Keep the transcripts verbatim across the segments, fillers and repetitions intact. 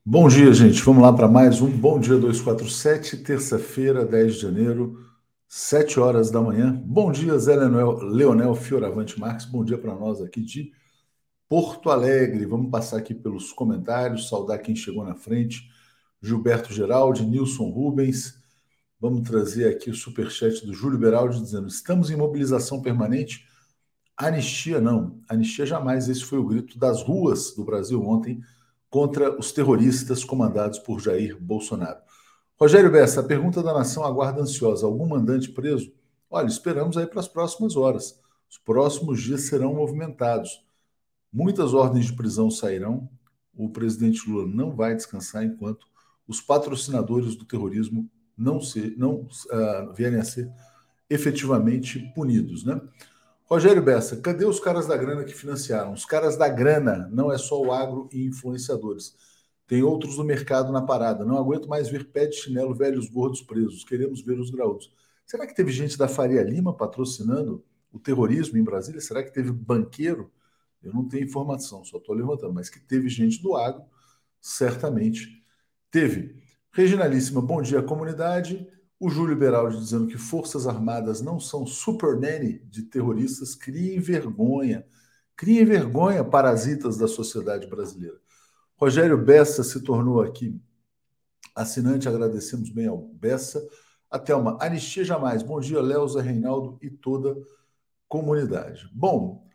Bom dia, gente. Vamos lá para mais um Bom Dia duzentos e quarenta e sete, terça-feira, dez de janeiro, sete horas da manhã. Bom dia, Zé Leonel, Leonel Fioravante Marques. Bom dia para nós aqui de Porto Alegre. Vamos passar aqui pelos comentários, saudar quem chegou na frente. Gilberto Geraldi, Nilson Rubens. Vamos trazer aqui o superchat do Júlio Beraldi dizendo: estamos em mobilização permanente. Anistia não. Anistia jamais. Esse foi o grito das ruas do Brasil ontem contra os terroristas comandados por Jair Bolsonaro. Rogério Bessa, a pergunta da nação aguarda ansiosa. Algum mandante preso? Olha, esperamos aí para as próximas horas. Os próximos dias serão movimentados. Muitas ordens de prisão sairão. O presidente Lula não vai descansar enquanto os patrocinadores do terrorismo não, se, não uh, vierem a ser efetivamente punidos, né? Rogério Bessa, cadê os caras da grana que financiaram? Os caras da grana não é só o agro e influenciadores. Tem outros no mercado na parada. Não aguento mais ver pé de chinelo, velhos gordos presos. Queremos ver os graúdos. Será que teve gente da Faria Lima patrocinando o terrorismo em Brasília? Será que teve banqueiro? Eu não tenho informação, só estou levantando. Mas que teve gente do agro, certamente teve. Reginalíssima, bom dia, comunidade. O Júlio Beraldi dizendo que Forças Armadas não são super nanny de terroristas. Criem vergonha. Criem vergonha, parasitas da sociedade brasileira. Rogério Bessa se tornou aqui assinante, agradecemos bem ao Bessa. A Thelma, anistia jamais. Bom dia, Léo, Zé Reinaldo e toda comunidade. Bom,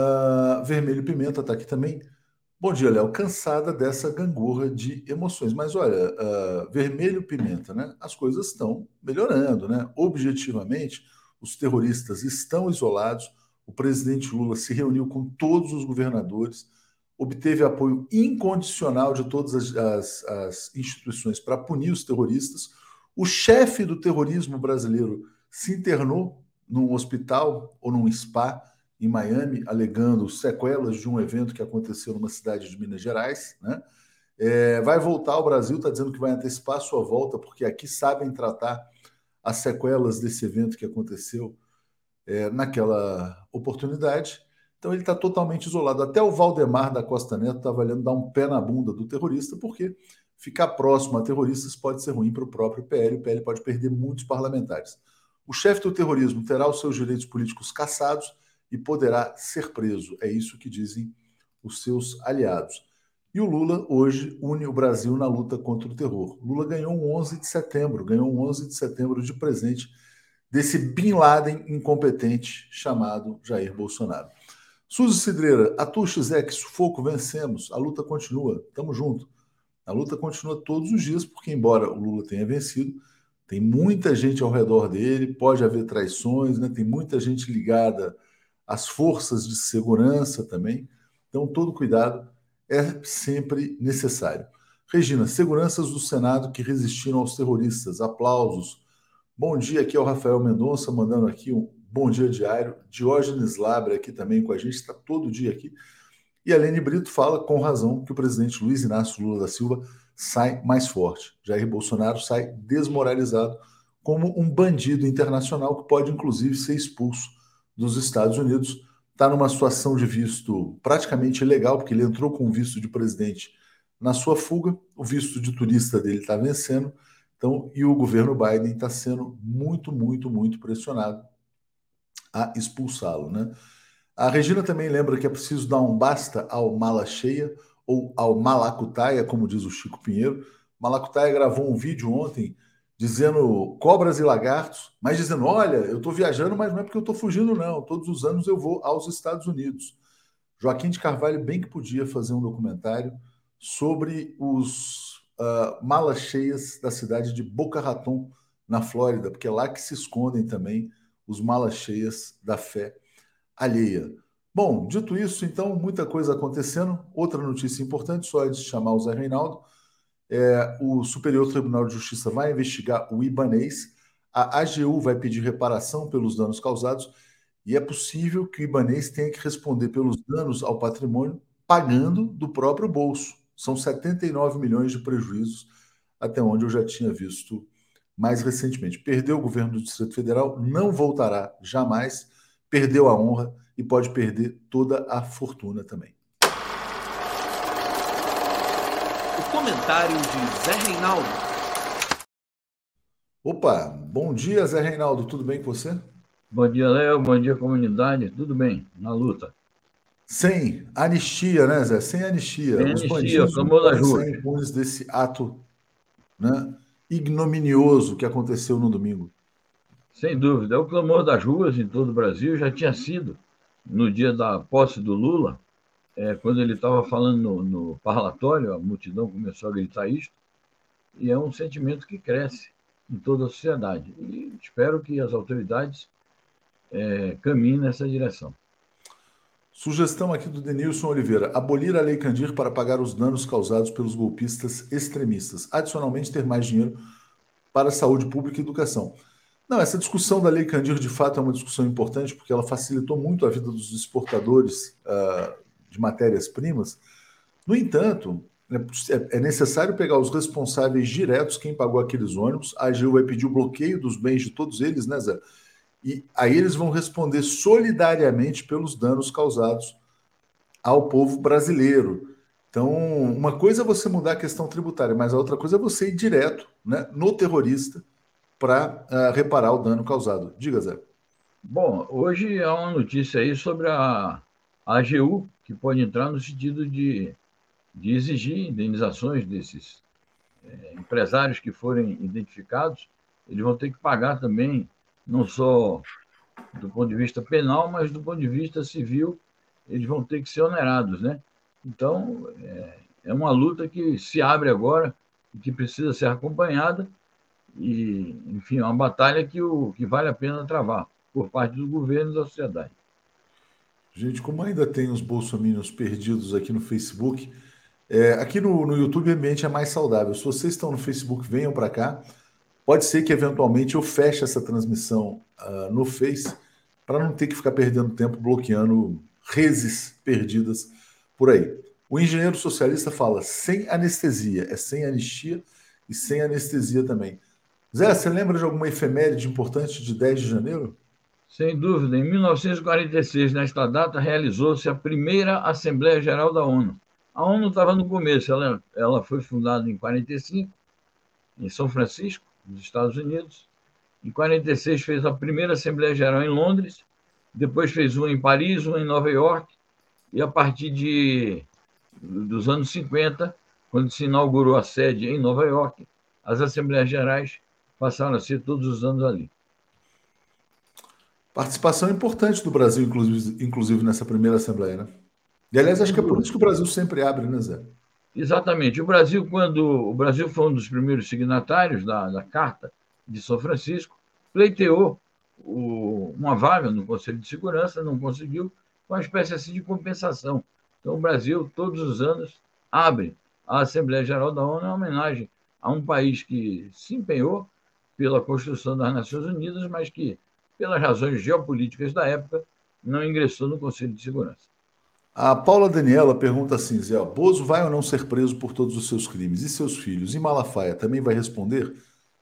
uh, Vermelho Pimenta está aqui também. Bom dia, Léo. Cansada dessa gangorra de emoções. Mas olha, uh, Vermelho Pimenta, né? As coisas estão melhorando, né? Objetivamente, os terroristas estão isolados. O presidente Lula se reuniu com todos os governadores, obteve apoio incondicional de todas as, as, as instituições para punir os terroristas. O chefe do terrorismo brasileiro se internou num hospital ou num spa em Miami, alegando sequelas de um evento que aconteceu numa cidade de Minas Gerais, né? É, vai voltar ao Brasil, está dizendo que vai antecipar a sua volta, porque aqui sabem tratar as sequelas desse evento que aconteceu é, naquela oportunidade. Então ele está totalmente isolado. Até o Valdemar da Costa Neto está valendo dar um pé na bunda do terrorista, porque ficar próximo a terroristas pode ser ruim para o próprio P L. O P L pode perder muitos parlamentares. O chefe do terrorismo terá os seus direitos políticos cassados e poderá ser preso. É isso que dizem os seus aliados. E o Lula hoje une o Brasil na luta contra o terror. Lula ganhou um onze de setembro, ganhou um onze de setembro de presente desse Bin Laden incompetente chamado Jair Bolsonaro. Suzy Cidreira, Atuxa, Zé, que sufoco, vencemos, a luta continua, tamo junto. A luta continua todos os dias, porque embora o Lula tenha vencido, tem muita gente ao redor dele, pode haver traições, né? Tem muita gente ligada às forças de segurança também. Então, todo cuidado é sempre necessário. Regina, seguranças do Senado que resistiram aos terroristas, aplausos. Bom dia, aqui é o Rafael Mendonça, mandando aqui um bom dia diário. Diógenes Labre aqui também com a gente, está todo dia aqui. E a Lene Brito fala com razão que o presidente Luiz Inácio Lula da Silva sai mais forte. Jair Bolsonaro sai desmoralizado como um bandido internacional que pode, inclusive, ser expulso dos Estados Unidos. Está numa situação de visto praticamente ilegal, porque ele entrou com o visto de presidente na sua fuga, o visto de turista dele está vencendo, então, e o governo Biden está sendo muito, muito, muito pressionado a expulsá-lo, né? A Regina também lembra que é preciso dar um basta ao mala cheia ou ao malacutaia, como diz o Chico Pinheiro. Malacutaia gravou um vídeo ontem dizendo cobras e lagartos, mas dizendo, olha, eu estou viajando, mas não é porque eu estou fugindo, não. Todos os anos eu vou aos Estados Unidos. Joaquim de Carvalho bem que podia fazer um documentário sobre os uh, malas cheias da cidade de Boca Raton, na Flórida, porque é lá que se escondem também os malas cheias da fé alheia. Bom, dito isso, então, muita coisa acontecendo. Outra notícia importante, só antes de chamar o Zé Reinaldo, é, o Superior Tribunal de Justiça vai investigar o Ibanez, a AGU vai pedir reparação pelos danos causados e é possível que o Ibanez tenha que responder pelos danos ao patrimônio pagando do próprio bolso. São setenta e nove milhões de prejuízos, até onde eu já tinha visto mais recentemente. Perdeu o governo do Distrito Federal, não voltará jamais, perdeu a honra e pode perder toda a fortuna também. Comentário de Zé Reinaldo. Opa, bom dia, Zé Reinaldo, tudo bem com você? Bom dia, Léo. Bom dia, comunidade. Tudo bem, na luta. Sem anistia, né, Zé? Sem anistia. Sem Os anistia, o bandidos não clamor das podem ruas. sair impunes desse ato, né, ignominioso que aconteceu no domingo. Sem dúvida. É o clamor das ruas em todo o Brasil. Já tinha sido no dia da posse do Lula, é, quando ele estava falando no, no parlatório, a multidão começou a gritar isto, e é um sentimento que cresce em toda a sociedade. E espero que as autoridades é, caminhem nessa direção. Sugestão aqui do Denilson Oliveira: abolir a Lei Candir para pagar os danos causados pelos golpistas extremistas. Adicionalmente, ter mais dinheiro para a saúde pública e educação. Não, essa discussão da Lei Candir, de fato, é uma discussão importante, porque ela facilitou muito a vida dos exportadores uh, de matérias-primas. No entanto, é, é necessário pegar os responsáveis diretos, quem pagou aqueles ônibus. A AGU vai pedir o bloqueio dos bens de todos eles, né, Zé? E aí eles vão responder solidariamente pelos danos causados ao povo brasileiro. Então, uma coisa é você mudar a questão tributária, mas a outra coisa é você ir direto, né, no terrorista para uh, reparar o dano causado. Diga, Zé. Bom, hoje há uma notícia aí sobre a, a AGU, que pode entrar no sentido de, de exigir indenizações desses é, empresários que forem identificados. Eles vão ter que pagar também, não só do ponto de vista penal, mas do ponto de vista civil, eles vão ter que ser onerados, né? Então, é, é uma luta que se abre agora e que precisa ser acompanhada e, enfim, é uma batalha que, o, que vale a pena travar por parte do governo e da sociedade. Gente, como ainda tem os bolsominions perdidos aqui no Facebook, é, aqui no, no YouTube o ambiente é mais saudável. Se vocês estão no Facebook, venham para cá. Pode ser que eventualmente eu feche essa transmissão uh, no Face para não ter que ficar perdendo tempo bloqueando reses perdidas por aí. O engenheiro socialista fala sem anestesia, é sem anistia e sem anestesia também. Zé, você lembra de alguma efeméride importante de dez de janeiro? Sem dúvida, em mil novecentos e quarenta e seis, nesta data, realizou-se a primeira Assembleia Geral da ONU. A ONU estava no começo, ela, ela foi fundada em quarenta e cinco, em São Francisco, nos Estados Unidos. Em quarenta e seis fez a primeira Assembleia Geral em Londres, depois fez uma em Paris, uma em Nova York, e a partir de, dos anos cinquenta, quando se inaugurou a sede em Nova York, as Assembleias Gerais passaram a ser todos os anos ali. Participação importante do Brasil, inclusive, inclusive nessa primeira Assembleia, né? E aliás, acho Sem que é por dúvida. isso que o Brasil sempre abre, né, Zé? Exatamente. O Brasil, quando o Brasil foi um dos primeiros signatários da, da Carta de São Francisco, pleiteou o, uma vaga no Conselho de Segurança, não conseguiu, uma espécie assim de compensação. Então, o Brasil, todos os anos, abre a Assembleia Geral da ONU em homenagem a um país que se empenhou pela construção das Nações Unidas, mas que, pelas razões geopolíticas da época, não ingressou no Conselho de Segurança. A Paula Daniela pergunta assim, Zé, Bozo vai ou não ser preso por todos os seus crimes? E seus filhos? E Malafaia também vai responder?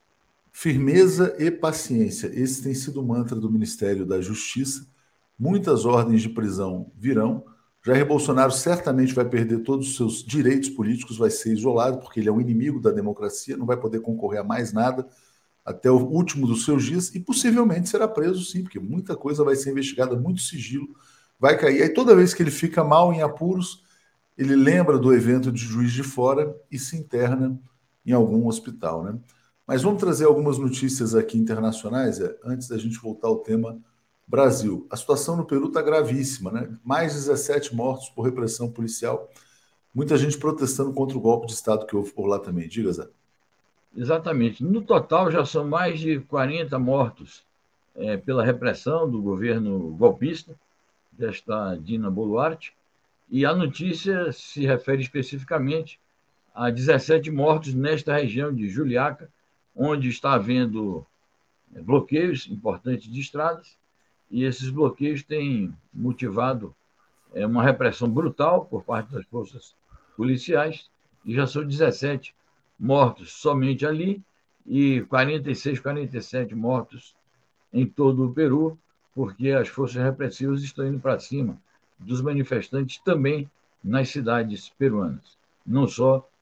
Firmeza e paciência. Esse tem sido o mantra do Ministério da Justiça. Muitas ordens de prisão virão. Jair Bolsonaro certamente vai perder todos os seus direitos políticos, vai ser isolado, porque ele é um inimigo da democracia, não vai poder concorrer a mais nada até o último dos seus dias e possivelmente será preso, sim, porque muita coisa vai ser investigada, muito sigilo vai cair. Aí toda vez que ele fica mal em apuros, ele lembra do evento de Juiz de Fora e se interna em algum hospital, né? Mas vamos trazer algumas notícias aqui internacionais, é, antes da gente voltar ao tema Brasil. A situação no Peru está gravíssima, né? Mais dezessete mortos por repressão policial. Muita gente protestando contra o golpe de Estado que houve por lá também. Diga, Zé. Exatamente. No total, já são mais de quarenta mortos é, pela repressão do governo golpista, desta Dina Boluarte, e a notícia se refere especificamente a dezessete mortos nesta região de Juliaca, onde está havendo é, bloqueios importantes de estradas, e esses bloqueios têm motivado é, uma repressão brutal por parte das forças policiais, e já são dezessete mortos somente ali e quarenta e seis, quarenta e sete mortos em todo o Peru, porque as forças repressivas estão indo para cima dos manifestantes também nas cidades peruanas, não só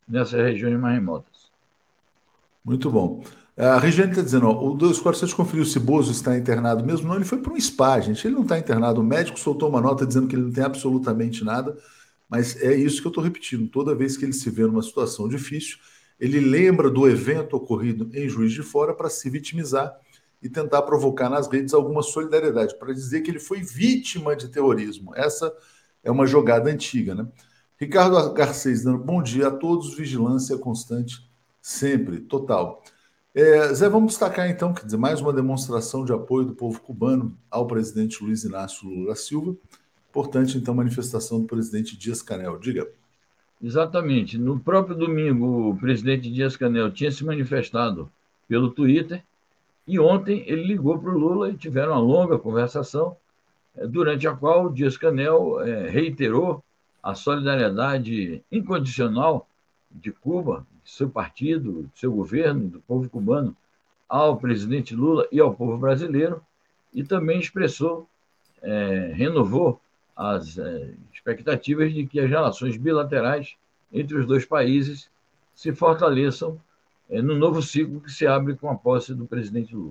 nessas regiões mais remotas. Muito bom. A Regiane está dizendo, ó, o dois quatro sete conferiu se Bozo está internado mesmo. Não, ele foi para um spa, gente. Ele não está internado. O médico soltou uma nota dizendo que ele não tem absolutamente nada, mas é isso que eu estou repetindo. Toda vez que ele se vê numa situação difícil, ele lembra do evento ocorrido em Juiz de Fora para se vitimizar e tentar provocar nas redes alguma solidariedade, para dizer que ele foi vítima de terrorismo. Essa é uma jogada antiga, né? Ricardo Garcês dando bom dia a todos, vigilância constante sempre, total. É, Zé, vamos destacar então, quer dizer, mais uma demonstração de apoio do povo cubano ao presidente Luiz Inácio Lula da Silva. Importante, então, manifestação do presidente Dias-Canel. Diga. Exatamente. No próprio domingo, o presidente Dias-Canel tinha se manifestado pelo Twitter e ontem ele ligou para o Lula e tiveram uma longa conversação, durante a qual o Dias-Canel é, reiterou a solidariedade incondicional de Cuba, de seu partido, de seu governo, do povo cubano, ao presidente Lula e ao povo brasileiro, e também expressou, é, renovou as é, expectativas de que as relações bilaterais entre os dois países se fortaleçam é, no novo ciclo que se abre com a posse do presidente Lula.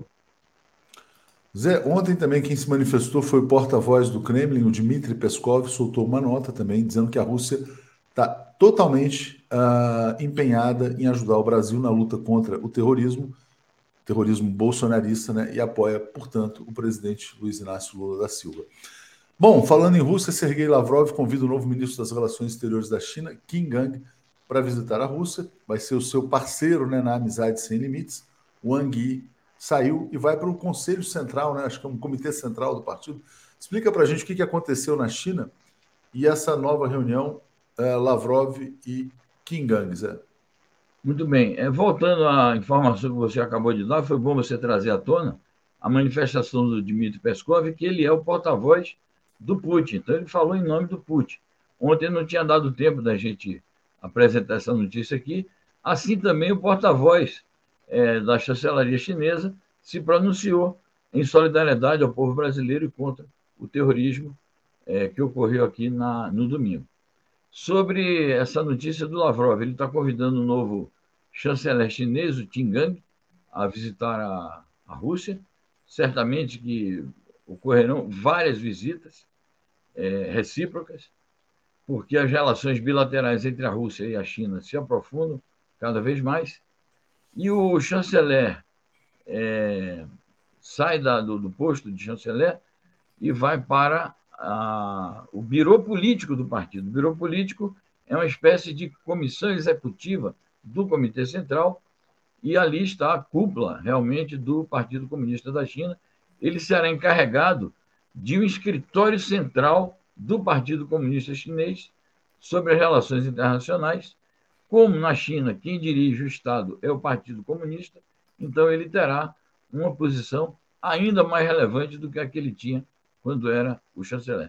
Zé, ontem também quem se manifestou foi o porta-voz do Kremlin, o Dmitry Peskov, soltou uma nota também dizendo que a Rússia está totalmente uh, empenhada em ajudar o Brasil na luta contra o terrorismo, terrorismo bolsonarista, né, e apoia, portanto, o presidente Luiz Inácio Lula da Silva. Bom, falando em Rússia, Sergei Lavrov convida o novo ministro das Relações Exteriores da China, Qin Gang, para visitar a Rússia. Vai ser o seu parceiro, né, na Amizade Sem Limites. Wang Yi saiu e vai para o Conselho Central, né, acho que é um comitê central do partido. Explica para a gente o que aconteceu na China e essa nova reunião, uh, Lavrov e Qin Gang, Zé. Muito bem. É, voltando à informação que você acabou de dar, foi bom você trazer à tona a manifestação do Dmitry Peskov, que ele é o porta-voz do Putin. Então, ele falou em nome do Putin. Ontem não tinha dado tempo da gente apresentar essa notícia aqui. Assim também o porta-voz é, da chancelaria chinesa se pronunciou em solidariedade ao povo brasileiro e contra o terrorismo é, que ocorreu aqui na, no domingo. Sobre essa notícia do Lavrov, ele está convidando o novo chanceler chinês, o Qin Gang, a visitar a, a Rússia. Certamente que ocorrerão várias visitas é, recíprocas, porque as relações bilaterais entre a Rússia e a China se aprofundam cada vez mais. E o chanceler é, sai da, do, do posto de chanceler e vai para a, o birô político do partido. O birô político é uma espécie de comissão executiva do Comitê Central, e ali está a cúpula, realmente, do Partido Comunista da China. Ele será encarregado de um escritório central do Partido Comunista Chinês sobre as relações internacionais. Como na China quem dirige o Estado é o Partido Comunista, então ele terá uma posição ainda mais relevante do que a que ele tinha quando era o chanceler.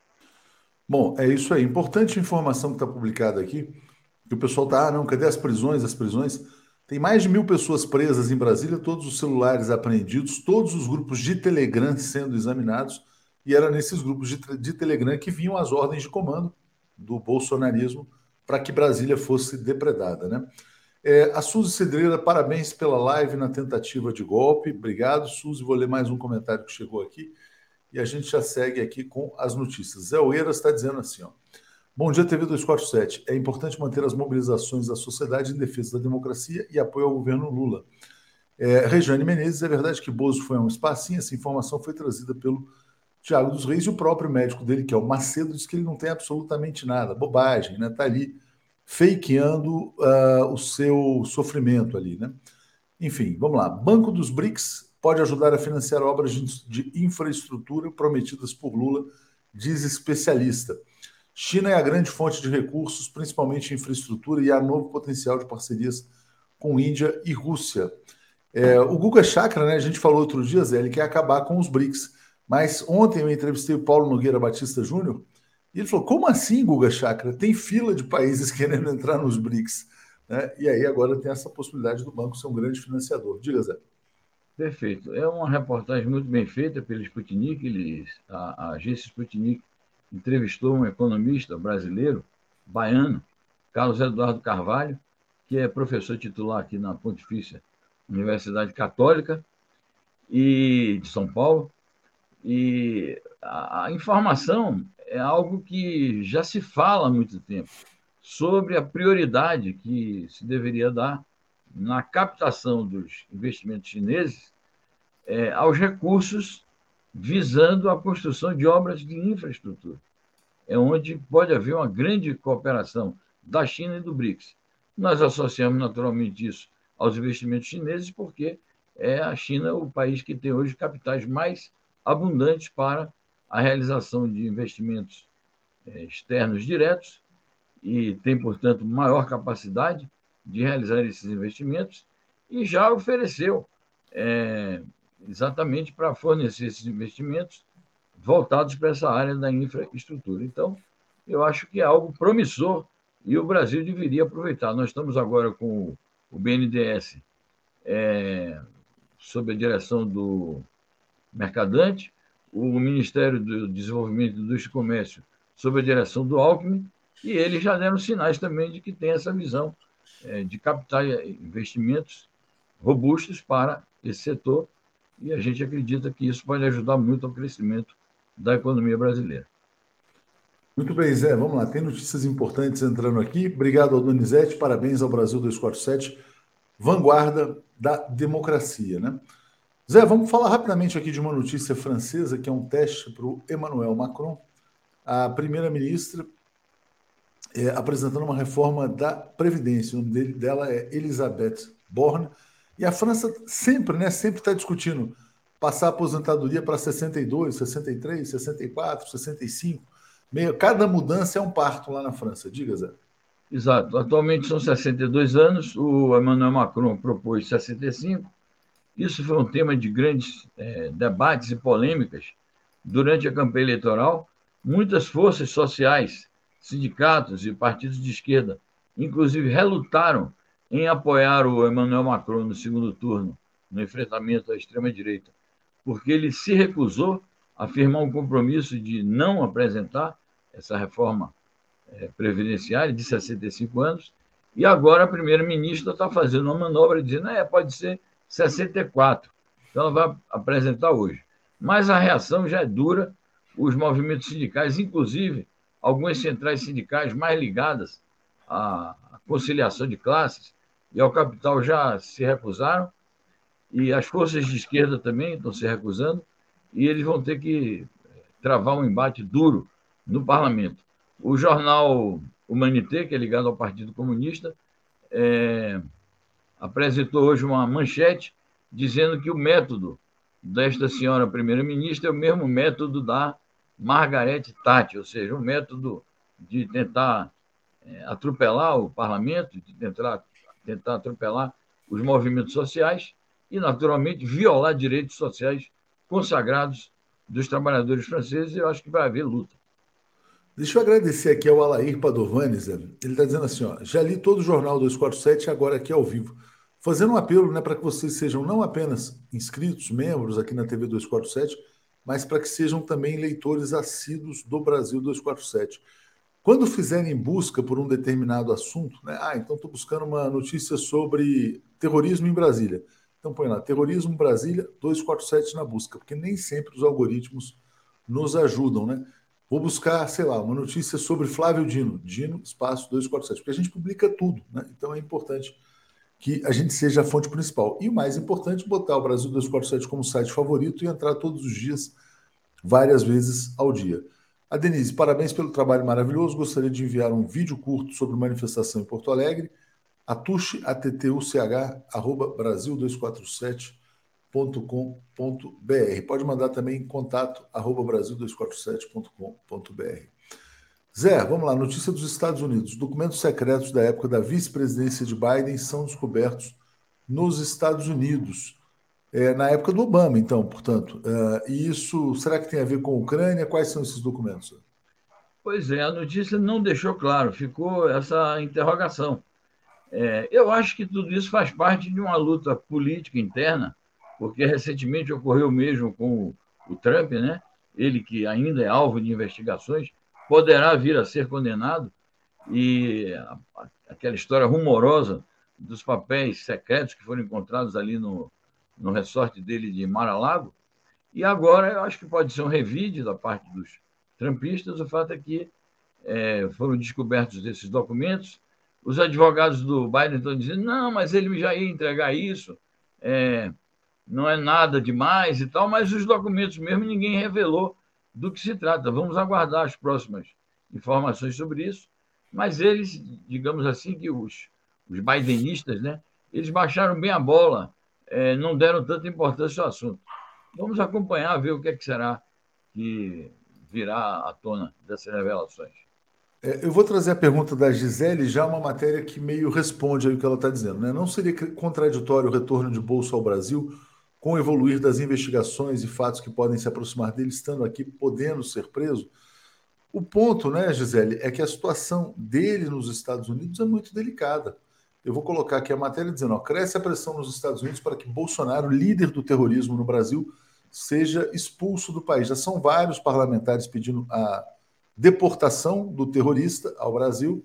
Bom, é isso aí. Importante informação que está publicada aqui, que o pessoal está, ah, não, cadê as prisões, as prisões? Tem mais de mil pessoas presas em Brasília, todos os celulares apreendidos, todos os grupos de Telegram sendo examinados, e era nesses grupos de, de Telegram que vinham as ordens de comando do bolsonarismo para que Brasília fosse depredada, né? É, a Suzy Cedreira, parabéns pela live na tentativa de golpe. Obrigado, Suzy. Vou ler mais um comentário que chegou aqui e a gente já segue aqui com as notícias. Zé Oeiras está dizendo assim, ó. Bom dia, T V duzentos e quarenta e sete. É importante manter as mobilizações da sociedade em defesa da democracia e apoio ao governo Lula. É, Regiane Menezes, é verdade que Bozo foi a um espacinho? Essa informação foi trazida pelo Tiago dos Reis e o próprio médico dele, que é o Macedo, diz que ele não tem absolutamente nada. Bobagem, né? Está ali fakeando uh, o seu sofrimento ali, né? Enfim, vamos lá. Banco dos BRICS pode ajudar a financiar obras de, de infraestrutura prometidas por Lula, diz especialista. China é a grande fonte de recursos, principalmente em infraestrutura, e há novo potencial de parcerias com Índia e Rússia. É, o Guga Chakra, né, a gente falou outro dia, Zé, ele quer acabar com os BRICS. Mas ontem eu entrevistei o Paulo Nogueira Batista Júnior e ele falou, como assim, Guga Chakra? Tem fila de países querendo entrar nos BRICS. Né? E aí agora tem essa possibilidade do banco ser um grande financiador. Diga, Zé. Perfeito. É uma reportagem muito bem feita pelo Sputnik. Eles, a, a agência Sputnik entrevistou um economista brasileiro, baiano, Carlos Eduardo Carvalho, que é professor titular aqui na Pontifícia Universidade Católica e de São Paulo. E a, a informação é algo que já se fala há muito tempo sobre a prioridade que se deveria dar na captação dos investimentos chineses é, aos recursos visando a construção de obras de infraestrutura. É onde pode haver uma grande cooperação da China e do BRICS. Nós associamos naturalmente isso aos investimentos chineses porque é a China o país que tem hoje capitais mais abundantes para a realização de investimentos é, externos diretos e tem, portanto, maior capacidade de realizar esses investimentos e já ofereceu é, exatamente para fornecer esses investimentos voltados para essa área da infraestrutura. Então, eu acho que é algo promissor e o Brasil deveria aproveitar. Nós estamos agora com o B N D E S é, sob a direção do Mercadante, o Ministério do Desenvolvimento, Indústria e Comércio sob a direção do Alckmin, e eles já deram sinais também de que tem essa visão é, de captar investimentos robustos para esse setor, e a gente acredita que isso pode ajudar muito ao crescimento da economia brasileira. Muito bem, Zé, vamos lá, tem notícias importantes entrando aqui. Obrigado ao Donizete, parabéns ao Brasil duzentos e quarenta e sete, vanguarda da democracia, né? Zé, vamos falar rapidamente aqui de uma notícia francesa, que é um teste para o Emmanuel Macron, a primeira-ministra é, apresentando uma reforma da Previdência. O nome dele, dela é Elisabeth Borne, e a França sempre, né, sempre está discutindo passar a aposentadoria para sessenta e dois, sessenta e três, sessenta e quatro, sessenta e cinco. Meio, cada mudança é um parto lá na França. Diga, Zé. Exato. Atualmente são sessenta e dois anos, o Emmanuel Macron propôs sessenta e cinco. Isso foi um tema de grandes é, debates e polêmicas durante a campanha eleitoral. Muitas forças sociais, sindicatos e partidos de esquerda, inclusive, relutaram em apoiar o Emmanuel Macron no segundo turno, no enfrentamento à extrema-direita, porque ele se recusou a firmar um compromisso de não apresentar essa reforma é, previdenciária de sessenta e cinco anos, e agora a primeira-ministra está fazendo uma manobra dizendo que é, pode ser sessenta e quatro. Então, ela vai apresentar hoje. Mas a reação já é dura. Os movimentos sindicais, inclusive algumas centrais sindicais mais ligadas à conciliação de classes e ao capital, já se recusaram. E as forças de esquerda também estão se recusando. E eles vão ter que travar um embate duro no parlamento. O jornal Humanité, que é ligado ao Partido Comunista, é... apresentou hoje uma manchete dizendo que o método desta senhora primeira-ministra é o mesmo método da Margaret Thatcher, ou seja, um método de tentar é, atropelar o parlamento, de tentar, tentar atropelar os movimentos sociais e, naturalmente, violar direitos sociais consagrados dos trabalhadores franceses. E eu acho que vai haver luta. Deixa eu agradecer aqui ao Alair Padovani, Zé. Ele está dizendo assim, ó, já li todo o Jornal duzentos e quarenta e sete, agora aqui ao vivo. Fazendo um apelo, né, para que vocês sejam não apenas inscritos, membros aqui na T V duzentos e quarenta e sete, mas para que sejam também leitores assíduos do Brasil duzentos e quarenta e sete. Quando fizerem busca por um determinado assunto, né, ah, então estou buscando uma notícia sobre terrorismo em Brasília. Então põe lá, terrorismo em Brasília, duzentos e quarenta e sete na busca, porque nem sempre os algoritmos nos ajudam, né? Vou buscar, sei lá, uma notícia sobre Flávio Dino, Dino, espaço duzentos e quarenta e sete, porque a gente publica tudo, né? Então é importante que a gente seja a fonte principal. E o mais importante, botar o Brasil duzentos e quarenta e sete como site favorito e entrar todos os dias, várias vezes ao dia. A Denise, parabéns pelo trabalho maravilhoso. Gostaria de enviar um vídeo curto sobre manifestação em Porto Alegre. Atuche, A T T U C H, arroba brasil duzentos e quarenta e sete ponto com ponto b r. Pode mandar também em contato, arroba brasil duzentos e quarenta e sete ponto com ponto b r. Zé, vamos lá, notícia dos Estados Unidos. Documentos secretos da época da vice-presidência de Biden são descobertos nos Estados Unidos, é, na época do Obama, então, portanto. É, e isso, será que tem a ver com a Ucrânia? Quais são esses documentos? Pois é, a notícia não deixou claro, ficou essa interrogação. É, eu acho que tudo isso faz parte de uma luta política interna, porque recentemente ocorreu mesmo com o, o Trump, né? Ele que ainda é alvo de investigações, poderá vir a ser condenado, e aquela história rumorosa dos papéis secretos que foram encontrados ali no, no resort dele de Mar-a-Lago. E agora eu acho que pode ser um revide da parte dos trumpistas. O fato é que é, foram descobertos esses documentos. Os advogados do Biden estão dizendo, não, mas ele já ia entregar isso, é, não é nada demais e tal, mas os documentos mesmo ninguém revelou do que se trata. Vamos aguardar as próximas informações sobre isso, mas eles, digamos assim, que os, os bidenistas, né, eles baixaram bem a bola, é, não deram tanta importância ao assunto. Vamos acompanhar, ver o que é que será que virá à tona dessas revelações. É, eu vou trazer a pergunta da Gisele, já uma matéria que meio responde aí o que ela está dizendo, né? Não seria contraditório o retorno de Bolso ao Brasil com o evoluir das investigações e fatos que podem se aproximar dele, estando aqui, podendo ser preso? O ponto, né, Gisele, é que a situação dele nos Estados Unidos é muito delicada. Eu vou colocar aqui a matéria dizendo, ó, cresce a pressão nos Estados Unidos para que Bolsonaro, líder do terrorismo no Brasil, seja expulso do país. Já são vários parlamentares pedindo a deportação do terrorista ao Brasil.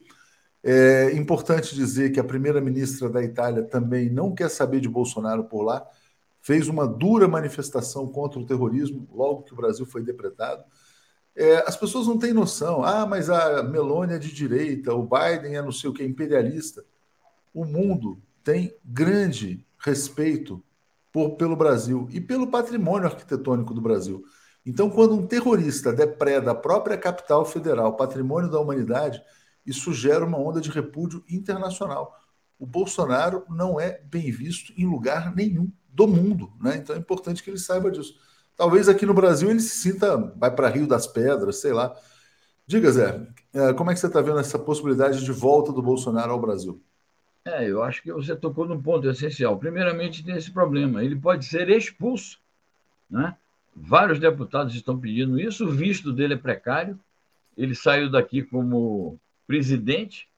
É importante dizer que a primeira-ministra da Itália também não quer saber de Bolsonaro por lá, fez uma dura manifestação contra o terrorismo logo que o Brasil foi depredado. É, as pessoas não têm noção. Ah, mas a Meloni é de direita, o Biden é não sei o que, imperialista. O mundo tem grande respeito por, pelo Brasil e pelo patrimônio arquitetônico do Brasil. Então, quando um terrorista depreda a própria capital federal, patrimônio da humanidade, isso gera uma onda de repúdio internacional. O Bolsonaro não é bem visto em lugar nenhum do mundo, né? Então é importante que ele saiba disso. Talvez aqui no Brasil ele se sinta, vai para Rio das Pedras, sei lá. Diga, Zé, como é que você está vendo essa possibilidade de volta do Bolsonaro ao Brasil? É, eu acho que você tocou num ponto essencial. Primeiramente, tem esse problema. Ele pode ser expulso, né? Vários deputados estão pedindo isso. O visto dele é precário. Ele saiu daqui como presidente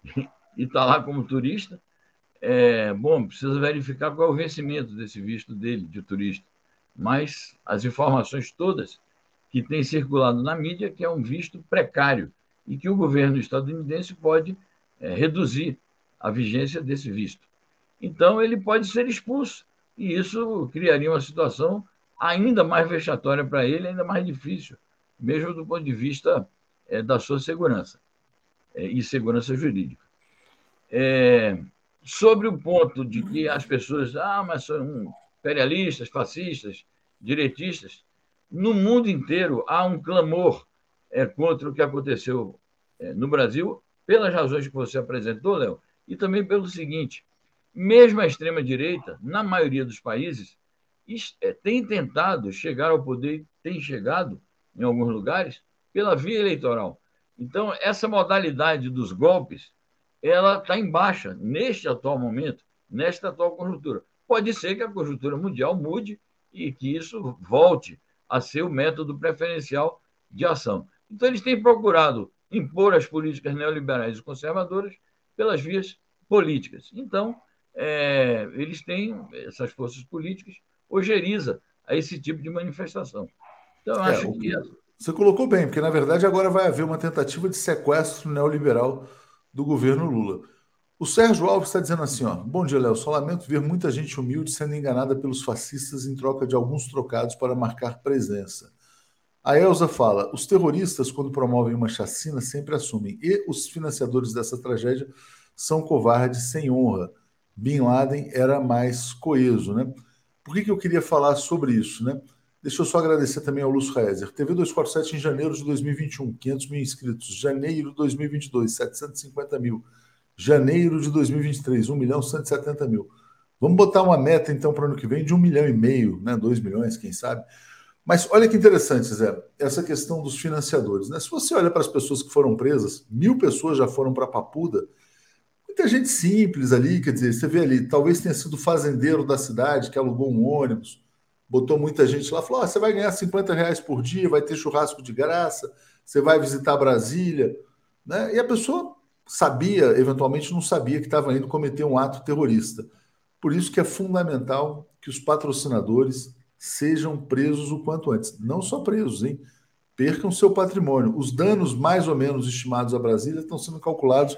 e está lá como turista. É, bom, precisa verificar qual é o vencimento desse visto dele de turista. Mas as informações todas que têm circulado na mídia é que é um visto precário e que o governo estadunidense pode é, reduzir a vigência desse visto. Então, ele pode ser expulso, e isso criaria uma situação ainda mais vexatória para ele, ainda mais difícil, mesmo do ponto de vista é, da sua segurança é, e segurança jurídica. É, sobre o ponto de que as pessoas, ah, mas são imperialistas, fascistas, direitistas, no mundo inteiro há um clamor é, contra o que aconteceu é, no Brasil, pelas razões que você apresentou, Léo, e também pelo seguinte, mesmo a extrema-direita, na maioria dos países, tem tentado chegar ao poder, tem chegado, em alguns lugares, pela via eleitoral. Então, essa modalidade dos golpes, ela está em baixa neste atual momento, nesta atual conjuntura. Pode ser que a conjuntura mundial mude e que isso volte a ser o método preferencial de ação. Então, eles têm procurado impor as políticas neoliberais e conservadoras pelas vias políticas. Então, é, eles têm, essas forças políticas, ojeriza a esse tipo de manifestação. Então, eu acho é, que... Você colocou bem, porque, na verdade, agora vai haver uma tentativa de sequestro neoliberal do governo Lula. O Sérgio Alves está dizendo assim, ó, bom dia, Léo, só lamento ver muita gente humilde sendo enganada pelos fascistas em troca de alguns trocados para marcar presença. A Elza fala, os terroristas, quando promovem uma chacina, sempre assumem, e os financiadores dessa tragédia são covardes sem honra. Bin Laden era mais coeso, né? Por que, que eu queria falar sobre isso, né? Deixa eu só agradecer também ao Lúcio Rezer. T V duzentos e quarenta e sete em janeiro de dois mil e vinte e um, quinhentos mil inscritos. Janeiro de dois mil e vinte e dois, setecentos e cinquenta mil. Janeiro de dois mil e vinte e três, um milhão cento e setenta mil. Vamos botar uma meta, então, para o ano que vem de um milhão e meio, né? dois milhões, quem sabe. Mas olha que interessante, Zé, essa questão dos financiadores, né? Se você olha para as pessoas que foram presas, mil pessoas já foram para Papuda, muita gente simples ali, quer dizer, você vê ali, talvez tenha sido fazendeiro da cidade que alugou um ônibus, botou muita gente lá, falou, oh, você vai ganhar cinquenta reais por dia, vai ter churrasco de graça, você vai visitar Brasília, né? E a pessoa sabia, eventualmente não sabia que estava indo cometer um ato terrorista. Por isso que é fundamental que os patrocinadores sejam presos o quanto antes. Não só presos, hein? Percam seu patrimônio. Os danos mais ou menos estimados a Brasília estão sendo calculados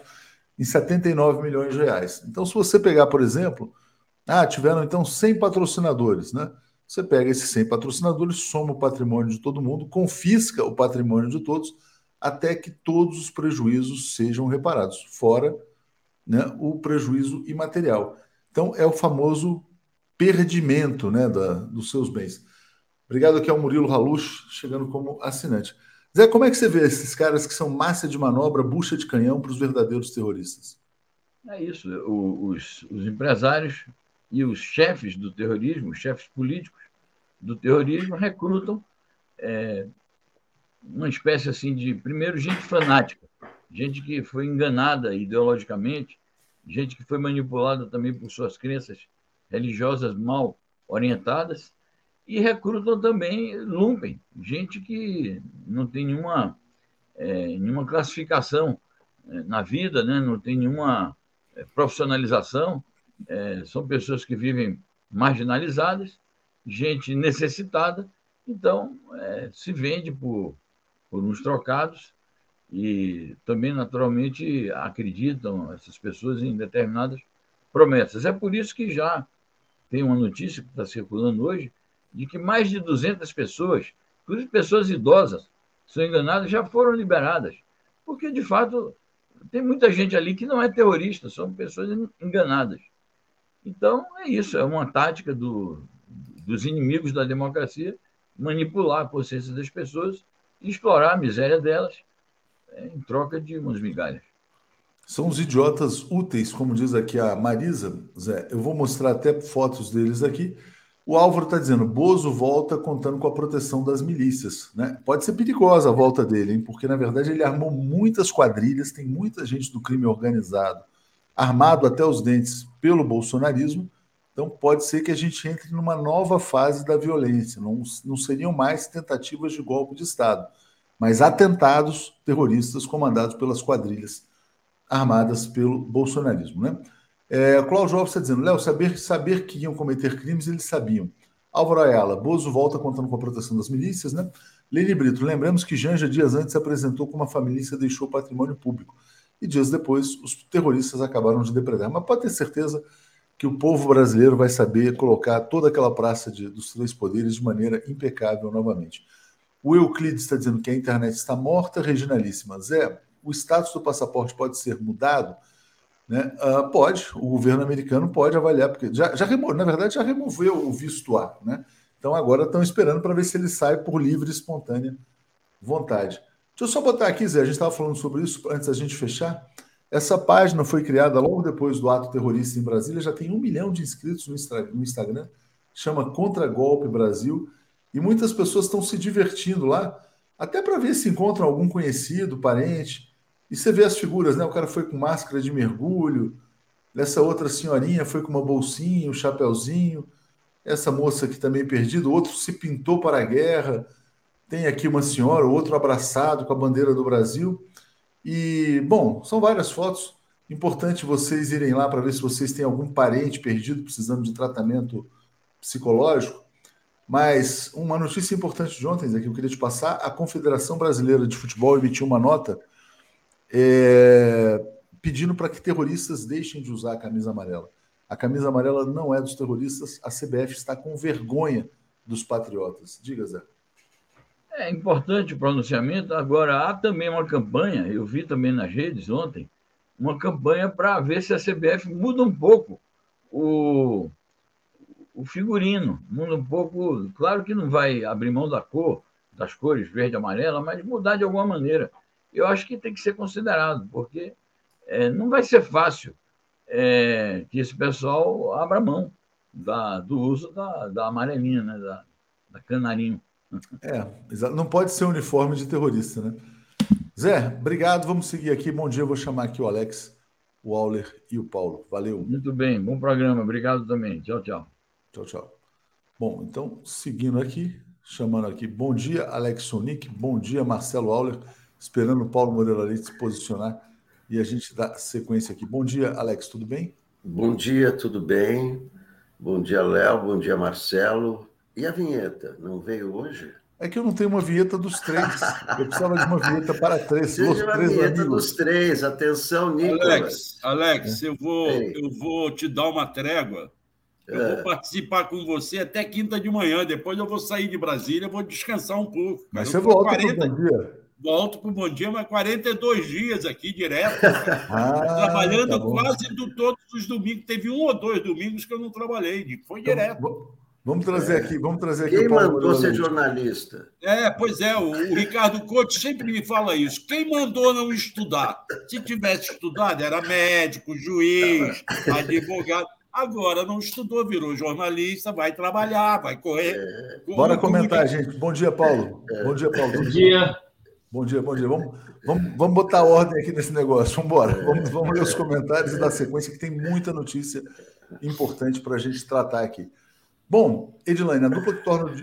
em setenta e nove milhões de reais. Então, se você pegar, por exemplo, ah, tiveram então cem patrocinadores, né? Você pega esses cem patrocinadores, soma o patrimônio de todo mundo, confisca o patrimônio de todos, até que todos os prejuízos sejam reparados, fora, né, o prejuízo imaterial. Então, é o famoso perdimento, né, da, dos seus bens. Obrigado aqui ao Murilo Halush, chegando como assinante. Zé, como é que você vê esses caras que são massa de manobra, bucha de canhão para os verdadeiros terroristas? É isso. O, os, os empresários e os chefes do terrorismo, os chefes políticos do terrorismo, recrutam é, uma espécie assim de, primeiro, gente fanática, gente que foi enganada ideologicamente, gente que foi manipulada também por suas crenças religiosas mal orientadas, e recrutam também lumpen, gente que não tem nenhuma, é, nenhuma classificação é, na vida, né? Não tem nenhuma é, profissionalização, é, são pessoas que vivem marginalizadas, gente necessitada, então é, se vende por, por uns trocados e também, naturalmente, acreditam essas pessoas em determinadas promessas. É por isso que já tem uma notícia que está circulando hoje de que mais de duzentas pessoas, inclusive pessoas idosas, são enganadas, já foram liberadas. Porque, de fato, tem muita gente ali que não é terrorista, são pessoas enganadas. Então, é isso, é uma tática do, dos inimigos da democracia manipular a consciência das pessoas e explorar a miséria delas é, em troca de umas migalhas. São os idiotas úteis, como diz aqui a Marisa, Zé. Eu vou mostrar até fotos deles aqui. O Álvaro está dizendo, Bozo volta contando com a proteção das milícias, né? Pode ser perigosa a volta dele, hein? Porque, na verdade, ele armou muitas quadrilhas, tem muita gente do crime organizado, armado até os dentes pelo bolsonarismo. Então, pode ser que a gente entre numa nova fase da violência. Não, não seriam mais tentativas de golpe de Estado, mas atentados terroristas comandados pelas quadrilhas armadas pelo bolsonarismo, né? É, o Cláudio Alves está dizendo, Léo, saber, saber que iam cometer crimes, eles sabiam. Álvaro Ayala, Bozo volta contando com a proteção das milícias, né? Lene Brito, lembramos que Janja dias antes se apresentou como uma família e deixou patrimônio público. E dias depois, os terroristas acabaram de depredar. Mas pode ter certeza que o povo brasileiro vai saber colocar toda aquela praça de, dos três poderes de maneira impecável novamente. O Euclides está dizendo que a internet está morta, Reginalíssima. Zé, o status do passaporte pode ser mudado? Né? Uh, pode, o governo americano pode avaliar, porque já, já remo... na verdade já removeu o visto A, né? Então agora estão esperando para ver se ele sai por livre e espontânea vontade. Deixa eu só botar aqui, Zé, a gente estava falando sobre isso antes da gente fechar. Essa página foi criada logo depois do ato terrorista em Brasília, já tem um milhão de inscritos no Instagram, chama Contra Golpe Brasil, e muitas pessoas estão se divertindo lá, até para ver se encontram algum conhecido, parente. E você vê as figuras, né? O cara foi com máscara de mergulho, essa outra senhorinha foi com uma bolsinha, um chapéuzinho, essa moça aqui também perdida, o outro se pintou para a guerra, tem aqui uma senhora, o outro abraçado com a bandeira do Brasil. E, bom, são várias fotos. Importante vocês irem lá para ver se vocês têm algum parente perdido precisando de tratamento psicológico. Mas uma notícia importante de ontem, Zé, que eu queria te passar, a Confederação Brasileira de Futebol emitiu uma nota É, pedindo para que terroristas deixem de usar a camisa amarela. A camisa amarela não é dos terroristas, a C B F está com vergonha dos patriotas. Diga, Zé. É importante o pronunciamento. Agora, há também uma campanha, eu vi também nas redes ontem, uma campanha para ver se a C B F muda um pouco o, o figurino, muda um pouco. Claro que não vai abrir mão da cor, das cores verde e amarela, mas mudar de alguma maneira. Eu acho que tem que ser considerado, porque é, não vai ser fácil é, que esse pessoal abra mão da, do uso da, da amarelinha, né, da, da canarinho. É, não pode ser uniforme de terrorista, né? Zé, obrigado. Vamos seguir aqui. Bom dia. Eu vou chamar aqui o Alex, o Auler e o Paulo. Valeu. Muito bem, bom programa. Obrigado também. Tchau, tchau. Tchau, tchau. Bom, então, seguindo aqui, chamando aqui. Bom dia, Alex Sonic. Bom dia, Marcelo Auler. Esperando o Paulo Moreira Leite se posicionar e a gente dá sequência aqui. Bom dia, Alex. Tudo bem? Bom dia, tudo bem? Bom dia, Léo. Bom dia, Marcelo. E a vinheta? Não veio hoje? É que eu não tenho uma vinheta dos três. Eu precisava de uma vinheta para três. Precisa de uma três vinheta amigos. dos três. Atenção, Alex, Nicolas. Alex, É. eu vou, eu vou te dar uma trégua. Eu É. vou participar com você até quinta de manhã. Depois eu vou sair de Brasília, vou descansar um pouco. Mas Eu você tô volta quarenta para o Bom Dia. Volto para o Bom Dia, mas quarenta e dois dias aqui direto. Ah, trabalhando tá bom. quase do, todos os domingos. Teve um ou dois domingos que eu não trabalhei. Foi Então, direto. v- vamos trazer aqui, vamos trazer aqui Quem o Paulo mandou Moreira ser Leite. jornalista? É, pois é, o, o Ricardo Couto sempre me fala isso. Quem mandou não estudar? Se tivesse estudado, era médico, juiz, advogado. Agora não estudou, virou jornalista, vai trabalhar, vai correr. Bora Como- comentar, gente. Bom dia, Paulo. Bom dia, Paulo. Bom dia. Bom dia, bom dia. Vamos, vamos, vamos botar ordem aqui nesse negócio. Vamos embora. Vamos, vamos ler os comentários e dar sequência, que tem muita notícia importante para a gente tratar aqui. Bom, Edilane, a dupla que torna...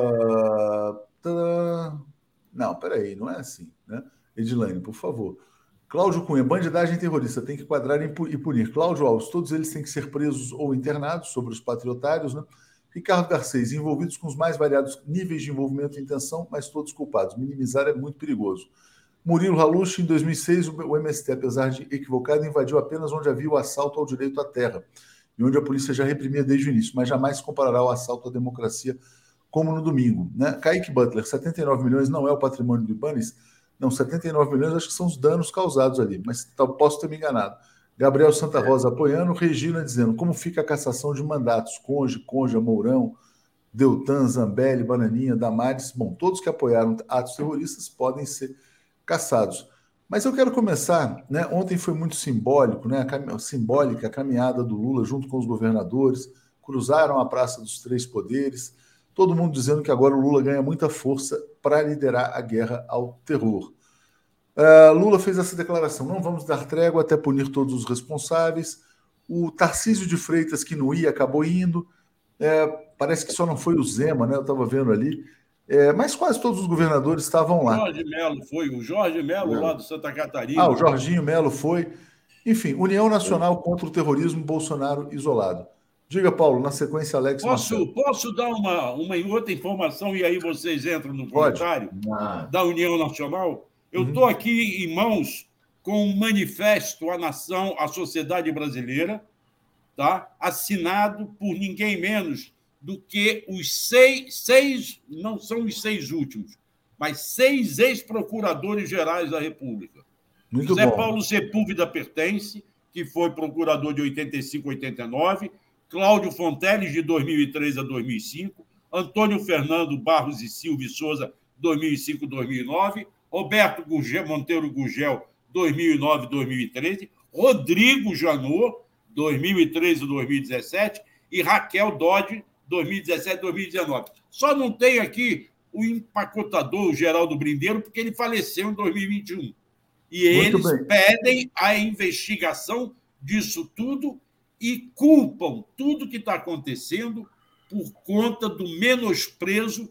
Uh, tá... Não, peraí, não é assim, né? Edilane, por favor. Cláudio Cunha, bandidagem terrorista, tem que quadrar e punir. Cláudio Alves, todos eles têm que ser presos ou internados, sobre os patriotários, né? Ricardo Garcês, envolvidos com os mais variados níveis de envolvimento e intenção, mas todos culpados. Minimizar é muito perigoso. Murilo Halushi, em dois mil e seis, o M S T, apesar de equivocado, invadiu apenas onde havia o assalto ao direito à terra, e onde a polícia já reprimia desde o início, mas jamais se comparará o assalto à democracia como no domingo. Né? Kaique Butler, setenta e nove milhões não é o patrimônio do Ibanez? Não, setenta e nove milhões acho que são os danos causados ali, mas posso ter me enganado. Gabriel Santa Rosa apoiando, Regina dizendo como fica a cassação de mandatos, Conde, Conja, Mourão, Deltan, Zambelli, Bananinha, Damares, bom, todos que apoiaram atos terroristas podem ser cassados. Mas eu quero começar, né? Ontem foi muito simbólico, né? A cam... simbólica a caminhada do Lula junto com os governadores, cruzaram a Praça dos Três Poderes, todo mundo dizendo que agora o Lula ganha muita força para liderar a guerra ao terror. Uh, Lula fez essa declaração, não vamos dar trégua até punir todos os responsáveis. O Tarcísio de Freitas, que não ia, acabou indo. É, parece que só não foi o Zema, né? Eu estava vendo ali. É, mas quase todos os governadores estavam lá. Jorge Melo foi, o Jorge Melo lá do Santa Catarina. Ah, o Jorginho Melo foi. Enfim, União Nacional contra o Terrorismo, Bolsonaro isolado. Diga, Paulo, na sequência, Alex Posso, posso dar uma, uma outra informação e aí vocês entram no comentário Pode. da União Nacional? Eu estou uhum. aqui em mãos com um manifesto à nação, à sociedade brasileira, tá? Assinado por ninguém menos do que os seis, seis, não são os seis últimos, mas seis ex-procuradores gerais da República. Muito José bom. Paulo Sepúlveda Pertence, que foi procurador de oitenta e cinco a oitenta e nove, Cláudio Fonteles, de dois mil e três a dois mil e cinco, Antônio Fernando Barros e Silva e Souza, dois mil e cinco a dois mil e nove, Roberto Gurgel, Monteiro Gurgel, dois mil e nove a dois mil e treze, Rodrigo Janot, dois mil e treze a dois mil e dezessete, e Raquel Dodge, dois mil e dezessete a dois mil e dezenove. Só não tem aqui o empacotador, o Geraldo Brindeiro, porque ele faleceu em dois mil e vinte e um. E Muito eles bem. pedem a investigação disso tudo e culpam tudo que está acontecendo por conta do menosprezo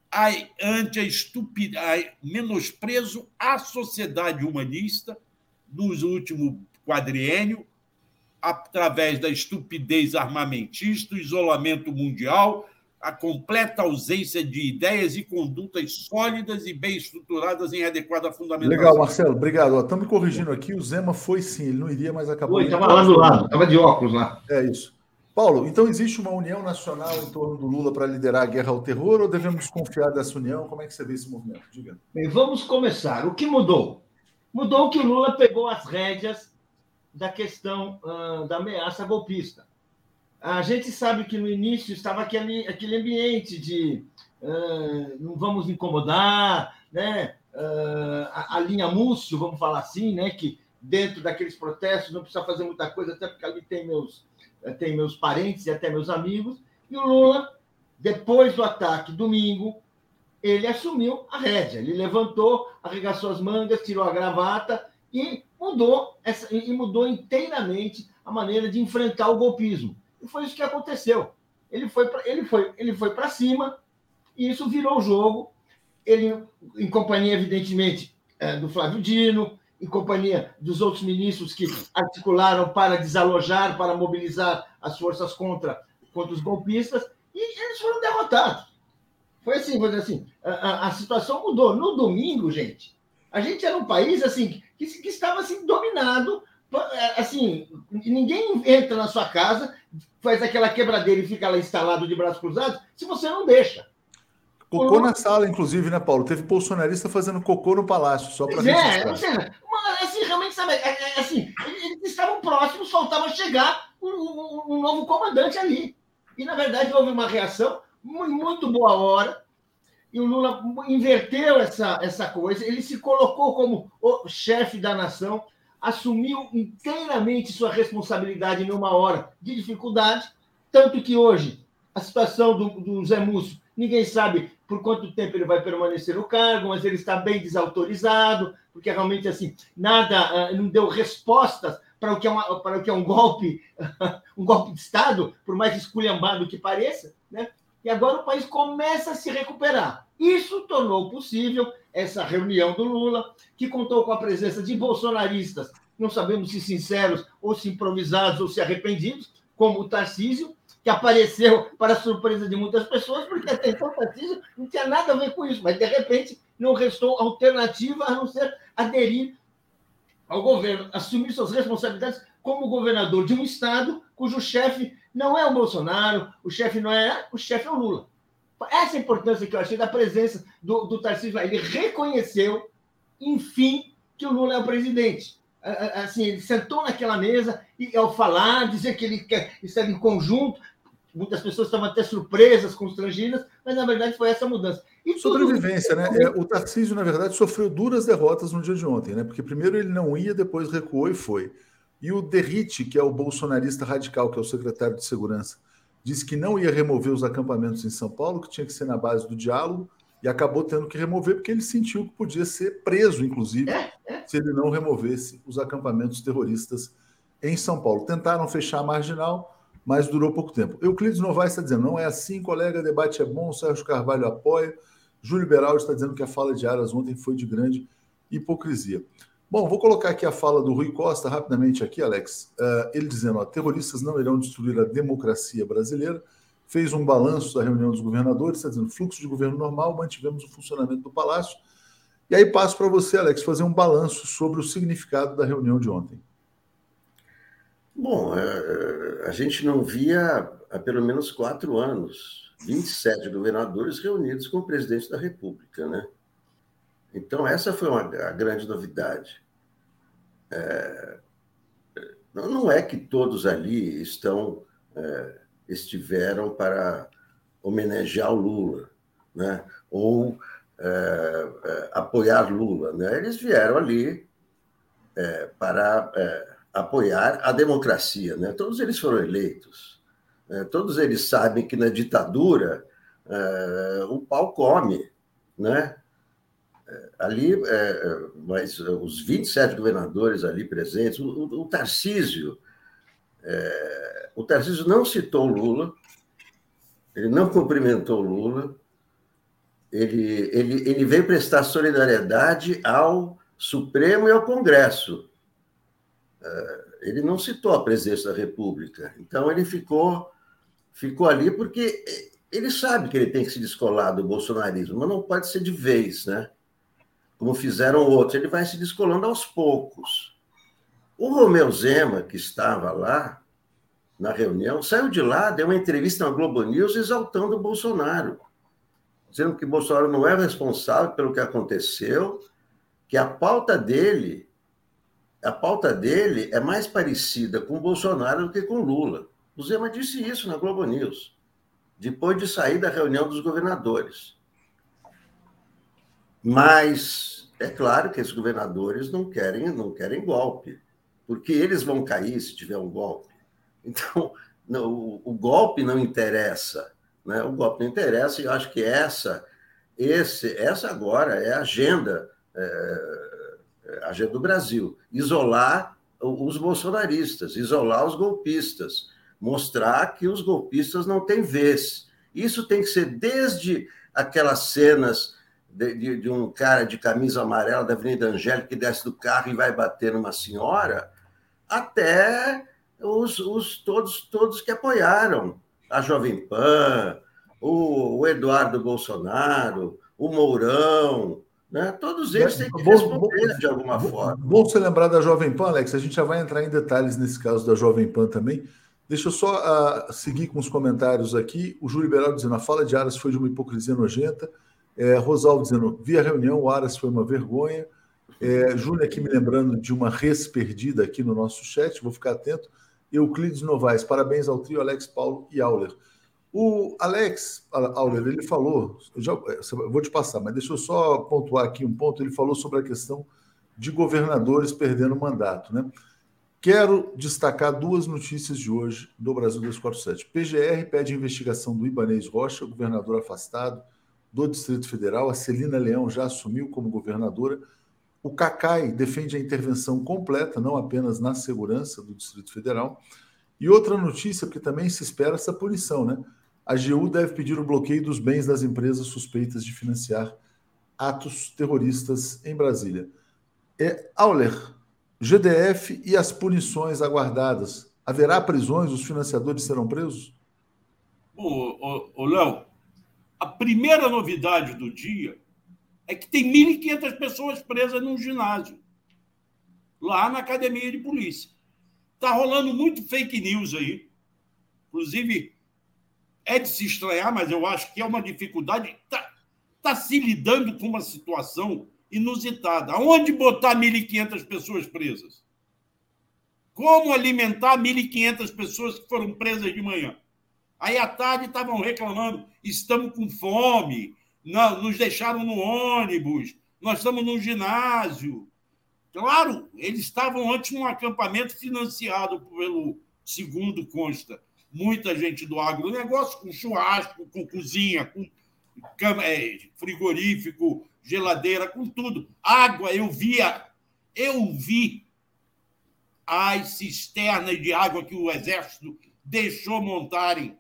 ante a estupidez, menosprezo à sociedade humanista nos últimos quadriênio, através da estupidez armamentista, o isolamento mundial, a completa ausência de ideias e condutas sólidas e bem estruturadas em adequada fundamentação. Legal, Marcelo, obrigado. Estamos me corrigindo aqui, o Zema foi sim, ele não iria, mas acabou... Foi, estava lá do lado, estava de óculos lá. É isso. Paulo, então existe uma união nacional em torno do Lula para liderar a guerra ao terror ou devemos confiar dessa união? Como é que você vê esse movimento? Diga. Bem, vamos começar. O que mudou? Mudou que o Lula pegou as rédeas da questão uh, da ameaça golpista. A gente sabe que no início estava aquele, aquele ambiente de uh, não vamos incomodar, né? Uh, a, a linha Múcio, vamos falar assim, né? Que dentro daqueles protestos não precisa fazer muita coisa, até porque ali tem meus... tem meus parentes e até meus amigos, e o Lula, depois do ataque, domingo, ele assumiu a rédea, ele levantou, arregaçou as mangas, tirou a gravata e mudou, essa, e mudou inteiramente a maneira de enfrentar o golpismo. E foi isso que aconteceu. Ele foi pra, ele foi, ele foi para cima e isso virou o jogo. Ele, em companhia, evidentemente, do Flávio Dino, em companhia dos outros ministros que articularam para desalojar, para mobilizar as forças contra, contra os golpistas, e eles foram derrotados. Foi assim, vou dizer assim, a, a situação mudou. No domingo, gente, a gente era um país assim que, que estava assim, dominado, assim, ninguém entra na sua casa, faz aquela quebradeira e fica lá instalado de braços cruzados, se você não deixa. Cocô Lula... na sala, inclusive, né, Paulo? Teve bolsonarista fazendo cocô no palácio, só para registrar. É, seja, assim, realmente, sabe, assim, eles estavam próximos, faltava chegar um, um, um novo comandante ali. E, na verdade, houve uma reação muito boa hora, e o Lula inverteu essa, essa coisa, ele se colocou como o chefe da nação, assumiu inteiramente sua responsabilidade numa hora de dificuldade, tanto que hoje a situação do, do Zé Múcio, ninguém sabe por quanto tempo ele vai permanecer no cargo, mas ele está bem desautorizado, porque realmente assim nada, não deu respostas para o que é, uma, para o que é um golpe, um golpe de Estado, por mais esculhambado que pareça, né? E agora o país começa a se recuperar. Isso tornou possível essa reunião do Lula, que contou com a presença de bolsonaristas, não sabemos se sinceros, ou se improvisados, ou se arrependidos, como o Tarcísio, que apareceu para a surpresa de muitas pessoas, porque até então o Tarcísio não tinha nada a ver com isso, mas, de repente, não restou alternativa a não ser aderir ao governo, assumir suas responsabilidades como governador de um Estado cujo chefe não é o Bolsonaro, o chefe não é... O chefe é o Lula. Essa é a importância que eu achei da presença do, do Tarcísio. Ele reconheceu, enfim, que o Lula é o presidente. Assim, ele sentou naquela mesa e, ao falar, dizer que ele quer estar em conjunto, muitas pessoas estavam até surpresas, constrangidas, mas, na verdade, foi essa mudança. E sobrevivência, tudo... né? É, o Tarcísio, na verdade, sofreu duras derrotas no dia de ontem, né? Porque primeiro ele não ia, depois recuou e foi. E o Derrite, que é o bolsonarista radical, que é o secretário de Segurança, disse que não ia remover os acampamentos em São Paulo, que tinha que ser na base do diálogo, e acabou tendo que remover porque ele sentiu que podia ser preso, inclusive, é, é. se ele não removesse os acampamentos terroristas em São Paulo. Tentaram fechar a Marginal, mas durou pouco tempo. Euclides Novaes está dizendo, não é assim, colega, debate é bom, Sérgio Carvalho apoia, Júlio Beraldo está dizendo que a fala de Aras ontem foi de grande hipocrisia. Bom, vou colocar aqui a fala do Rui Costa rapidamente aqui, Alex. Uh, ele dizendo, ó, terroristas não irão destruir a democracia brasileira. Fez um balanço da reunião dos governadores, está dizendo, fluxo de governo normal, mantivemos o funcionamento do Palácio. E aí passo para você, Alex, fazer um balanço sobre o significado da reunião de ontem. Bom, a gente não via há pelo menos quatro anos vinte e sete governadores reunidos com o presidente da República, né? Então, essa foi uma, a grande novidade. É, não é que todos ali estão, é, estiveram para homenagear o Lula, né? Ou é, é, apoiar Lula, né? Eles vieram ali é, para é, apoiar a democracia, né? Todos eles foram eleitos. É, todos eles sabem que na ditadura é, o pau come, né? Ali, é, mas os vinte e sete governadores ali presentes, o, o Tarcísio, é, o Tarcísio não citou o Lula, ele não cumprimentou o Lula, ele, ele, ele veio prestar solidariedade ao Supremo e ao Congresso. É, ele não citou a presidência da República, então ele ficou, ficou ali porque ele sabe que ele tem que se descolar do bolsonarismo, mas não pode ser de vez, né? Como fizeram outros, ele vai se descolando aos poucos. O Romeu Zema, que estava lá na reunião, saiu de lá, deu uma entrevista na Globo News exaltando o Bolsonaro, dizendo que Bolsonaro não é responsável pelo que aconteceu, que a pauta dele, a pauta dele é mais parecida com o Bolsonaro do que com Lula. O Zema disse isso na Globo News, depois de sair da reunião dos governadores. Mas é claro que esses governadores não querem, não querem golpe, porque eles vão cair se tiver um golpe. Então, não, o, o golpe não interessa, né? O golpe não interessa, e eu acho que essa, esse, essa agora é a agenda, é, a agenda do Brasil. Isolar os bolsonaristas, isolar os golpistas, mostrar que os golpistas não têm vez. Isso tem que ser desde aquelas cenas De, de, de um cara de camisa amarela da Avenida Angélica que desce do carro e vai bater numa senhora, até os, os, todos, todos que apoiaram a Jovem Pan, o, o Eduardo Bolsonaro, o Mourão, né? Todos eles têm que responder bom, de alguma bom, forma. Bom você lembrar da Jovem Pan, Alex, a gente já vai entrar em detalhes nesse caso da Jovem Pan também. Deixa eu só uh, seguir com os comentários aqui. O Júlio Liberal dizendo, a fala de Aras foi de uma hipocrisia nojenta. É, Rosalvo dizendo, vi a reunião, o Aras foi uma vergonha. É, Júnior aqui me lembrando de uma res perdida aqui no nosso chat, vou ficar atento. Euclides Novaes, parabéns ao trio Alex, Paulo e Auler. O Alex Auler, ele falou, eu já, eu vou te passar, mas deixa eu só pontuar aqui um ponto, ele falou sobre a questão de governadores perdendo mandato, né? Quero destacar duas notícias de hoje do Brasil duzentos e quarenta e sete. P G R pede investigação do Ibanez Rocha, governador afastado do Distrito Federal. A Celina Leão já assumiu como governadora. O Cacai defende a intervenção completa, não apenas na segurança do Distrito Federal. E outra notícia, porque também se espera essa punição, né? A A G U deve pedir o bloqueio dos bens das empresas suspeitas de financiar atos terroristas em Brasília. É, Auler, G D F e as punições aguardadas. Haverá prisões? Os financiadores serão presos? Ô, Léo, a primeira novidade do dia é que tem mil e quinhentas pessoas presas num ginásio, lá na academia de polícia. Está rolando muito fake news aí. Inclusive, é de se estranhar, mas eu acho que é uma dificuldade. Está tá se lidando com uma situação inusitada. Aonde botar mil e quinhentas pessoas presas? Como alimentar mil e quinhentas pessoas que foram presas de manhã? Aí, à tarde, estavam reclamando, estamos com fome, não, nos deixaram no ônibus, nós estamos no ginásio. Claro, eles estavam antes num acampamento financiado pelo, segundo consta, muita gente do agronegócio, com churrasco, com cozinha, com frigorífico, geladeira, com tudo. Água, eu via, eu vi as cisternas de água que o Exército deixou montarem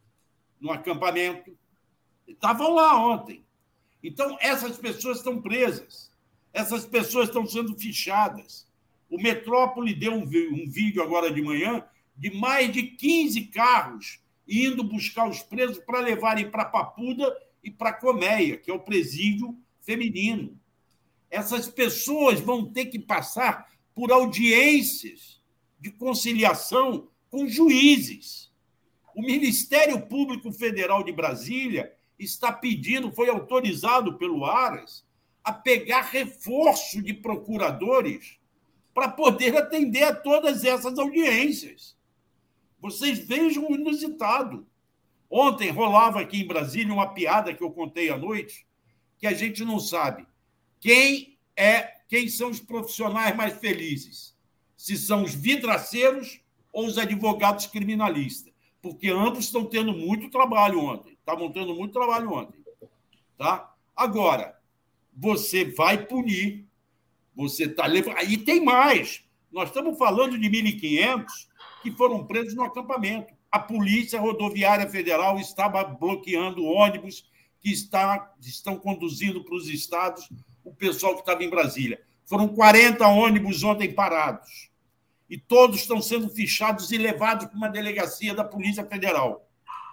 no acampamento. Estavam lá ontem. Então, essas pessoas estão presas. Essas pessoas estão sendo fichadas. O Metrópole deu um, um vídeo agora de manhã de mais de quinze carros indo buscar os presos para levarem para Papuda e para Colmeia, que é o presídio feminino. Essas pessoas vão ter que passar por audiências de conciliação com juízes. O Ministério Público Federal de Brasília está pedindo, foi autorizado pelo Aras, a pegar reforço de procuradores para poder atender a todas essas audiências. Vocês vejam o inusitado. Ontem rolava aqui em Brasília uma piada que eu contei à noite, que a gente não sabe quem é, quem são os profissionais mais felizes, se são os vidraceiros ou os advogados criminalistas, porque ambos estão tendo muito trabalho ontem, estavam tendo muito trabalho ontem. Tá? Agora, você vai punir, você está levando... Aí tem mais, nós estamos falando de mil e quinhentos que foram presos no acampamento. A Polícia Rodoviária Federal estava bloqueando ônibus que está, estão conduzindo para os estados o pessoal que estava em Brasília. Foram quarenta ônibus ontem parados. E todos estão sendo fichados e levados para uma delegacia da Polícia Federal.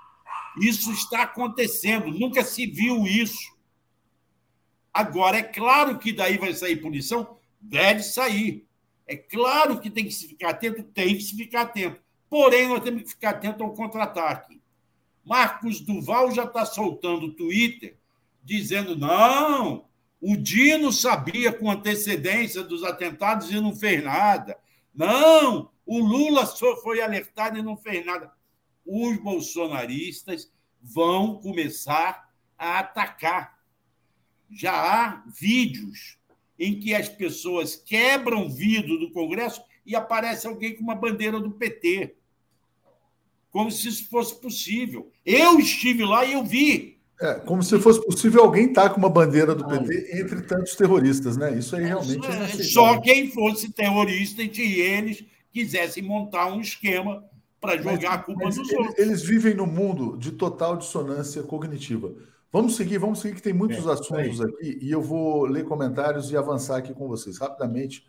Isso está acontecendo, nunca se viu isso. Agora, é claro que daí vai sair punição, deve sair. É claro que tem que se ficar atento, tem que se ficar atento. Porém, nós temos que ficar atento ao contra-ataque. Marcos Duval já está soltando o Twitter dizendo não, o Dino sabia com antecedência dos atentados e não fez nada. Não, o Lula só foi alertado e não fez nada. Os bolsonaristas vão começar a atacar. Já há vídeos em que as pessoas quebram o vidro do Congresso e aparece alguém com uma bandeira do P T. Como se isso fosse possível. Eu estive lá e eu vi. É, como se fosse possível alguém estar com uma bandeira do P T entre tantos terroristas, né? Isso aí realmente é inaceitável. Só quem fosse terrorista entre eles quisessem montar um esquema para jogar mas, a culpa nos eles, outros. Eles vivem num mundo de total dissonância cognitiva. Vamos seguir, vamos seguir, que tem muitos é, assuntos é aqui, e eu vou ler comentários e avançar aqui com vocês rapidamente.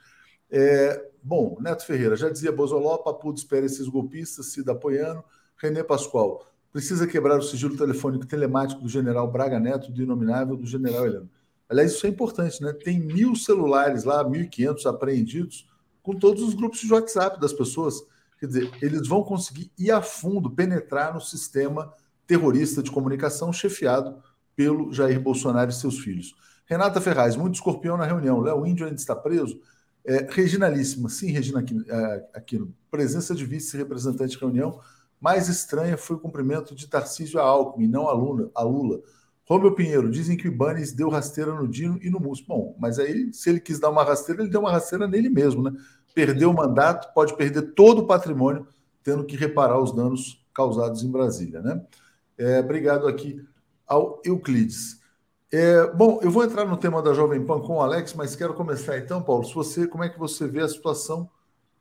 É, bom, Neto Ferreira, já dizia Bozoló, Papudo espera esses golpistas, Cida apoiando, René Pascoal. precisa quebrar o sigilo telefônico telemático do general Braga Neto, do inominável do general Heleno. Aliás, isso é importante, né? Tem mil celulares lá, mil e quinhentos apreendidos com todos os grupos de WhatsApp das pessoas. Quer dizer, eles vão conseguir ir a fundo, penetrar no sistema terrorista de comunicação chefiado pelo Jair Bolsonaro e seus filhos. Renata Ferraz, muito escorpião na reunião. Léo Índio ainda está preso? É, Reginalíssima, sim, Regina Aquino. Presença de vice-representante de reunião. Mais estranha foi o cumprimento de Tarcísio a Alckmin, não a Lula. A Lula. Rômio Pinheiro, dizem que o Ibanez deu rasteira no Dino e no Múcio. Bom, mas aí, se ele quis dar uma rasteira, ele deu uma rasteira nele mesmo, né? Perdeu o mandato, pode perder todo o patrimônio, tendo que reparar os danos causados em Brasília, né? É, obrigado aqui ao Euclides. É, bom, eu vou entrar no tema da Jovem Pan com o Alex, mas quero começar então, Paulo, se você, como é que você vê a situação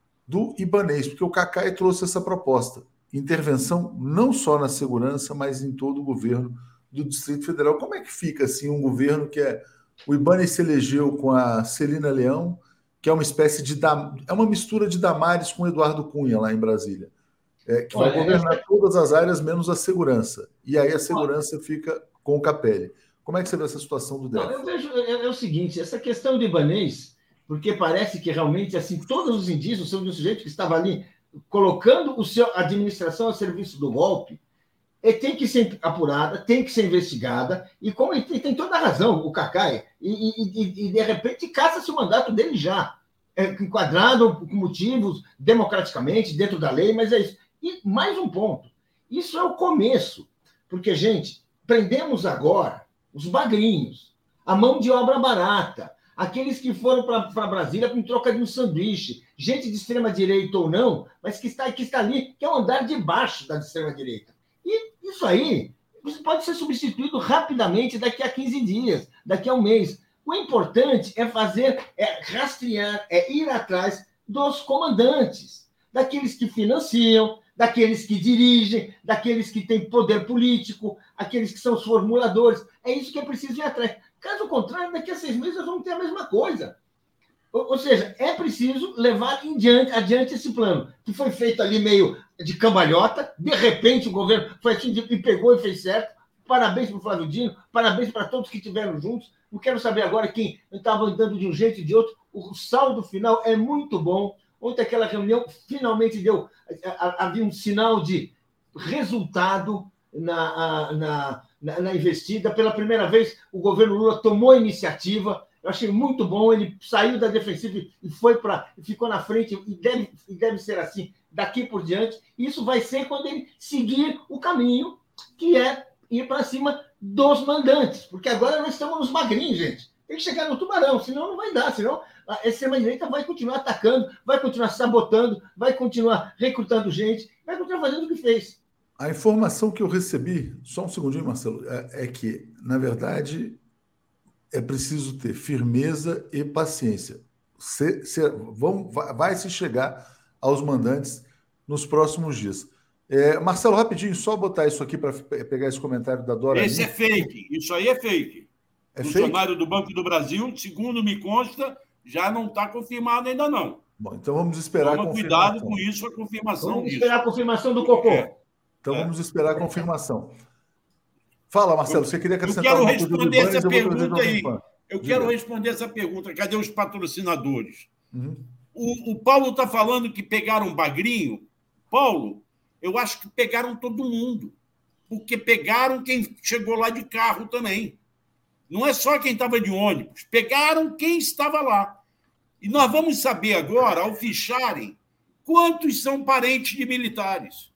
do Ibanez? Porque o Cacai trouxe essa proposta, intervenção não só na segurança, mas em todo o governo do Distrito Federal. Como é que fica assim um governo que é... O Ibanez se elegeu com a Celina Leão, que é uma espécie de... É uma mistura de Damares com Eduardo Cunha lá em Brasília, é, que vai Olha, governar essa... todas as áreas menos a segurança. E aí a segurança Olha. fica com o Capelli. Como é que você vê essa situação do D E F? Não, eu vejo, é, é o seguinte, essa questão do Ibanez, porque parece que realmente assim todos os indícios são de um sujeito que estava ali colocando o seu, a administração a serviço do golpe, e tem que ser apurada, tem que ser investigada, e como ele tem, tem toda a razão, o Cacai, e, e, e, e de repente caça-se o mandato dele já, é, enquadrado com motivos democraticamente, dentro da lei, mas é isso. E mais um ponto, isso é o começo, porque, gente, prendemos agora os bagrinhos, a mão de obra barata, aqueles que foram para Brasília em troca de um sanduíche, gente de extrema-direita ou não, mas que está, que está ali, que é o andar de baixo da extrema-direita. E isso aí pode ser substituído rapidamente daqui a quinze dias, daqui a um mês. O importante é fazer, é rastrear, é ir atrás dos comandantes, daqueles que financiam, daqueles que dirigem, daqueles que têm poder político, aqueles que são os formuladores. É isso que é preciso ir atrás. Caso contrário, daqui a seis meses nós vamos ter a mesma coisa. Ou, ou seja, é preciso levar em diante, adiante esse plano, que foi feito ali meio de cambalhota, de repente o governo foi assim, e pegou e fez certo. Parabéns para o Flávio Dino, parabéns para todos que estiveram juntos. Não quero saber agora quem estava andando de um jeito e de outro. O saldo final é muito bom. Ontem aquela reunião finalmente deu, havia um sinal de resultado na, na, na, na investida. Pela primeira vez, o governo Lula tomou a iniciativa. Eu achei muito bom, ele saiu da defensiva e foi para, ficou na frente, e deve, e deve ser assim daqui por diante. Isso vai ser quando ele seguir o caminho, que é ir para cima dos mandantes, porque agora nós estamos nos magrinhos, gente. Tem que chegar no tubarão, senão não vai dar, senão a extrema-direita vai continuar atacando, vai continuar sabotando, vai continuar recrutando gente, vai continuar fazendo o que fez. A informação que eu recebi, só um segundinho, Marcelo, é, é que, na verdade, é preciso ter firmeza e paciência. Se, se, vamos, vai, vai se chegar aos mandantes nos próximos dias. É, Marcelo, rapidinho, só botar isso aqui para pegar esse comentário da Dora. Esse é fake, isso aí é fake. É funcionário fake? do Banco do Brasil, segundo me consta, já não está confirmado ainda não. Bom, então vamos esperar Toma a confirmação. cuidado com isso, a confirmação Vamos disso. esperar a confirmação do cocô. É. Então é. vamos esperar a confirmação. Fala, Marcelo, você queria acrescentar eu quero uma coisa responder do Ibanez, essa eu vou pergunta aí. Eu Diga. quero responder essa pergunta. Cadê os patrocinadores? Uhum. O, o Paulo está falando que pegaram bagrinho. Paulo, eu acho que pegaram todo mundo. Porque pegaram quem chegou lá de carro também. Não é só quem estava de ônibus. Pegaram quem estava lá. E nós vamos saber agora, ao ficharem, quantos são parentes de militares.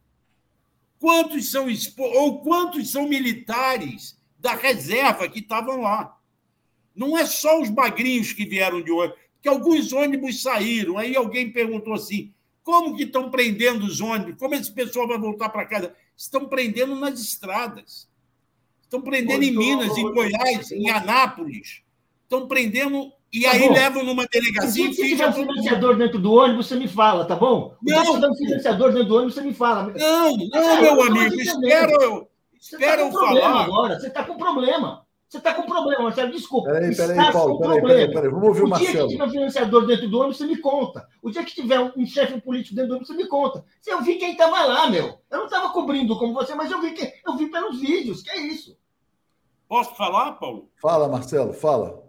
Quantos são ou quantos são militares da reserva que estavam lá. Não é só os bagrinhos que vieram de ônibus, porque alguns ônibus saíram. Aí alguém perguntou assim, como que estão prendendo os ônibus? Como esse pessoal vai voltar para casa? Estão prendendo nas estradas. Estão prendendo em Minas, em Goiás, em Anápolis. Estão prendendo... E aí tá levam numa delegacia... Se tiver um financiador dentro do ônibus, você me fala, tá bom? Não. Se tiver um financiador dentro do ônibus, você me fala. Não, não, meu amigo. Espera eu, espera eu falar. Agora. Você está com problema. Você está com problema, Marcelo, desculpa. Peraí, peraí, Estás Paulo, com peraí, problema. peraí, peraí, vamos ouvir o O dia Marcelo. que tiver um financiador dentro do ônibus, você me conta. O dia que tiver um chefe político dentro do ônibus, você me conta. Eu vi quem estava lá, meu. Eu não estava cobrindo como você, mas eu vi, que, eu vi pelos vídeos. Que é isso? Posso falar, Paulo? Fala, Marcelo, fala.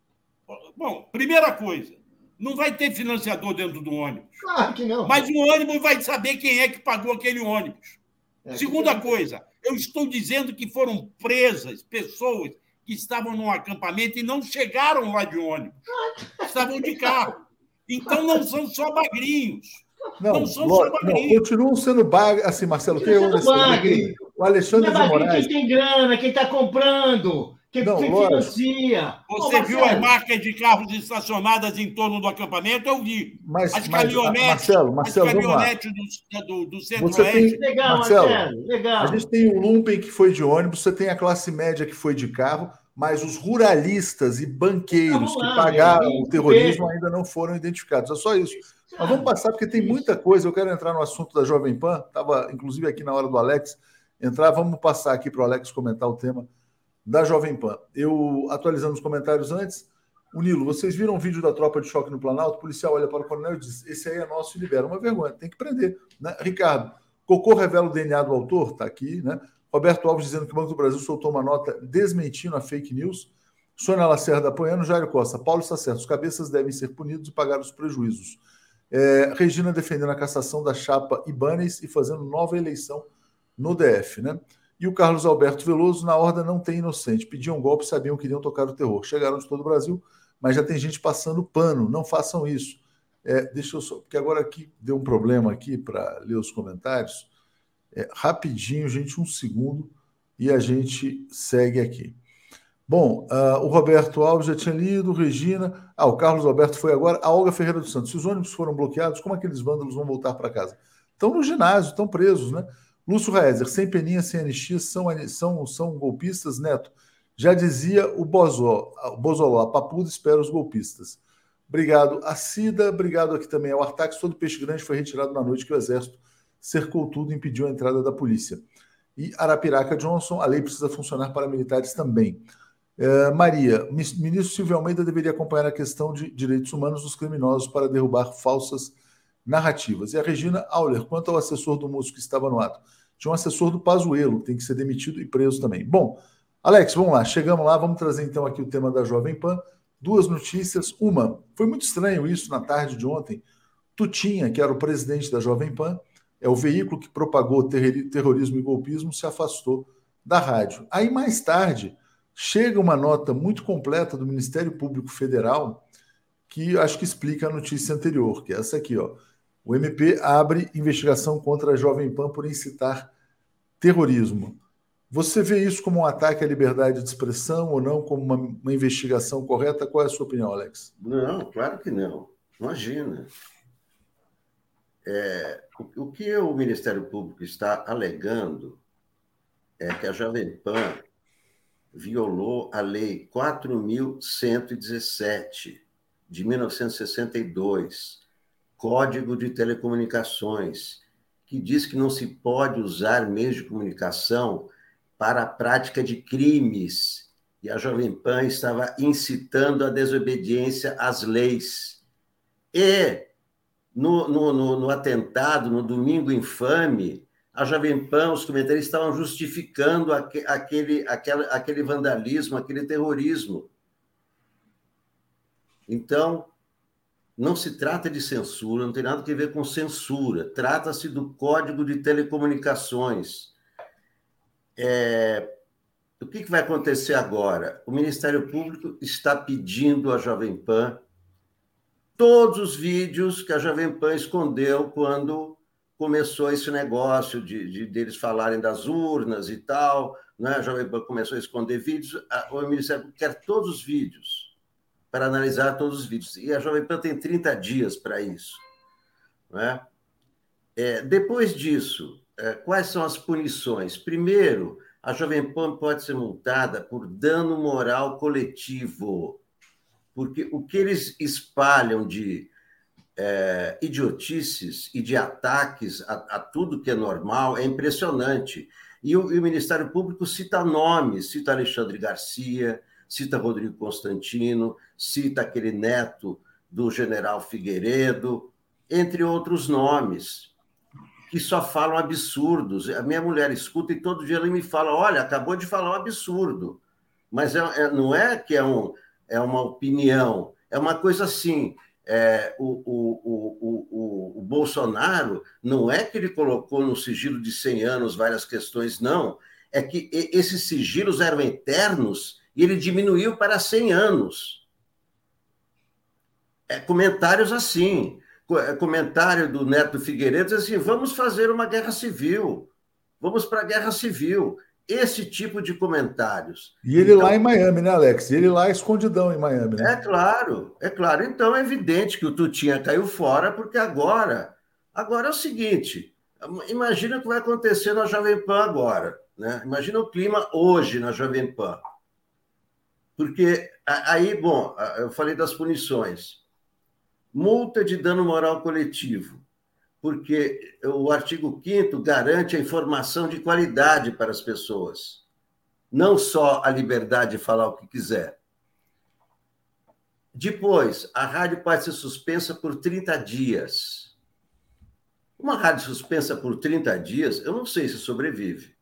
Bom, primeira coisa, não vai ter financiador dentro do ônibus. Claro que não. Mas o ônibus vai saber quem é que pagou aquele ônibus. É, Segunda que coisa, eu estou dizendo que foram presas pessoas que estavam num acampamento e não chegaram lá de ônibus. Estavam de carro. Então, não são só bagrinhos. Não, não são lógico, só bagrinhos. Não, continuam sendo bagre. Assim, Marcelo, quem é o bagre. O Alexandre não é de Moraes... Quem tem grana, quem está comprando, quem, não, quem financia. Você Ô, viu as marcas de carros estacionadas em torno do acampamento? Eu vi. Mas, as mas, caminhonetes, Marcelo, Marcelo, as caminhonetes do, do, do Centro-Oeste. Legal, Marcelo, Marcelo, legal. A gente tem o Lumpen que foi de ônibus, você tem a classe média que foi de carro, mas os ruralistas e banqueiros lá, que pagaram meu, o terrorismo ver. ainda não foram identificados. É só isso. Mas vamos passar, porque tem muita coisa. Eu quero entrar no assunto da Jovem Pan. Estava, inclusive, aqui na hora do Alex entrar. Vamos passar aqui para o Alex comentar o tema da Jovem Pan. Eu, atualizando os comentários antes, o Nilo, vocês viram o vídeo da tropa de choque no Planalto? O policial olha para o coronel e diz, esse aí é nosso e libera. Uma vergonha, tem que prender. Né? Ricardo, Cocô revela o D N A do autor? Está aqui, né? Roberto Alves dizendo que o Banco do Brasil soltou uma nota desmentindo a fake news. Sônia Lacerda apoiando. Jairo Costa. Paulo está certo. Os cabeças devem ser punidos e pagar os prejuízos. É, Regina defendendo a cassação da chapa Ibanez e fazendo nova eleição no D F. Né? E o Carlos Alberto Veloso, na ordem não tem inocente. Pediam um golpe, sabiam que iriam tocar o terror. Chegaram de todo o Brasil, mas já tem gente passando pano. Não façam isso. É, deixa eu só... Porque agora aqui deu um problema aqui para ler os comentários. É, rapidinho, gente, um segundo, e a gente segue aqui. Bom, uh, o Roberto Alves já tinha lido, Regina... Ah, o Carlos Alberto foi agora. A Olga Ferreira dos Santos. Se os ônibus foram bloqueados, como aqueles vândalos vão voltar para casa? Estão no ginásio, estão presos, né? Lúcio Raezer, sem peninha, sem anistia, são, são, são golpistas, Neto. Já dizia o Bozó, o Bozoló, a papuda espera os golpistas. Obrigado a Cida, obrigado aqui também ao Artax. Todo peixe grande foi retirado na noite que o Exército cercou tudo e impediu a entrada da polícia. E Arapiraca Johnson, a lei precisa funcionar para militares também. Uh, Maria, ministro Silvio Almeida deveria acompanhar a questão de direitos humanos dos criminosos para derrubar falsas narrativas. E a Regina Auler, quanto ao assessor do músico que estava no ato, tinha um assessor do Pazuello, que tem que ser demitido e preso também. Bom, Alex, vamos lá, chegamos lá, vamos trazer então aqui o tema da Jovem Pan. Duas notícias. Uma, foi muito estranho isso na tarde de ontem. Tutinha, que era o presidente da Jovem Pan, é o veículo que propagou terrorismo e golpismo, se afastou da rádio. Aí, mais tarde, chega uma nota muito completa do Ministério Público Federal que acho que explica a notícia anterior, que é essa aqui, ó. O M P abre investigação contra a Jovem Pan por incitar terrorismo. Você vê isso como um ataque à liberdade de expressão ou não, como uma, uma investigação correta? Qual é a sua opinião, Alex? Não, claro que não. Imagina. É, o, o que o Ministério Público está alegando é que a Jovem Pan violou a Lei quatro mil cento e dezessete, de mil novecentos e sessenta e dois, Código de Telecomunicações, que diz que não se pode usar meios de comunicação para a prática de crimes. E a Jovem Pan estava incitando a desobediência às leis. E, no, no, no, no atentado, no Domingo Infame, a Jovem Pan, os comentaristas estavam justificando aquele, aquele, aquele vandalismo, aquele terrorismo. Então, não se trata de censura, não tem nada a ver com censura. Trata-se do Código de Telecomunicações. É, o que, que vai acontecer agora? O Ministério Público está pedindo à Jovem Pan todos os vídeos que a Jovem Pan escondeu quando começou esse negócio de, de deles falarem das urnas e tal, né? A Jovem Pan começou a esconder vídeos, o Ministério Público quer todos os vídeos, para analisar todos os vídeos. E a Jovem Pan tem trinta dias para isso. Né? É, depois disso, é, quais são as punições? Primeiro, a Jovem Pan pode ser multada por dano moral coletivo, porque o que eles espalham de é, idiotices e de ataques a, a tudo que é normal é impressionante. E o, e o Ministério Público cita nomes, cita Alexandre Garcia, cita Rodrigo Constantino, cita aquele neto do general Figueiredo, entre outros nomes, que só falam absurdos. A minha mulher escuta e todo dia ela me fala, olha, acabou de falar um absurdo. Mas é, é, não é que é, um, é uma opinião, é uma coisa assim, é, o, o, o, o, o Bolsonaro não é que ele colocou no sigilo de cem anos várias questões, não, é que esses sigilos eram eternos e ele diminuiu para cem anos. É, comentários assim, comentário do Neto Figueiredo, assim, vamos fazer uma guerra civil, vamos para a guerra civil. Esse tipo de comentários. E ele então, lá em Miami, né, Alex? Ele lá escondidão em Miami, né? É claro, é claro. Então é evidente que o Tutinha caiu fora, porque agora, agora é o seguinte, imagina o que vai acontecer na Jovem Pan agora, né? Imagina o clima hoje na Jovem Pan. Porque aí, bom, eu falei das punições. Multa de dano moral coletivo. Porque o artigo quinto garante a informação de qualidade para as pessoas, não só a liberdade de falar o que quiser. Depois, a rádio pode ser suspensa por trinta dias. Uma rádio suspensa por trinta dias, eu não sei se sobrevive.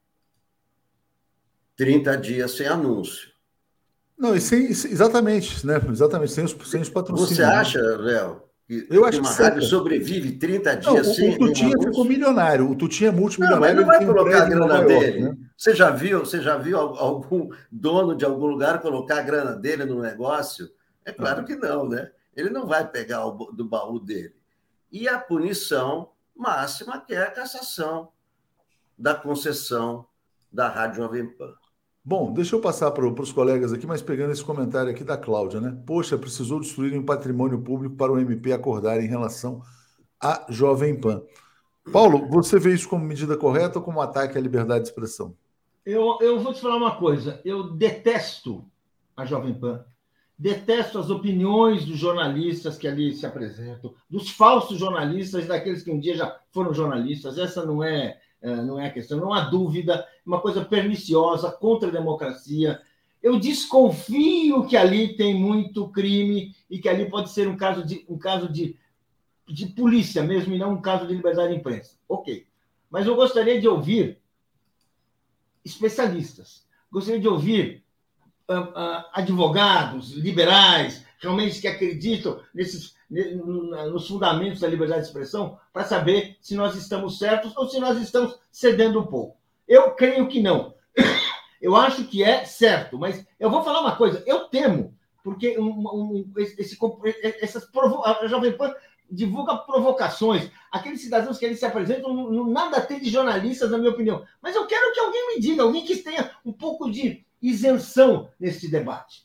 trinta dias sem anúncio. Não, e sem, exatamente, né? Exatamente, sem os, sem os patrocínios. Você acha, Léo? Eu acho uma que rádio certo. sobrevive trinta Não, dias o, sem... O Tutinha ficou milionário. O Tutinha é multimilionário. Não, mas não vai colocar a grana dele. York, né? Você já viu, você já viu algum dono de algum lugar colocar a grana dele no negócio? É claro que não, né? Ele não vai pegar o, do baú dele. E a punição máxima, que é a cassação da concessão da Rádio Jovem Pan. Bom, deixa eu passar para os colegas aqui, mas pegando esse comentário aqui da Cláudia, né? Poxa, precisou destruir um patrimônio público para o M P acordar em relação à Jovem Pan. Paulo, você vê isso como medida correta ou como ataque à liberdade de expressão? Eu, eu vou te falar uma coisa. Eu detesto a Jovem Pan. Detesto as opiniões dos jornalistas que ali se apresentam, dos falsos jornalistas, daqueles que um dia já foram jornalistas. Essa não é... não é a questão, não há dúvida, uma coisa perniciosa, contra a democracia. Eu desconfio que ali tem muito crime e que ali pode ser um caso de, um caso de, de polícia mesmo e não um caso de liberdade de imprensa. Ok. Mas eu gostaria de ouvir especialistas, gostaria de ouvir uh, uh, advogados, liberais, realmente que acreditam nesses, nos fundamentos da liberdade de expressão, para saber se nós estamos certos ou se nós estamos cedendo um pouco. Eu creio que não. Eu acho que é certo, mas eu vou falar uma coisa, eu temo, porque um, um, esse, essas provo... a Jovem Pan divulga provocações, aqueles cidadãos que eles se apresentam, não, não, nada tem de jornalistas, na minha opinião. Mas eu quero que alguém me diga, alguém que tenha um pouco de isenção nesse debate.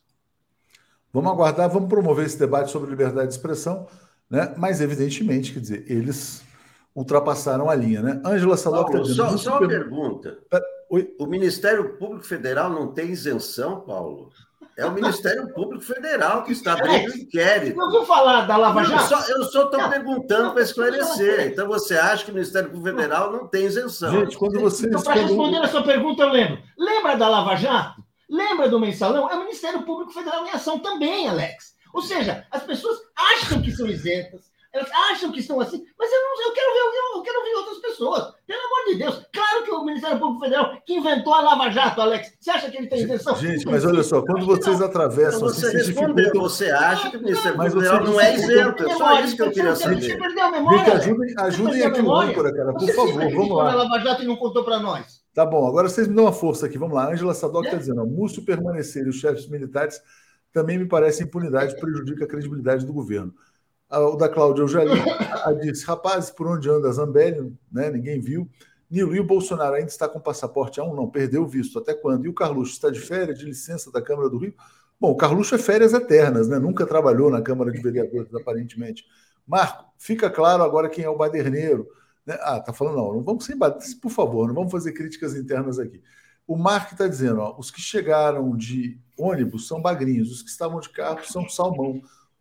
Vamos aguardar, vamos promover esse debate sobre liberdade de expressão, né? Mas, evidentemente, quer dizer, eles ultrapassaram a linha, né? Ângela Sadoc está dizendo... Só, só uma pergunta. Oi? O Ministério Público Federal não tem isenção, Paulo? É o Ministério Público Federal que está abrindo o inquérito. Eu vou falar da Lava Jato? Não, só, eu só estou perguntando para esclarecer. Então, você acha que o Ministério Público Federal não tem isenção? Gente, quando vocês... Então, para responder a sua pergunta, eu lembro. Lembra da Lava Jato? Lembra do Mensalão? É o Ministério Público Federal em ação também, Alex. Ou seja, as pessoas acham que são isentas, elas acham que estão assim, mas eu, não, eu, quero, ver, eu quero ouvir outras pessoas. Pelo amor de Deus. Claro que o Ministério Público Federal que inventou a Lava Jato, Alex. Você acha que ele tem isenção? Gente, mas olha só, quando vocês atravessam... Então você assim, respondeu, dificultam... você acha que o Ministério mas Público Federal não é isento. É só isso que eu queria saber. Você perdeu a memória. Gente, ajudem, ajudem aqui o âncora, cara, por favor, vamos lá. A Lava Jato e não contou para nós. Tá bom, agora vocês me dão uma força aqui, vamos lá. Ângela Sadoc está dizendo, ó, Múcio permanecer e os chefes militares também me parece impunidade, prejudica a credibilidade do governo. O da Cláudia eu já li, a disse, rapazes, por onde anda Zambelli, né? Ninguém viu. Nilo, e o Bolsonaro ainda está com passaporte A um? Não, perdeu o visto. Até quando? E o Carluxo está de férias, de licença da Câmara do Rio? Bom, o Carluxo é férias eternas, né? Nunca trabalhou na Câmara de Vereadores, aparentemente. Marco, fica claro agora quem é o baderneiro. Né? Ah, tá falando, não, não vamos sem bater, por favor, não vamos fazer críticas internas aqui. O Marco está dizendo, ó, os que chegaram de ônibus são bagrinhos, os que estavam de carro são salmão,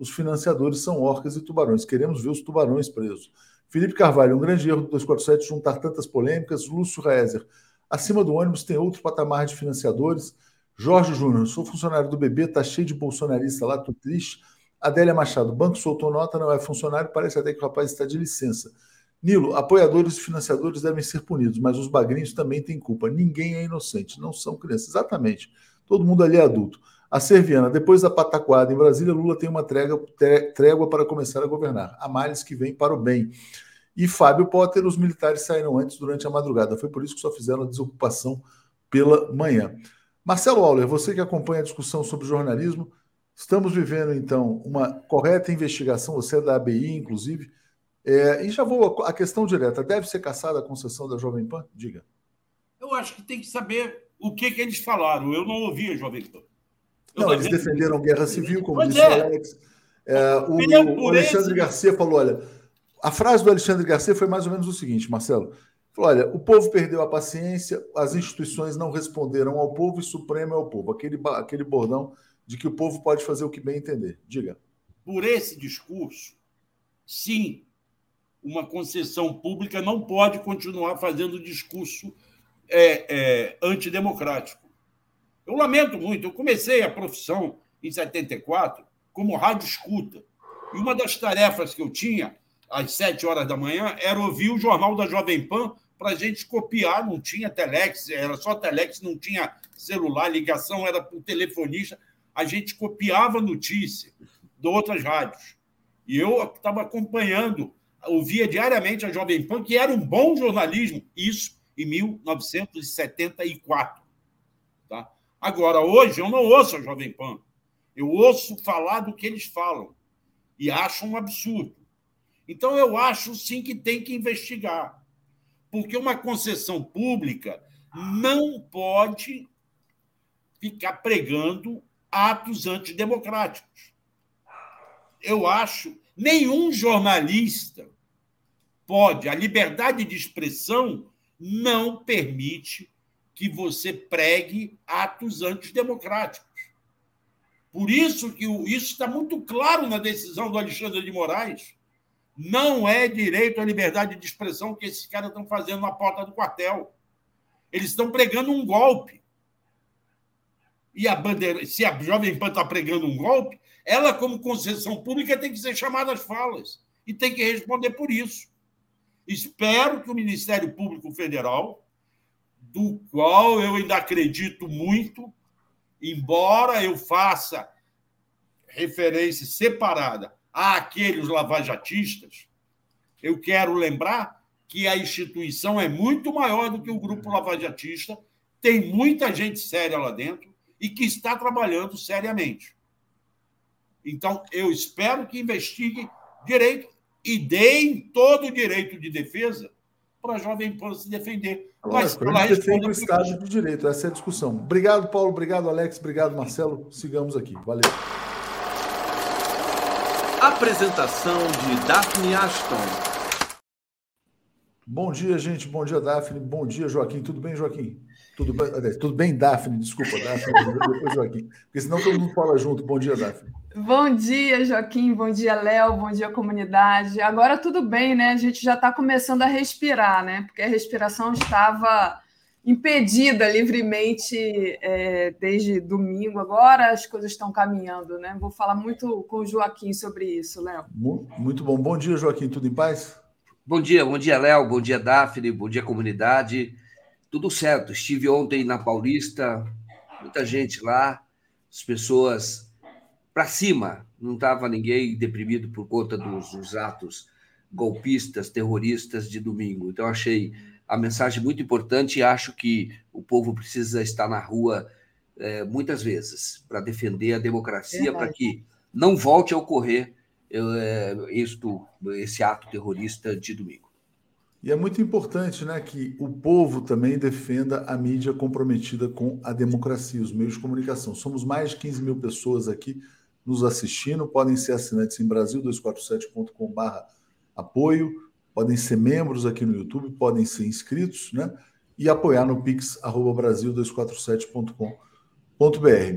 Os financiadores são orcas e tubarões. Queremos ver os tubarões presos. Felipe Carvalho, um grande erro do duzentos e quarenta e sete juntar tantas polêmicas. Lúcio Rezer, acima do ônibus tem outro patamar de financiadores. Jorge Júnior, sou funcionário do B B, tá cheio de bolsonarista lá, tô triste. Adélia Machado, banco soltou nota, não é funcionário, parece até que o rapaz está de licença. Nilo, apoiadores e financiadores devem ser punidos, mas os bagrinhos também têm culpa. Ninguém é inocente, não são crianças. Exatamente. Todo mundo ali é adulto. A Serviana, depois da pataquada em Brasília, Lula tem uma trégua, trégua para começar a governar. Há males que vêm para o bem. E Fábio Potter, os militares saíram antes durante a madrugada. Foi por isso que só fizeram a desocupação pela manhã. Marcelo Auler, você que acompanha a discussão sobre jornalismo, estamos vivendo, então, uma correta investigação, você é da A B I, inclusive, é, e já vou à questão direta. Deve ser cassada a concessão da Jovem Pan? Diga. Eu acho que tem que saber o que, que eles falaram. Eu não ouvi a Jovem Pan. Eu não, eles defenderam guerra civil, como pois disse é. o Alex. É, o, o Alexandre Garcia falou, olha, a frase do Alexandre Garcia foi mais ou menos o seguinte, Marcelo, falou, olha, o povo perdeu a paciência, as instituições não responderam ao povo e Supremo é o povo. Aquele, aquele bordão de que o povo pode fazer o que bem entender. Diga. Por esse discurso, sim, uma concessão pública não pode continuar fazendo discurso é, é, antidemocrático. Eu lamento muito, eu comecei a profissão em setenta e quatro como rádio escuta. E uma das tarefas que eu tinha, às sete horas da manhã, era ouvir o jornal da Jovem Pan para a gente copiar, não tinha telex, era só telex, não tinha celular, ligação era por telefonista, a gente copiava notícia de outras rádios. E eu estava acompanhando, ouvia diariamente a Jovem Pan, que era um bom jornalismo, isso em mil novecentos e setenta e quatro. Tá? Agora, hoje, eu não ouço a Jovem Pan. Eu ouço falar do que eles falam e acho um absurdo. Então, eu acho, sim, que tem que investigar. Porque uma concessão pública não pode ficar pregando atos antidemocráticos. Eu acho, nenhum jornalista pode, a liberdade de expressão não permite que você pregue atos antidemocráticos. Por isso que isso está muito claro na decisão do Alexandre de Moraes. Não é direito à liberdade de expressão que esses caras estão fazendo na porta do quartel. Eles estão pregando um golpe. E a bandeira, se a Jovem Pan está pregando um golpe, ela, como concessão pública, tem que ser chamada às falas e tem que responder por isso. Espero que o Ministério Público Federal, do qual eu ainda acredito muito, embora eu faça referência separada àqueles lavajatistas, eu quero lembrar que a instituição é muito maior do que o grupo lavajatista, tem muita gente séria lá dentro e que está trabalhando seriamente. Então, eu espero que investiguem direito e deem todo o direito de defesa para a Jovem Pan se defender. Mas ela defende o Estado de Direito, essa é a discussão. Obrigado, Paulo, obrigado, Alex, obrigado, Marcelo. Sigamos aqui. Valeu. Apresentação de Daphne Ashton. Bom dia, gente. Bom dia, Daphne. Bom dia, Joaquim. Tudo bem, Joaquim? Tudo bem, tudo bem, Daphne? Desculpa, Daphne. Depois, Joaquim. Porque senão todo mundo fala junto. Bom dia, Daphne. Bom dia, Joaquim. Bom dia, Léo. Bom dia, comunidade. Agora tudo bem, né? A gente já está começando a respirar, né? Porque a respiração estava impedida livremente é, desde domingo. Agora as coisas estão caminhando, né? Vou falar muito com o Joaquim sobre isso, Léo. Muito bom. Bom dia, Joaquim. Tudo em paz? Bom dia, bom dia, Léo. Bom dia, Daphne. Bom dia, comunidade. Tudo certo. Estive ontem na Paulista, muita gente lá, as pessoas para cima. Não estava ninguém deprimido por conta dos, dos atos golpistas, terroristas de domingo. Então, achei a mensagem muito importante e acho que o povo precisa estar na rua é, muitas vezes para defender a democracia, para que não volte a ocorrer é, isto, esse ato terrorista de domingo. E é muito importante, né, que o povo também defenda a mídia comprometida com a democracia, os meios de comunicação. Somos mais de quinze mil pessoas aqui nos assistindo, podem ser assinantes em brasil duzentos e quarenta e sete ponto com barra apoio, podem ser membros aqui no YouTube, podem ser inscritos, né, e apoiar no pix arroba brasil duzentos e quarenta e sete ponto com ponto br.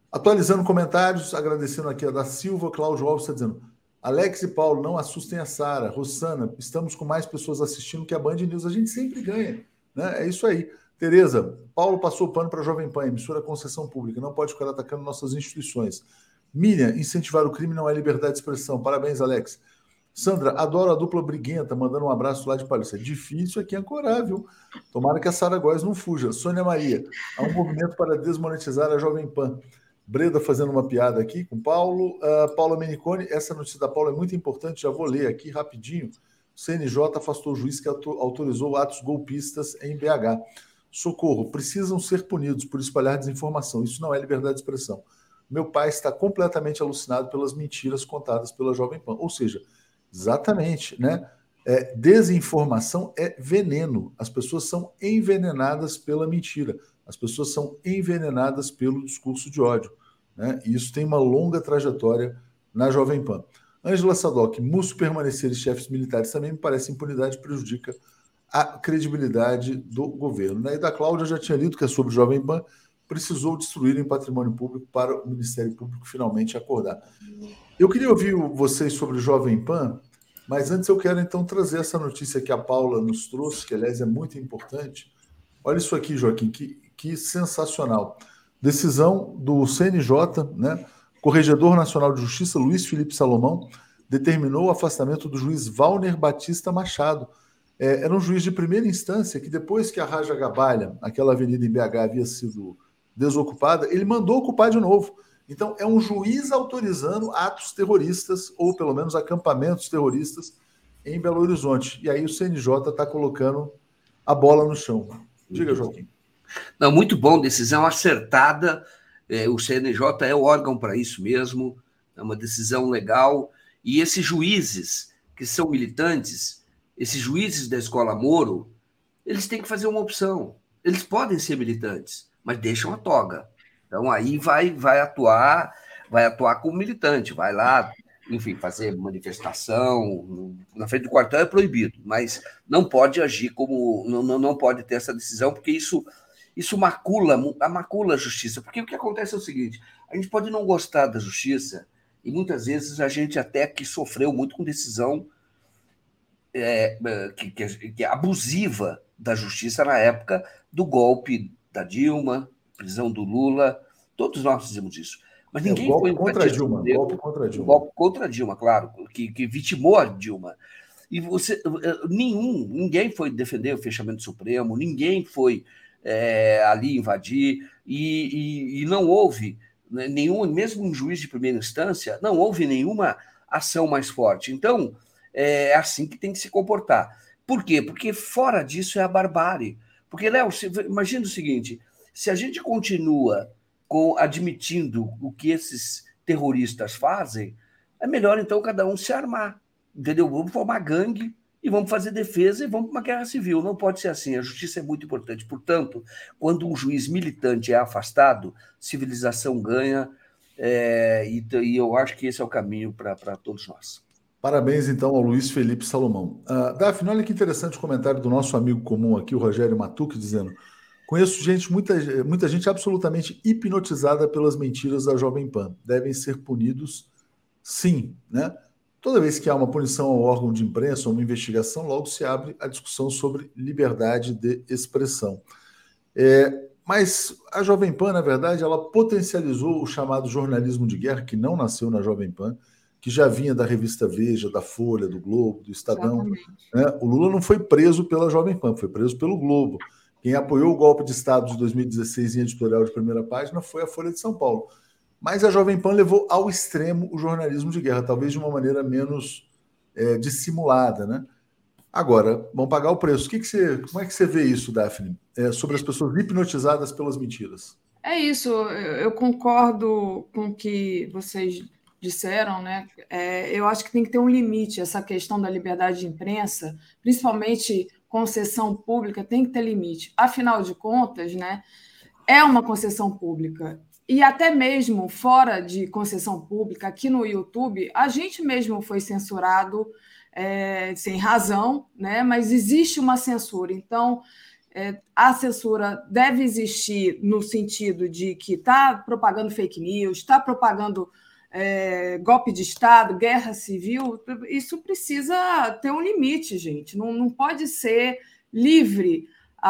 Atualizando comentários, agradecendo aqui a da Silva, Cláudio Alves está dizendo: Alex e Paulo, não assustem a Sara. Rossana, estamos com mais pessoas assistindo que a Band News. A gente sempre ganha, né? É isso aí. Tereza, Paulo passou o pano para a Jovem Pan, emissora concessão pública, não pode ficar atacando nossas instituições. Miriam, incentivar o crime não é liberdade de expressão. Parabéns, Alex. Sandra, adoro a dupla briguenta, mandando um abraço lá de Paulista. É difícil aqui ancorar, viu? Tomara que a Sara Góes não fuja. Sônia Maria, há um movimento para desmonetizar a Jovem Pan. Breda fazendo uma piada aqui com Paulo. Uh, Paula Menicone, essa notícia da Paula é muito importante, já vou ler aqui rapidinho. O C N J afastou o juiz que autorizou atos golpistas em B H. Socorro, precisam ser punidos por espalhar desinformação. Isso não é liberdade de expressão. Meu pai está completamente alucinado pelas mentiras contadas pela Jovem Pan. Ou seja, exatamente, né? É, desinformação é veneno. As pessoas são envenenadas pela mentira. As pessoas são envenenadas pelo discurso de ódio, né? E isso tem uma longa trajetória na Jovem Pan. Ângela Sadoc, Múcio permanecer e chefes militares também me parece impunidade prejudica a credibilidade do governo, né? E da Cláudia já tinha lido que é sobre Jovem Pan, precisou destruir em patrimônio público para o Ministério Público finalmente acordar. Eu queria ouvir vocês sobre Jovem Pan, mas antes eu quero então trazer essa notícia que a Paula nos trouxe, que aliás é muito importante. Olha isso aqui, Joaquim, que, que sensacional. Decisão do C N J, né? Corregedor Nacional de Justiça, Luiz Felipe Salomão, determinou o afastamento do juiz Valner Batista Machado. É, era um juiz de primeira instância que depois que a Raja Gabalha, aquela avenida em B H, havia sido desocupada, ele mandou ocupar de novo. Então, é um juiz autorizando atos terroristas, ou pelo menos acampamentos terroristas, em Belo Horizonte. E aí o C N J está colocando a bola no chão. Diga, Joaquim. Não, muito bom, decisão acertada. É, o C N J é o órgão para isso mesmo, é uma decisão legal. E esses juízes que são militantes, esses juízes da Escola Moro, eles têm que fazer uma opção. Eles podem ser militantes, mas deixam a toga. Então aí vai, vai atuar, vai atuar como militante, vai lá, enfim, fazer manifestação. Na frente do quartel é proibido, mas não pode agir como, não, não pode ter essa decisão, porque isso, isso macula, macula a justiça. Porque o que acontece é o seguinte: a gente pode não gostar da justiça, e muitas vezes a gente até que sofreu muito com decisão é, que, que, que é abusiva da justiça na época do golpe da Dilma, prisão do Lula, todos nós fizemos isso. Mas ninguém é, golpe foi contra a Dilma, golpe contra a Dilma. Golpe contra a Dilma, claro, que, que vitimou a Dilma. E você, nenhum, ninguém foi defender o fechamento do Supremo, ninguém foi é, ali invadir, e, e, e não houve nenhum, mesmo um juiz de primeira instância, não houve nenhuma ação mais forte. Então, é assim que tem que se comportar. Por quê? Porque fora disso é a barbárie. Porque, Léo, imagina o seguinte: se a gente continua com, admitindo o que esses terroristas fazem, é melhor então cada um se armar, entendeu? Vamos formar gangue e vamos fazer defesa e vamos para uma guerra civil. Não pode ser assim, a justiça é muito importante. Portanto, quando um juiz militante é afastado, civilização ganha, é, e, e eu acho que esse é o caminho para todos nós. Parabéns, então, ao Luiz Felipe Salomão. Uh, Daphne, olha que interessante o comentário do nosso amigo comum aqui, o Rogério Matuque, dizendo: conheço gente, muita, muita gente absolutamente hipnotizada pelas mentiras da Jovem Pan. Devem ser punidos, sim, né? Toda vez que há uma punição ao órgão de imprensa ou uma investigação, logo se abre a discussão sobre liberdade de expressão. É, mas a Jovem Pan, na verdade, ela potencializou o chamado jornalismo de guerra, que não nasceu na Jovem Pan, que já vinha da revista Veja, da Folha, do Globo, do Estadão. Né? O Lula não foi preso pela Jovem Pan, foi preso pelo Globo. Quem apoiou o golpe de Estado de dois mil e dezesseis em editorial de primeira página foi a Folha de São Paulo. Mas a Jovem Pan levou ao extremo o jornalismo de guerra, talvez de uma maneira menos é, dissimulada. Né? Agora, vão pagar o preço. O que que você, como é que você vê isso, Daphne, é, sobre as pessoas hipnotizadas pelas mentiras? É isso, eu concordo com o que vocês disseram, né? É, eu acho que tem que ter um limite, essa questão da liberdade de imprensa, principalmente concessão pública, tem que ter limite. Afinal de contas, né, é uma concessão pública. E até mesmo fora de concessão pública, aqui no YouTube, a gente mesmo foi censurado é, sem razão, né? Mas existe uma censura. Então, É, a censura deve existir no sentido de que está propagando fake news, está propagando é, golpe de Estado, guerra civil. Isso precisa ter um limite, gente. Não, não pode ser livre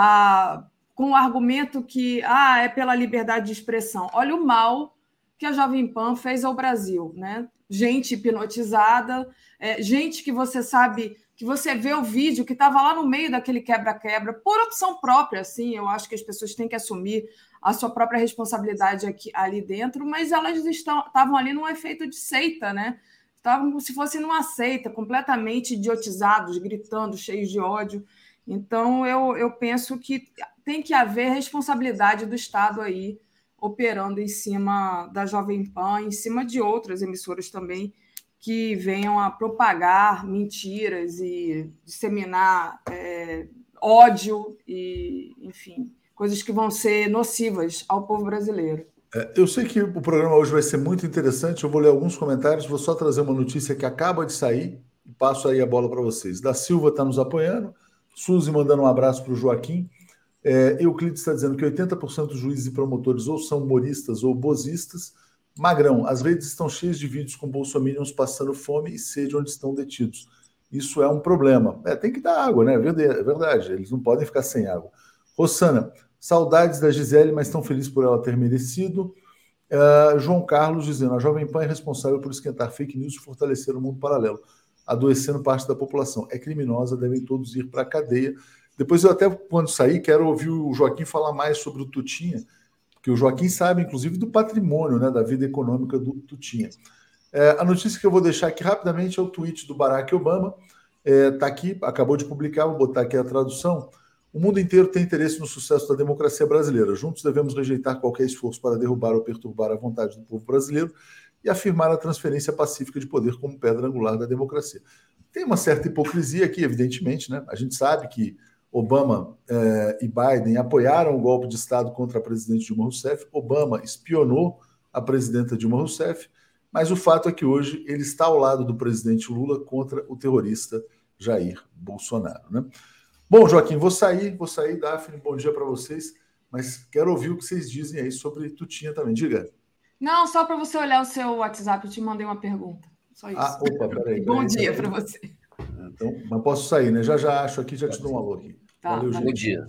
a, com o argumento que ah, é pela liberdade de expressão. Olha o mal que a Jovem Pan fez ao Brasil, né? Gente hipnotizada, é, gente que você sabe... que você vê o vídeo que estava lá no meio daquele quebra-quebra, por opção própria, assim, eu acho que as pessoas têm que assumir a sua própria responsabilidade aqui, ali dentro, mas elas estão, estavam ali num efeito de seita, né? Estavam como se fossem numa seita, completamente idiotizados, gritando, cheios de ódio. Então, eu, eu penso que tem que haver responsabilidade do Estado aí, operando em cima da Jovem Pan, em cima de outras emissoras também, que venham a propagar mentiras e disseminar é, ódio e, enfim, coisas que vão ser nocivas ao povo brasileiro. É, eu sei que o programa hoje vai ser muito interessante, eu vou ler alguns comentários, vou só trazer uma notícia que acaba de sair e passo aí a bola para vocês. Da Silva está nos apoiando, Suzy mandando um abraço para o Joaquim, é, Euclides está dizendo que oitenta por cento dos juízes e promotores ou são humoristas ou bozistas. Magrão, as redes estão cheias de vídeos com bolsominions passando fome e sede onde estão detidos. Isso é um problema. É, tem que dar água, né? É verdade, eles não podem ficar sem água. Rossana, saudades da Gisele, mas tão feliz por ela ter merecido. Uh, João Carlos dizendo, a Jovem Pan é responsável por esquentar fake news e fortalecer o mundo paralelo, adoecendo parte da população. É criminosa, devem todos ir para a cadeia. Depois eu até, quando sair, quero ouvir o Joaquim falar mais sobre o Tutinha, que o Joaquim sabe, inclusive, do patrimônio, né, da vida econômica do Tutinha. É, a notícia que eu vou deixar aqui rapidamente é o tweet do Barack Obama. Está é, aqui, acabou de publicar, vou botar aqui a tradução. O mundo inteiro tem interesse no sucesso da democracia brasileira. Juntos devemos rejeitar qualquer esforço para derrubar ou perturbar a vontade do povo brasileiro e afirmar a transferência pacífica de poder como pedra angular da democracia. Tem uma certa hipocrisia aqui, evidentemente, né? A gente sabe que Obama eh, e Biden apoiaram o golpe de Estado contra a presidente Dilma Rousseff. Obama espionou a presidenta Dilma Rousseff, mas o fato é que hoje ele está ao lado do presidente Lula contra o terrorista Jair Bolsonaro, né? Bom, Joaquim, vou sair, vou sair, Daphne, bom dia para vocês, mas quero ouvir o que vocês dizem aí sobre Tutinha também. Diga. Não, só para você olhar o seu WhatsApp, eu te mandei uma pergunta. Só isso. Ah, opa, peraí. Bom peraí, dia peraí. para você. Então, mas posso sair, né? Já já acho aqui, já te dou um alô aqui. Tá, Valeu, tá. gente. Bom dia.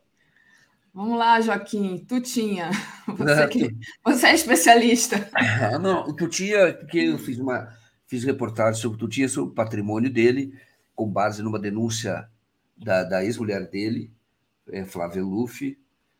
Vamos lá, Joaquim. Tutinha. Você, que... você é especialista. Ah, não, o Tutinha, porque eu fiz uma fiz reportagem sobre o Tutinha, sobre o patrimônio dele, com base numa denúncia da, da ex-mulher dele, é, Flávia Luffy,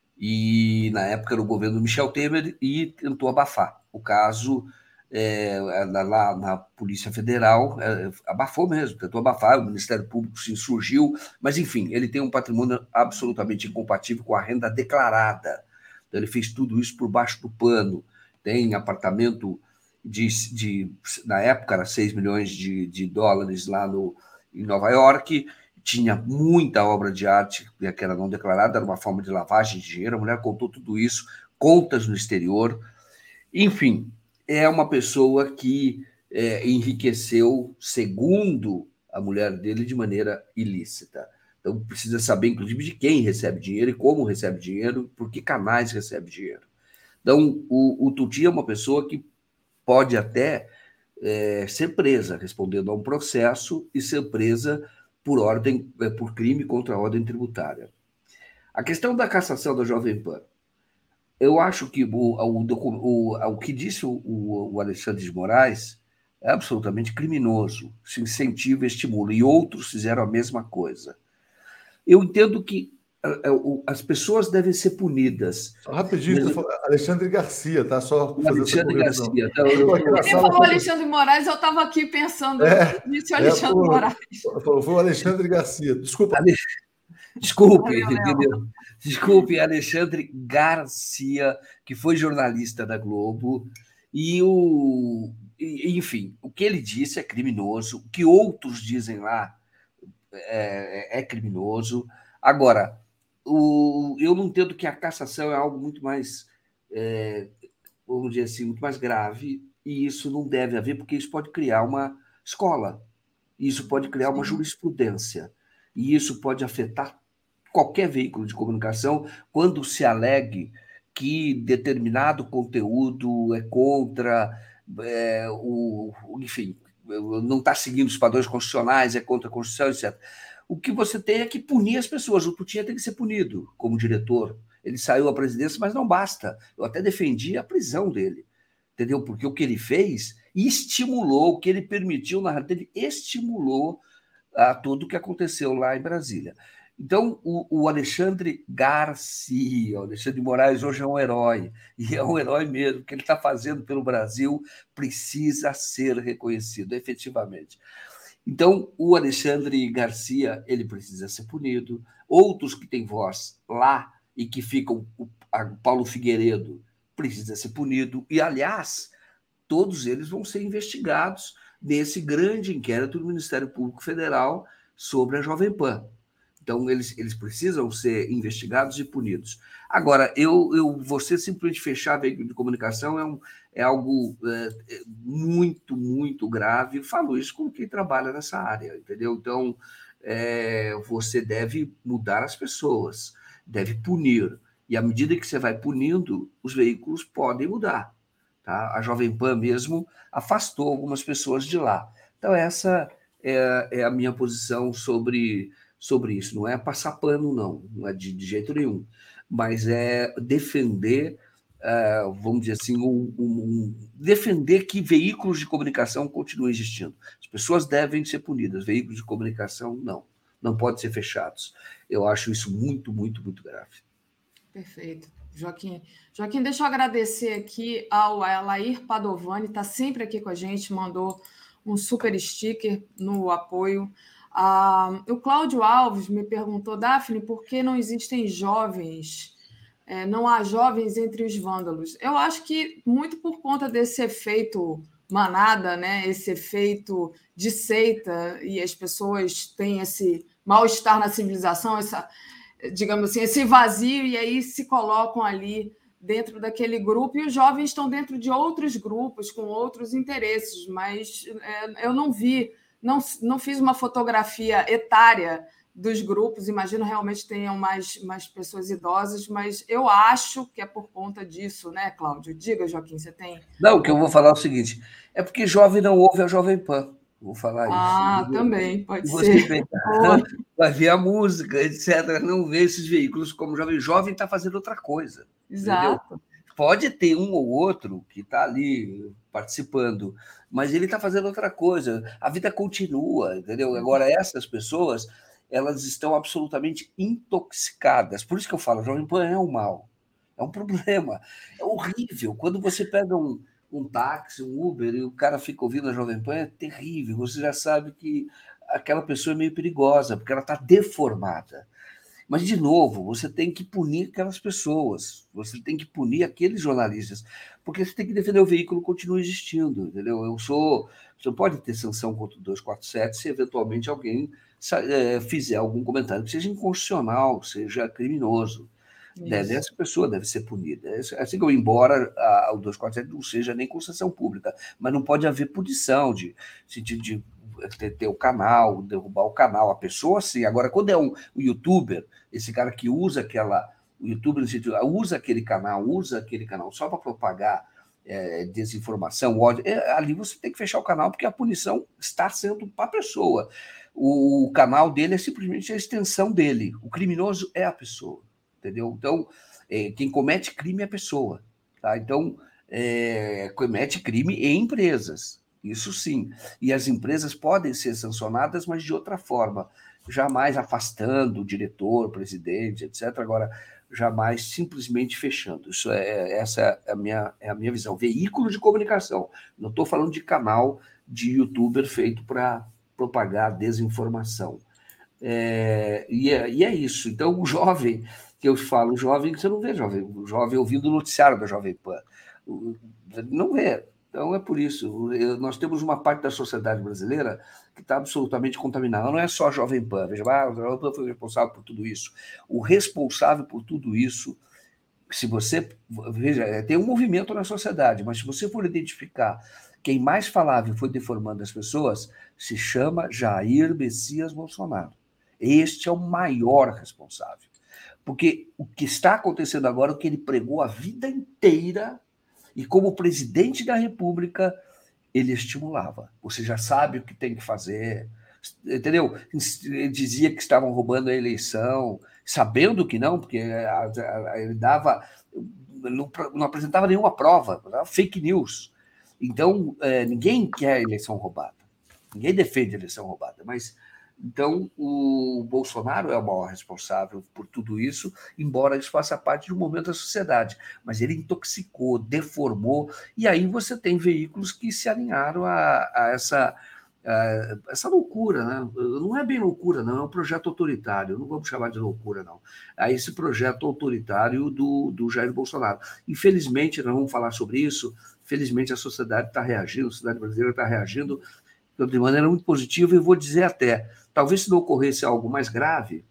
e na época era o governo do Michel Temer, e tentou abafar o caso é, lá na Polícia Federal, é, abafou mesmo, tentou abafar, o Ministério Público se insurgiu, mas enfim, ele tem um patrimônio absolutamente incompatível com a renda declarada. Então ele fez tudo isso por baixo do pano, tem apartamento de, de na época era seis milhões de, de dólares lá no, em Nova York, tinha muita obra de arte que era não declarada, era uma forma de lavagem de dinheiro, a mulher contou tudo isso, contas no exterior, enfim, é uma pessoa que é, enriqueceu, segundo a mulher dele, de maneira ilícita. Então precisa saber, inclusive, de quem recebe dinheiro e como recebe dinheiro, por que canais recebe dinheiro. Então o, o Tutinha é uma pessoa que pode até é, ser presa, respondendo a um processo e ser presa por ordem, por crime contra a ordem tributária. A questão da cassação da Jovem Pan, eu acho que o, o, o, o que disse o, o Alexandre de Moraes é absolutamente criminoso, se incentiva e estimula, e outros fizeram a mesma coisa. Eu entendo que as pessoas devem ser punidas. Rapidinho, mas... Alexandre Garcia, tá? Só fazer Alexandre essa Garcia. Tá, eu, eu, Ele falou Alexandre Moraes, eu estava aqui pensando é, nisso, Alexandre é, Moraes. Foi o Alexandre Garcia. Desculpa. Ale... Desculpe, entendeu? Desculpe, Alexandre Garcia, que foi jornalista da Globo, e o. E, enfim, o que ele disse é criminoso, o que outros dizem lá é, é criminoso. Agora, o, eu não entendo que a cassação é algo muito mais, é, vamos dizer assim, muito mais grave, e isso não deve haver, porque isso pode criar uma escola, isso pode criar uma jurisprudência, e isso pode afetar qualquer veículo de comunicação, quando se alegue que determinado conteúdo é contra, é, o, enfim, não está seguindo os padrões constitucionais, é contra a Constituição, etcétera. O que você tem é que punir as pessoas. O Tutinha tem que ser punido como diretor. Ele saiu à presidência, mas não basta. Eu até defendi a prisão dele, entendeu? Porque o que ele fez estimulou, o que ele permitiu, na realidade, ele estimulou a tudo o que aconteceu lá em Brasília. Então, o, o Alexandre Garcia, o Alexandre de Moraes, hoje é um herói, e é um herói mesmo. O que ele está fazendo pelo Brasil precisa ser reconhecido, efetivamente. Então, o Alexandre Garcia, ele precisa ser punido. Outros que têm voz lá e que ficam, o Paulo Figueiredo precisa ser punido. E, aliás, todos eles vão ser investigados nesse grande inquérito do Ministério Público Federal sobre a Jovem Pan. Então, eles, eles precisam ser investigados e punidos. Agora, eu, eu, você simplesmente fechar veículo de comunicação é, um, é algo é, muito, muito grave. Eu falo isso com quem trabalha nessa área, entendeu? Então, é, você deve mudar as pessoas, deve punir. E à medida que você vai punindo, os veículos podem mudar. Tá? A Jovem Pan mesmo afastou algumas pessoas de lá. Então, essa é, é a minha posição sobre... sobre isso. Não é passar pano, não, não é de, de jeito nenhum, mas é defender, uh, vamos dizer assim, um, um, um, defender que veículos de comunicação continuem existindo. As pessoas devem ser punidas, veículos de comunicação não, não podem ser fechados. Eu acho isso muito, muito, muito grave. Perfeito. Joaquim, Joaquim, deixa eu agradecer aqui ao Alair Padovani, está sempre aqui com a gente, mandou um super sticker no apoio. Ah, o Cláudio Alves me perguntou, Daphne, por que não existem jovens, é, não há jovens entre os vândalos? Eu acho que muito por conta desse efeito manada, né? Esse efeito de seita, e as pessoas têm esse mal-estar na civilização, essa, digamos assim, esse vazio, e aí se colocam ali dentro daquele grupo, e os jovens estão dentro de outros grupos, com outros interesses, mas é, eu não vi... Não, não fiz uma fotografia etária dos grupos, imagino realmente tenham mais, mais pessoas idosas, mas eu acho que é por conta disso, né, Cláudio? Diga, Joaquim, você tem... Não, o que eu vou falar é o seguinte, é porque jovem não ouve a Jovem Pan, vou falar isso. Ah, também, pode você ser. Vê, vai ver a música, etcétera, não vê esses veículos como jovem. Jovem está fazendo outra coisa. Exato. Entendeu? Pode ter um ou outro que está ali participando, mas ele está fazendo outra coisa. A vida continua, entendeu? Agora, essas pessoas, elas estão absolutamente intoxicadas. Por isso que eu falo, a Jovem Pan é um mal, é um problema. É horrível. Quando você pega um, um táxi, um Uber, e o cara fica ouvindo a Jovem Pan, é terrível. Você já sabe que aquela pessoa é meio perigosa, porque ela está deformada. Mas, de novo, você tem que punir aquelas pessoas, você tem que punir aqueles jornalistas, porque você tem que defender o veículo continue existindo, entendeu? Eu sou... Você pode ter sanção contra o duzentos e quarenta e sete se, eventualmente, alguém é, fizer algum comentário que seja inconstitucional, seja criminoso. Deve, essa pessoa deve ser punida. Assim como, embora a, o duzentos e quarenta e sete não seja nem concessão pública, mas não pode haver punição de... de, de Ter, ter o canal, derrubar o canal, a pessoa sim. Agora, quando é um, um youtuber, esse cara que usa aquela, o youtuber usa aquele canal, usa aquele canal só para propagar é, desinformação, ódio, é, ali você tem que fechar o canal, porque a punição está sendo para a pessoa. O, o canal dele é simplesmente a extensão dele. O criminoso é a pessoa, entendeu? Então, é, quem comete crime é a pessoa, tá? Então, é, comete crime em empresas. Isso sim. E as empresas podem ser sancionadas, mas de outra forma. Jamais afastando o diretor, o presidente, etcétera. Agora, jamais simplesmente fechando. Isso é, essa é a minha, é a minha visão. Veículo de comunicação. Não estou falando de canal de youtuber feito para propagar desinformação. É, e, é, e é isso. Então, o jovem, que eu falo, o jovem, que você não vê jovem, o jovem ouvindo o noticiário da Jovem Pan. Não vê. Então, é por isso. Nós temos uma parte da sociedade brasileira que está absolutamente contaminada. Não é só a Jovem Pan. Veja, a Jovem Pan foi responsável por tudo isso. O responsável por tudo isso, se você... Veja, tem um movimento na sociedade, mas se você for identificar quem mais falava e foi deformando as pessoas, se chama Jair Messias Bolsonaro. Este é o maior responsável. Porque o que está acontecendo agora é o que ele pregou a vida inteira e, como presidente da República, ele estimulava. Você já sabe o que tem que fazer, entendeu? Ele dizia que estavam roubando a eleição, sabendo que não, porque ele dava, não, não apresentava nenhuma prova, fake news. Então, ninguém quer eleição roubada, ninguém defende eleição roubada, mas então o Bolsonaro é o maior responsável por tudo isso, embora isso faça parte de um momento da sociedade, mas ele intoxicou, deformou, e aí você tem veículos que se alinharam a, a essa essa loucura, né? Não é bem loucura, não, é um projeto autoritário, não vamos chamar de loucura, não. É esse projeto autoritário do, do Jair Bolsonaro. Infelizmente, nós vamos falar sobre isso, felizmente a sociedade está reagindo, a sociedade brasileira está reagindo de maneira muito positiva, e vou dizer até, talvez se não ocorresse algo mais grave,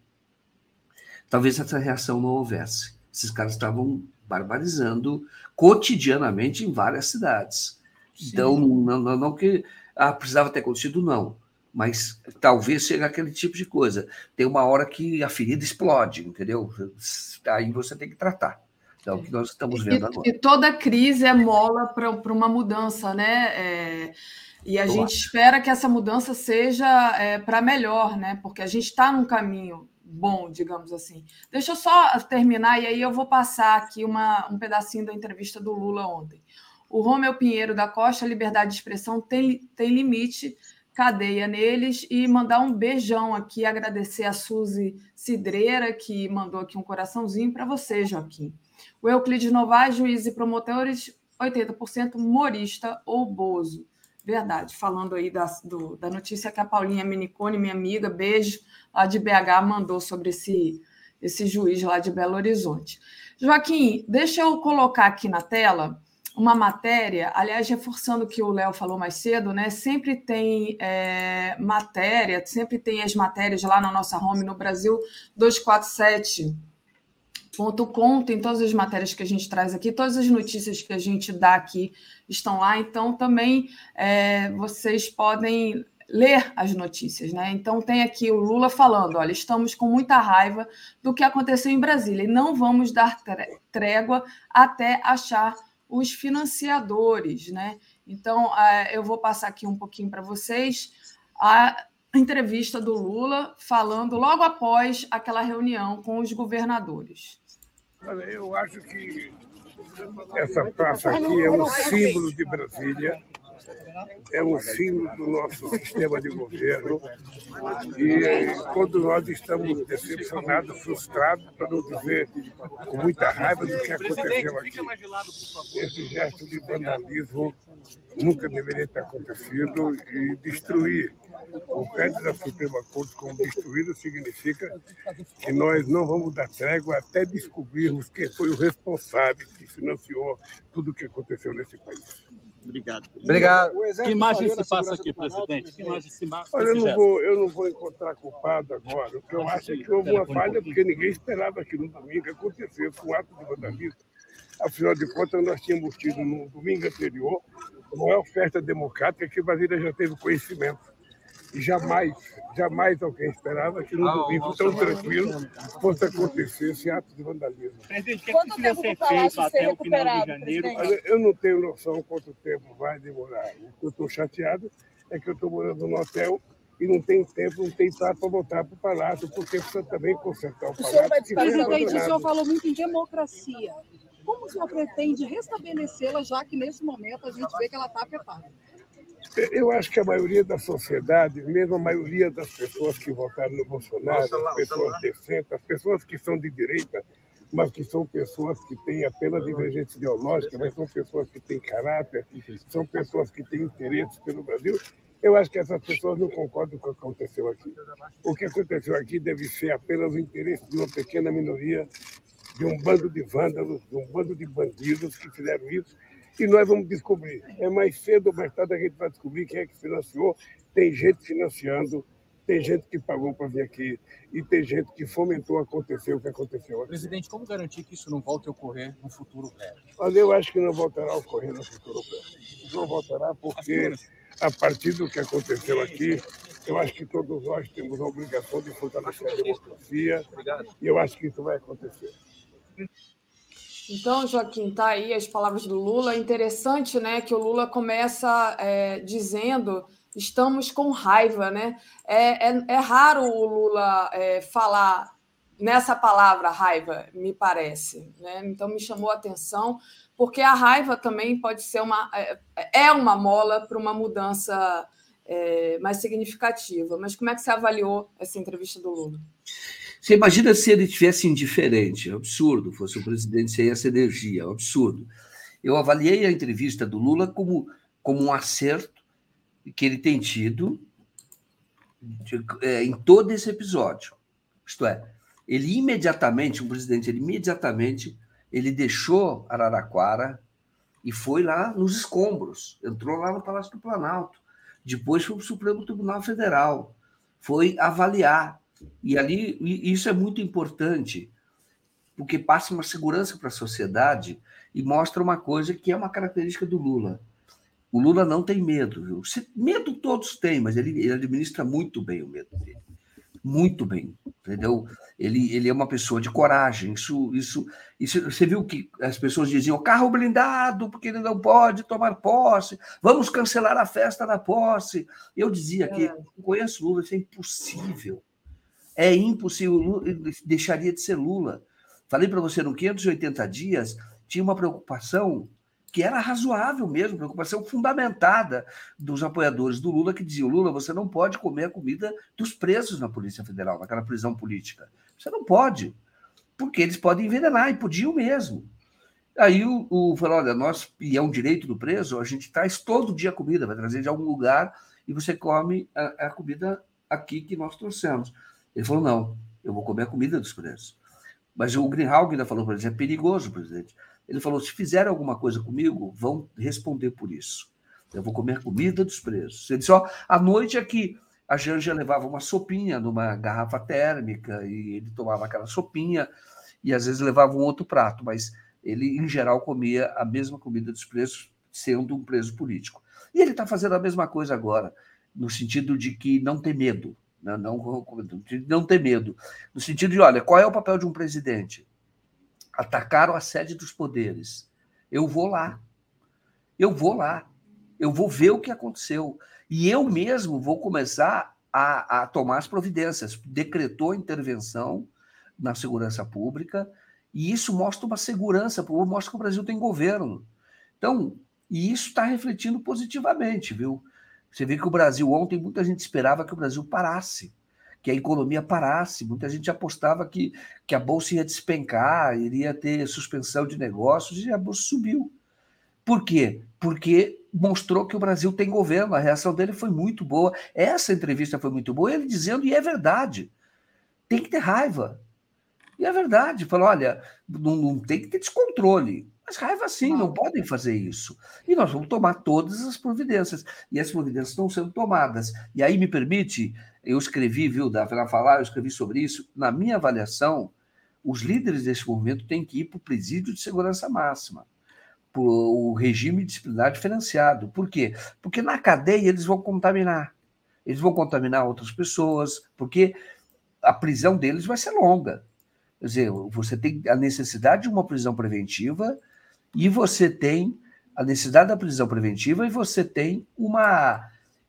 talvez essa reação não houvesse. Esses caras estavam barbarizando cotidianamente em várias cidades. Sim. Então, não, não, não que... Ah, precisava ter acontecido, não. Mas talvez seja aquele tipo de coisa. Tem uma hora que a ferida explode, entendeu? Aí você tem que tratar. É o que nós estamos vendo e, agora. E toda crise é mola para uma mudança, né? É, e a gente espera que essa mudança seja é, para melhor, né? Porque a gente está num caminho bom, digamos assim. Deixa eu só terminar, e aí eu vou passar aqui uma, um pedacinho da entrevista do Lula ontem. O Romeu Pinheiro da Costa, liberdade de expressão tem, tem limite, cadeia neles, e mandar um beijão aqui, agradecer a Suzy Cidreira, que mandou aqui um coraçãozinho para você, Joaquim. O Euclides Novaes, juiz e promotores, oitenta por cento humorista ou bozo. Verdade, falando aí da, do, da notícia que a Paulinha Minicone, minha amiga, beijo, lá de B H, mandou sobre esse, esse juiz lá de Belo Horizonte. Joaquim, deixa eu colocar aqui na tela uma matéria, aliás, reforçando o que o Léo falou mais cedo, né? Sempre tem é, matéria, sempre tem as matérias lá na nossa home no Brasil duzentos e quarenta e sete ponto com, tem todas as matérias que a gente traz aqui, todas as notícias que a gente dá aqui estão lá, então também é, vocês podem ler as notícias, né? Então tem aqui o Lula falando, olha, estamos com muita raiva do que aconteceu em Brasília e não vamos dar trégua até achar os financiadores, né? Então, eu vou passar aqui um pouquinho para vocês a entrevista do Lula falando logo após aquela reunião com os governadores. Olha, eu acho que essa praça aqui é um símbolo de Brasília, é um símbolo do nosso sistema de governo, e todos nós estamos decepcionados, frustrados, para não dizer com muita raiva do que aconteceu aqui. Esse gesto de vandalismo nunca deveria ter acontecido, e destruir o prédio da Suprema Corte como destruído significa que nós não vamos dar trégua até descobrirmos quem foi o responsável que financiou tudo o que aconteceu nesse país. Obrigado. Obrigado. Que imagem se passa aqui, presidente? Que imagem se passa? Olha, eu não, vou, eu não vou encontrar culpado agora. O que eu acho é que houve uma falha, porque ninguém esperava que no domingo acontecesse um ato de vandalismo. Afinal de contas, nós tínhamos tido no domingo anterior uma maior festa democrática que Brasília já teve conhecimento. E jamais, jamais alguém esperava que no domingo tão tranquilo fosse acontecer esse ato de vandalismo. Presidente, o que precisa ser feito até o final de janeiro? Eu não tenho noção quanto tempo vai demorar. O que eu estou chateado é que eu estou morando no hotel e não tem tempo, não tem prazo para voltar para o Palácio, porque precisa também consertar o Palácio. Presidente, o senhor falou muito em democracia. Como o senhor pretende restabelecê-la, já que nesse momento a gente vê que ela está apertada? Eu acho que a maioria da sociedade, mesmo a maioria das pessoas que votaram no Bolsonaro, as pessoas decentes, as pessoas que são de direita, mas que são pessoas que têm apenas divergência ideológica, mas são pessoas que têm caráter, são pessoas que têm interesses pelo Brasil, eu acho que essas pessoas não concordam com o que aconteceu aqui. O que aconteceu aqui deve ser apenas o interesse de uma pequena minoria, de um bando de vândalos, de um bando de bandidos que fizeram isso, e nós vamos descobrir. É mais cedo ou mais tarde a gente vai descobrir quem é que financiou. Tem gente financiando, tem gente que pagou para vir aqui e tem gente que fomentou acontecer o que aconteceu aqui. Presidente, como garantir que isso não volte a ocorrer no futuro breve? Mas eu acho que não voltará a ocorrer no futuro breve. Não voltará porque, a partir do que aconteceu aqui, Eu acho que todos nós temos a obrigação de fortalecer a democracia e eu acho que isso vai acontecer. Então, Joaquim, tá aí as palavras do Lula. Interessante, né, que o Lula começa é, dizendo estamos com raiva, né? É, é, é raro o Lula é, falar nessa palavra raiva, me parece, né? Então me chamou a atenção, porque a raiva também pode ser uma é, é uma mola para uma mudança é, mais significativa. Mas como é que você avaliou essa entrevista do Lula? Você imagina se ele tivesse indiferente, é um absurdo, fosse o presidente sem essa energia, é um absurdo. Eu avaliei a entrevista do Lula como, como um acerto que ele tem tido de, é, em todo esse episódio. Isto é, ele imediatamente, o presidente, ele imediatamente, ele deixou Araraquara e foi lá nos escombros, entrou lá no Palácio do Planalto, depois foi para o Supremo Tribunal Federal, foi avaliar. E ali, isso é muito importante, porque passa uma segurança para a sociedade e mostra uma coisa que é uma característica do Lula. O Lula não tem medo, viu? Medo todos têm, mas ele, ele administra muito bem o medo dele. Muito bem, entendeu? Ele, ele é uma pessoa de coragem. Isso, isso, isso, você viu que as pessoas diziam carro blindado, porque ele não pode tomar posse, vamos cancelar a festa da posse. Eu dizia que eu conheço o Lula, isso é impossível. É impossível, ele deixaria de ser Lula. Falei para você, no quinhentos e oitenta dias, tinha uma preocupação que era razoável mesmo, preocupação fundamentada dos apoiadores do Lula, que diziam, Lula, você não pode comer a comida dos presos na Polícia Federal, naquela prisão política. Você não pode, porque eles podem envenenar, e podiam mesmo. Aí o, o falou, olha, nós, e é um direito do preso, a gente traz todo dia comida, vai trazer de algum lugar, e você come a, a comida aqui que nós trouxemos. Ele falou, não, eu vou comer a comida dos presos. Mas o Greenhalgh ainda falou para ele, é perigoso, presidente. Ele falou, se fizerem alguma coisa comigo, vão responder por isso. Eu vou comer comida dos presos. Ele disse, ó, à noite é que a Janja levava uma sopinha numa garrafa térmica e ele tomava aquela sopinha e às vezes levava um outro prato, mas ele, em geral, comia a mesma comida dos presos, sendo um preso político. E ele está fazendo a mesma coisa agora, no sentido de que não ter medo. Não, não, não ter medo. No sentido de, olha, qual é o papel de um presidente? Atacaram a sede dos poderes. Eu vou lá. Eu vou lá. Eu vou ver o que aconteceu. E eu mesmo vou começar a, a tomar as providências. Decretou a intervenção na segurança pública e isso mostra uma segurança, mostra que o Brasil tem governo. Então, e isso está refletindo positivamente, viu? Você vê que o Brasil, ontem, muita gente esperava que o Brasil parasse, que a economia parasse, muita gente apostava que, que a Bolsa ia despencar, iria ter suspensão de negócios, e a Bolsa subiu. Por quê? Porque mostrou que o Brasil tem governo, a reação dele foi muito boa, essa entrevista foi muito boa, ele dizendo, e é verdade, tem que ter raiva. E é verdade, falou, olha, não, não tem que ter descontrole, mas raiva sim, não. não podem fazer isso. E nós vamos tomar todas as providências. E as providências estão sendo tomadas. E aí me permite, eu escrevi, viu, da falar, eu escrevi sobre isso, na minha avaliação, os líderes desse movimento têm que ir para o presídio de segurança máxima, para o regime disciplinar diferenciado. Por quê? Porque na cadeia eles vão contaminar. Eles vão contaminar outras pessoas, porque a prisão deles vai ser longa. Quer dizer, você tem a necessidade de uma prisão preventiva e você tem a necessidade da prisão preventiva e você tem uma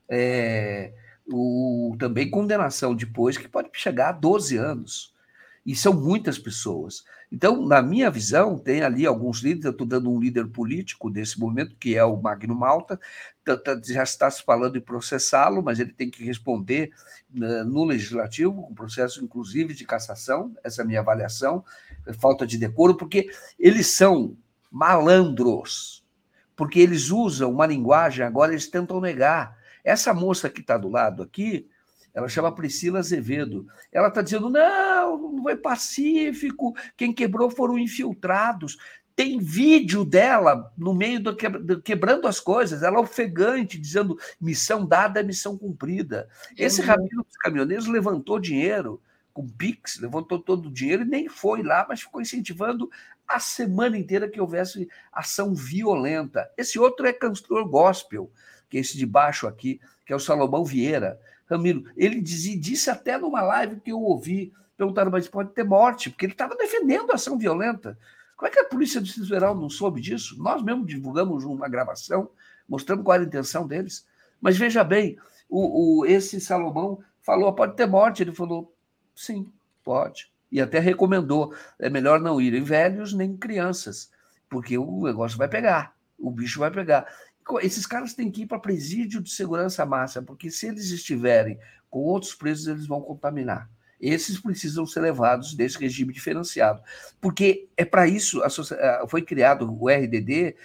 é, o, também condenação depois que pode chegar a doze anos. E são muitas pessoas. Então, na minha visão, tem ali alguns líderes, eu estou dando um líder político desse momento, que é o Magno Malta, já está se falando em processá-lo, mas ele tem que responder no legislativo, com processo, inclusive, de cassação, essa é a minha avaliação, falta de decoro, porque eles são malandros, porque eles usam uma linguagem, agora eles tentam negar. Essa moça que está do lado aqui, ela chama Priscila Azevedo. Ela está dizendo, não, não foi pacífico, quem quebrou foram infiltrados. Tem vídeo dela no meio do, que, do quebrando as coisas, ela ofegante, dizendo missão dada, missão cumprida. Esse uhum. rabino dos caminhoneiros levantou dinheiro com Pix, levantou todo o dinheiro e nem foi lá, mas ficou incentivando a semana inteira que houvesse ação violenta. Esse outro é cantor gospel, que é esse de baixo aqui, que é o Salomão Vieira. Ramiro, ele dizia, disse até numa live que eu ouvi, perguntaram, mas pode ter morte, porque ele estava defendendo a ação violenta. Como é que a Polícia do Distrito Federal não soube disso? Nós mesmo divulgamos uma gravação, mostrando qual era a intenção deles. Mas veja bem, o, o, esse Salomão falou, pode ter morte. Ele falou, sim, pode. E até recomendou, é melhor não irem velhos nem crianças, porque o negócio vai pegar, o bicho vai pegar. Esses caras têm que ir para presídio de segurança máxima, porque se eles estiverem com outros presos, eles vão contaminar. Esses precisam ser levados desse regime diferenciado, porque é para isso, a, foi criado o R D D,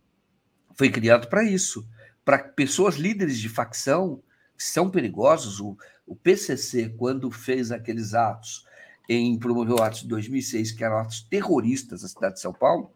foi criado para isso, para pessoas líderes de facção, que são perigosos. O, o P C C, quando fez aqueles atos, em promoveu atos de dois mil e seis, que eram atos terroristas na cidade de São Paulo,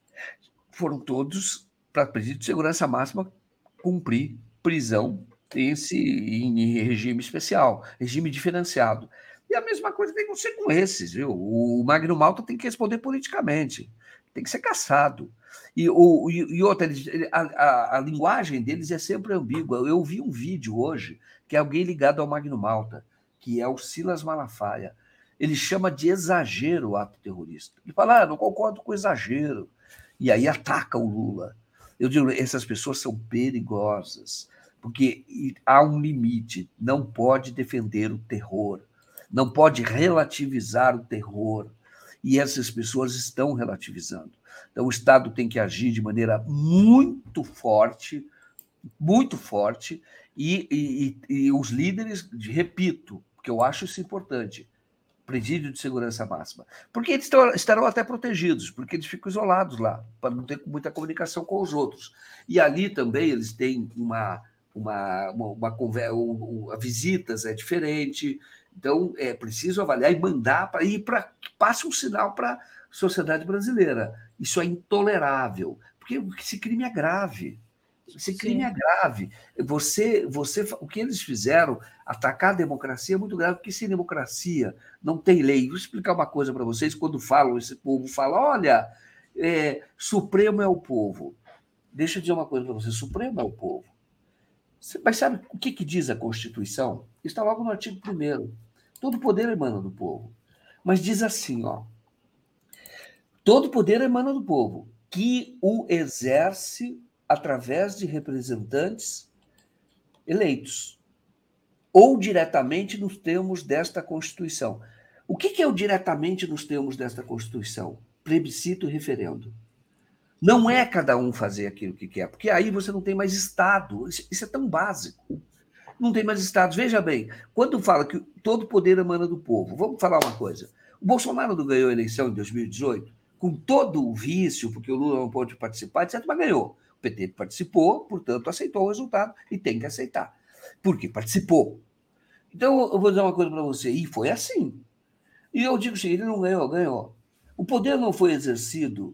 foram todos para presídio de segurança máxima cumprir prisão esse, em regime especial, regime diferenciado. E a mesma coisa tem que ser com esses, viu? O Magno Malta tem que responder politicamente, tem que ser caçado. E, o, e, e outra, a, a, a linguagem deles é sempre ambígua. Eu vi um vídeo hoje que é alguém ligado ao Magno Malta, que é o Silas Malafaia. Ele chama de exagero o ato terrorista. Ele fala, ah, não concordo com o exagero. E aí ataca o Lula. Eu digo, essas pessoas são perigosas, porque há um limite, não pode defender o terror, não pode relativizar o terror, e essas pessoas estão relativizando. Então, o Estado tem que agir de maneira muito forte, muito forte, e, e, e os líderes, repito, porque eu acho isso importante, presídio de segurança máxima, porque eles estarão até protegidos, porque eles ficam isolados lá, para não ter muita comunicação com os outros. E ali também eles têm uma, uma, uma, uma conversa, uma, visitas é diferente, então é preciso avaliar e mandar para ir para que passe um sinal para a sociedade brasileira. Isso é intolerável, porque esse crime é grave. Esse crime Sim. é grave. Você, você, o que eles fizeram, atacar a democracia, é muito grave, porque sem democracia não tem lei. Vou explicar uma coisa para vocês. Quando falam, esse povo fala, olha, é, Supremo é o povo. Deixa eu dizer uma coisa para vocês, Supremo é o povo. Mas sabe o que, que diz a Constituição? Está logo no artigo primeiro. Todo poder emana do povo. Mas diz assim, ó, todo poder emana do povo, que o exerce através de representantes eleitos, ou diretamente nos termos desta Constituição. O que é o diretamente nos termos desta Constituição? Plebiscito e referendo. Não é cada um fazer aquilo que quer, porque aí você não tem mais Estado. Isso é tão básico. Não tem mais Estado. Veja bem, quando fala que todo poder emana do povo, vamos falar uma coisa. O Bolsonaro não ganhou a eleição em dois mil e dezoito, com todo o vício, porque o Lula não pôde participar, etcétera, mas ganhou. O P T participou, portanto, aceitou o resultado e tem que aceitar. Porque participou. Então, eu vou dizer uma coisa para você, e foi assim. E eu digo o seguinte, ele não ganhou, ganhou. O poder não foi exercido,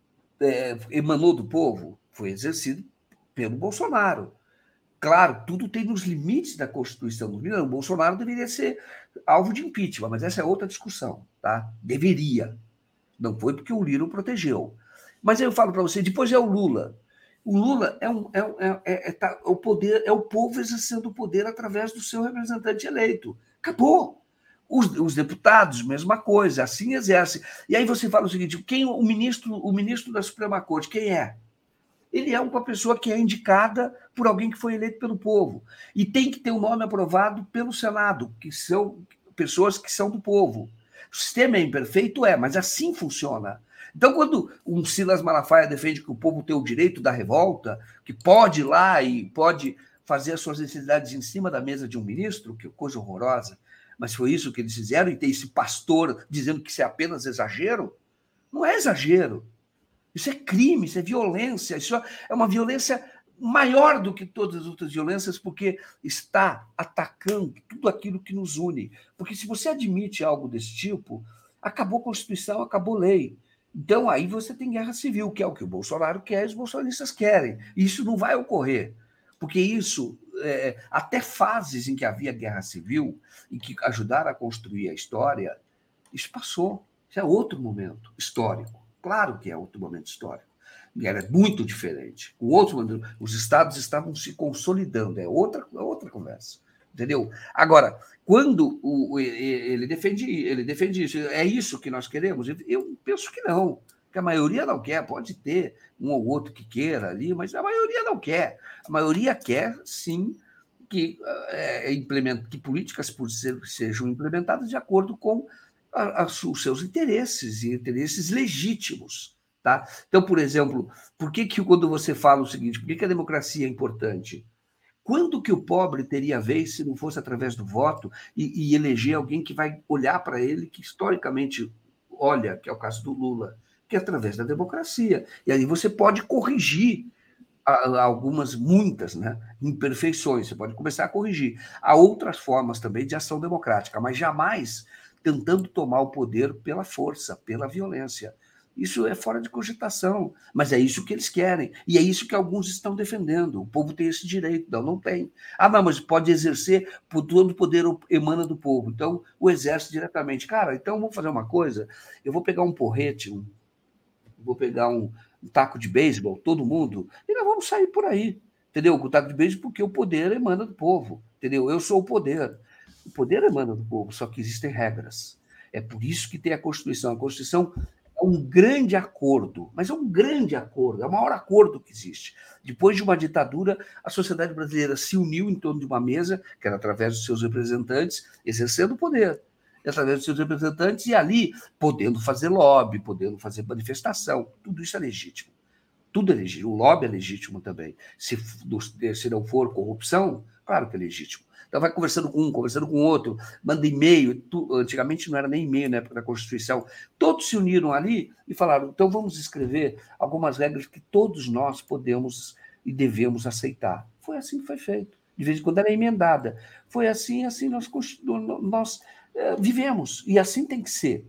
é, emanou do povo, foi exercido pelo Bolsonaro. Claro, tudo tem nos limites da Constituição. O Bolsonaro deveria ser alvo de impeachment, mas essa é outra discussão, tá? Deveria. Não foi porque o Lira o protegeu. Mas aí eu falo para você, depois é o Lula. O Lula é, um, é, é, é, é, tá, o poder, é o povo exercendo o poder através do seu representante eleito. Acabou. Os, os deputados, mesma coisa, assim exerce. E aí você fala o seguinte: quem o ministro, o ministro da Suprema Corte, quem é? Ele é uma pessoa que é indicada por alguém que foi eleito pelo povo. E tem que ter o um nome aprovado pelo Senado, que são pessoas que são do povo. O sistema é imperfeito, é, mas assim funciona. Então, quando um Silas Malafaia defende que o povo tem o direito da revolta, que pode ir lá e pode fazer as suas necessidades em cima da mesa de um ministro, que coisa horrorosa, mas foi isso que eles fizeram, e tem esse pastor dizendo que isso é apenas exagero, não é exagero. Isso é crime, isso é violência, isso é uma violência maior do que todas as outras violências, porque está atacando tudo aquilo que nos une. Porque se você admite algo desse tipo, acabou a Constituição, acabou a lei. Então, aí você tem guerra civil, que é o que o Bolsonaro quer e os bolsonaristas querem. E isso não vai ocorrer, porque isso, é, até fases em que havia guerra civil e que ajudaram a construir a história, isso passou. Isso é outro momento histórico. Claro que é outro momento histórico. E era muito diferente. O outro, os estados estavam se consolidando. É outra, é outra conversa. entendeu? Agora, quando o, ele, defende, ele defende isso, é isso que nós queremos? Eu penso que não, que a maioria não quer, pode ter um ou outro que queira ali, mas a maioria não quer. A maioria quer, sim, que, é, implement, que políticas sejam implementadas de acordo com a, a, os seus interesses, e interesses legítimos. Tá? Então, por exemplo, por que, que quando você fala o seguinte, por que, que a democracia é importante? Quando que o pobre teria vez se não fosse através do voto e, e eleger alguém que vai olhar para ele, que historicamente olha, que é o caso do Lula, que é através da democracia. E aí você pode corrigir algumas, muitas, né, imperfeições, você pode começar a corrigir. Há outras formas também de ação democrática, mas jamais tentando tomar o poder pela força, pela violência. Isso é fora de cogitação, mas é isso que eles querem, e é isso que alguns estão defendendo. O povo tem esse direito, não, não tem. Ah, não, mas pode exercer, todo o poder emana do povo, então o exerce diretamente. Cara, então vamos fazer uma coisa, eu vou pegar um porrete, um, vou pegar um, um taco de beisebol, todo mundo, e nós vamos sair por aí, entendeu? Com o taco de beisebol, porque o poder emana do povo, entendeu? Eu sou o poder. O poder emana do povo, só que existem regras. É por isso que tem a Constituição. A Constituição é um grande acordo, mas é um grande acordo, é o maior acordo que existe. Depois de uma ditadura, a sociedade brasileira se uniu em torno de uma mesa, que era através dos seus representantes, exercendo o poder, através dos seus representantes, e ali podendo fazer lobby, podendo fazer manifestação, tudo isso é legítimo. Tudo é legítimo, o lobby é legítimo também. Se, se não for corrupção, claro que é legítimo. Então vai conversando com um, conversando com outro, manda e-mail. Tu, antigamente não era nem e-mail na época da Constituição. Todos se uniram ali e falaram, então vamos escrever algumas regras que todos nós podemos e devemos aceitar. Foi assim que foi feito. De vez em quando era emendada. Foi assim, assim nós, nós é, vivemos. E assim tem que ser.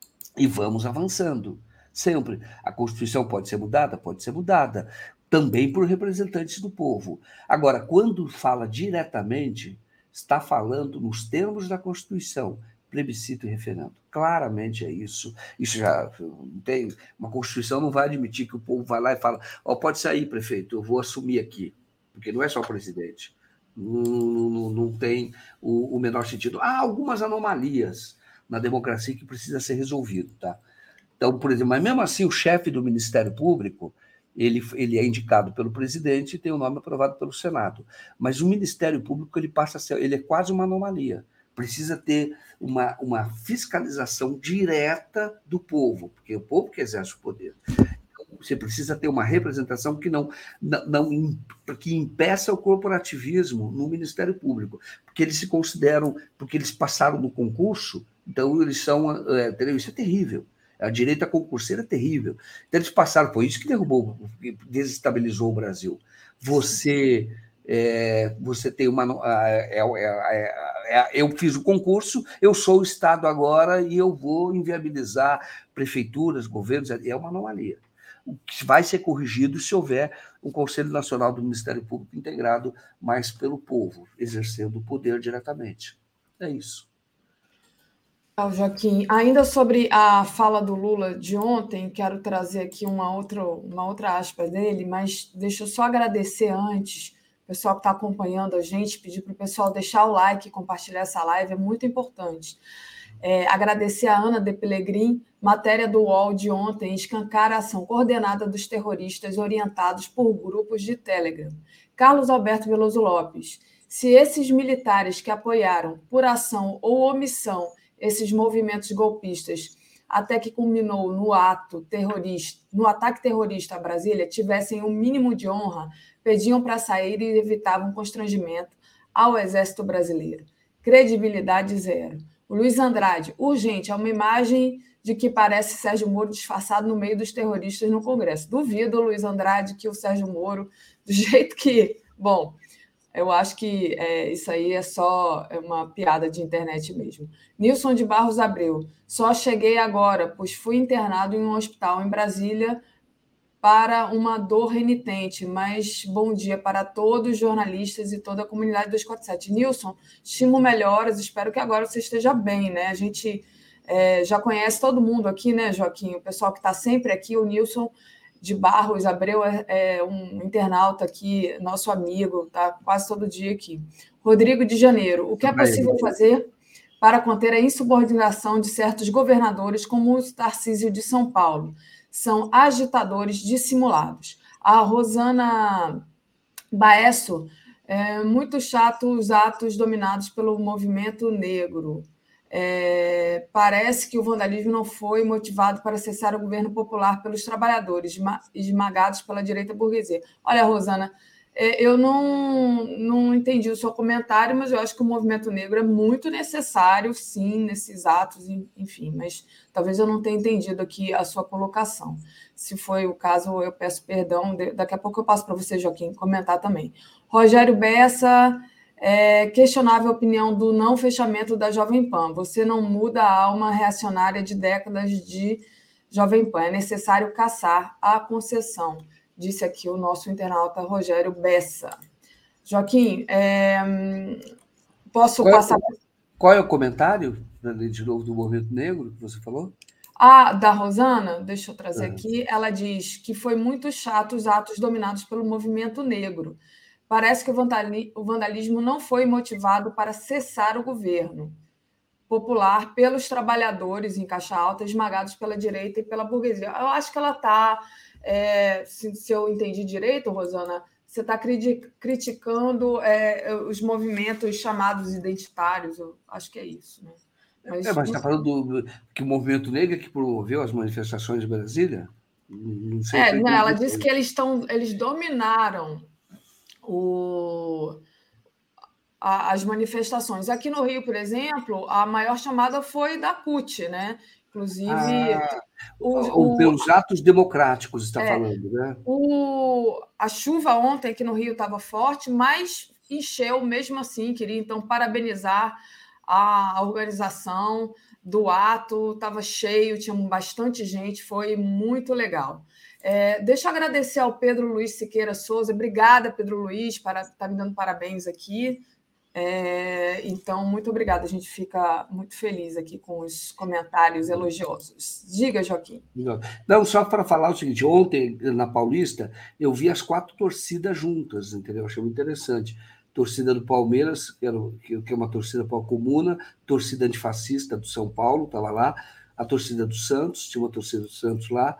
E vamos avançando. Sempre. A Constituição pode ser mudada? Pode ser mudada. Também por representantes do povo. Agora, quando fala diretamente, está falando nos termos da Constituição, plebiscito e referendo. Claramente é isso. Isso já tem. Uma Constituição não vai admitir que o povo vai lá e fala: ó, oh, pode sair, prefeito, eu vou assumir aqui. Porque não é só o presidente. Não, não, não tem o, o menor sentido. Há algumas anomalias na democracia que precisa ser resolvido, tá? Então, por exemplo, mas mesmo assim, o chefe do Ministério Público, Ele, ele é indicado pelo presidente e tem o nome aprovado pelo Senado. Mas o Ministério Público ele passa a ser, ele é quase uma anomalia. Precisa ter uma, uma fiscalização direta do povo, porque é o povo que exerce o poder. Então, você precisa ter uma representação que não, não, não que impeça o corporativismo no Ministério Público, porque eles se consideram, porque eles passaram no concurso, então eles são, é, isso é terrível. A direita concurseira é terrível. Então, eles passaram, foi isso que derrubou, desestabilizou o Brasil. Você, é, você tem uma... É, é, é, eu fiz o concurso, eu sou o Estado agora e eu vou inviabilizar prefeituras, governos, é uma anomalia. O que vai ser corrigido se houver um Conselho Nacional do Ministério Público integrado mais pelo povo, exercendo o poder diretamente. É isso. Joaquim, ainda sobre a fala do Lula de ontem, quero trazer aqui uma outra, uma outra aspa dele, mas deixa eu só agradecer antes, o pessoal que está acompanhando a gente, pedir para o pessoal deixar o like e compartilhar essa live, é muito importante. É, agradecer a Ana de Pellegrin, matéria do U O L de ontem, escancar a ação coordenada dos terroristas orientados por grupos de Telegram. Carlos Alberto Veloso Lopes, se esses militares que apoiaram, por ação ou omissão, esses movimentos golpistas, até que culminou no ato terrorista, no ataque terrorista a Brasília, tivessem um mínimo de honra, pediam para sair e evitavam constrangimento ao Exército Brasileiro. Credibilidade zero. O Luiz Andrade, urgente, é uma imagem de que parece Sérgio Moro disfarçado no meio dos terroristas no Congresso. Duvido, Luiz Andrade, que o Sérgio Moro, do jeito que... Bom, eu acho que é, isso aí é só uma piada de internet mesmo. Nilson de Barros Abreu. Só cheguei agora, pois fui internado em um hospital em Brasília para uma dor renitente. Mas bom dia para todos os jornalistas e toda a comunidade dois quatro sete. Nilson, estimo melhoras. Espero que agora você esteja bem, né? A gente é, já conhece todo mundo aqui, né, Joaquim? O pessoal que está sempre aqui, o Nilson de Barros Abreu é, é um internauta aqui, nosso amigo, tá quase todo dia aqui. Rodrigo de Janeiro. O que é possível fazer para conter a insubordinação de certos governadores, como o Tarcísio de São Paulo? São agitadores dissimulados. A Rosana Baesso, é muito chato os atos dominados pelo movimento negro. É, parece que o vandalismo não foi motivado para cessar o governo popular pelos trabalhadores, esmagados pela direita burguesia. Olha, Rosana, eu não, não entendi o seu comentário, mas eu acho que o movimento negro é muito necessário, sim, nesses atos, enfim, mas talvez eu não tenha entendido aqui a sua colocação. Se foi o caso, eu peço perdão, daqui a pouco eu passo para você, Joaquim, comentar também. Rogério Bessa, é, questionável a opinião do não fechamento da Jovem Pan. Você não muda a alma reacionária de décadas de Jovem Pan, é necessário caçar a concessão, disse aqui o nosso internauta Rogério Bessa. Joaquim, é, posso qual passar... É, qual é o comentário, de novo, do movimento negro que você falou? A da Rosana, deixa eu trazer Uhum. aqui, ela diz que foi muito chato os atos dominados pelo movimento negro. Parece que o vandalismo não foi motivado para cessar o governo popular pelos trabalhadores em caixa alta, esmagados pela direita e pela burguesia. Eu acho que ela está... É, se, se eu entendi direito, Rosana, você está criticando é, os movimentos chamados identitários, eu acho que é isso, né? Mas é, está falando do, que o movimento negro é que promoveu as manifestações de Brasília? Não sei é, se não, ela disse que eles, estão, eles dominaram o, a, as manifestações. Aqui no Rio, por exemplo, a maior chamada foi da C U T, né? Inclusive... Ah, o, o, pelos atos democráticos, está é, falando, né? O, a chuva ontem aqui no Rio estava forte, mas encheu mesmo assim. Queria, então, parabenizar a organização do ato. Estava cheio, tinha bastante gente, foi muito legal. É, deixa eu agradecer ao Pedro Luiz Siqueira Souza. Obrigada, Pedro Luiz, para estar me dando parabéns aqui. É, então, muito obrigada. A gente fica muito feliz aqui com os comentários elogiosos. Diga, Joaquim. Não, só para falar o seguinte, ontem, na Paulista, eu vi as quatro torcidas juntas, entendeu? Achei muito interessante. Torcida do Palmeiras, que é uma torcida para a comuna, torcida antifascista do São Paulo, estava lá, a torcida do Santos, tinha uma torcida do Santos lá,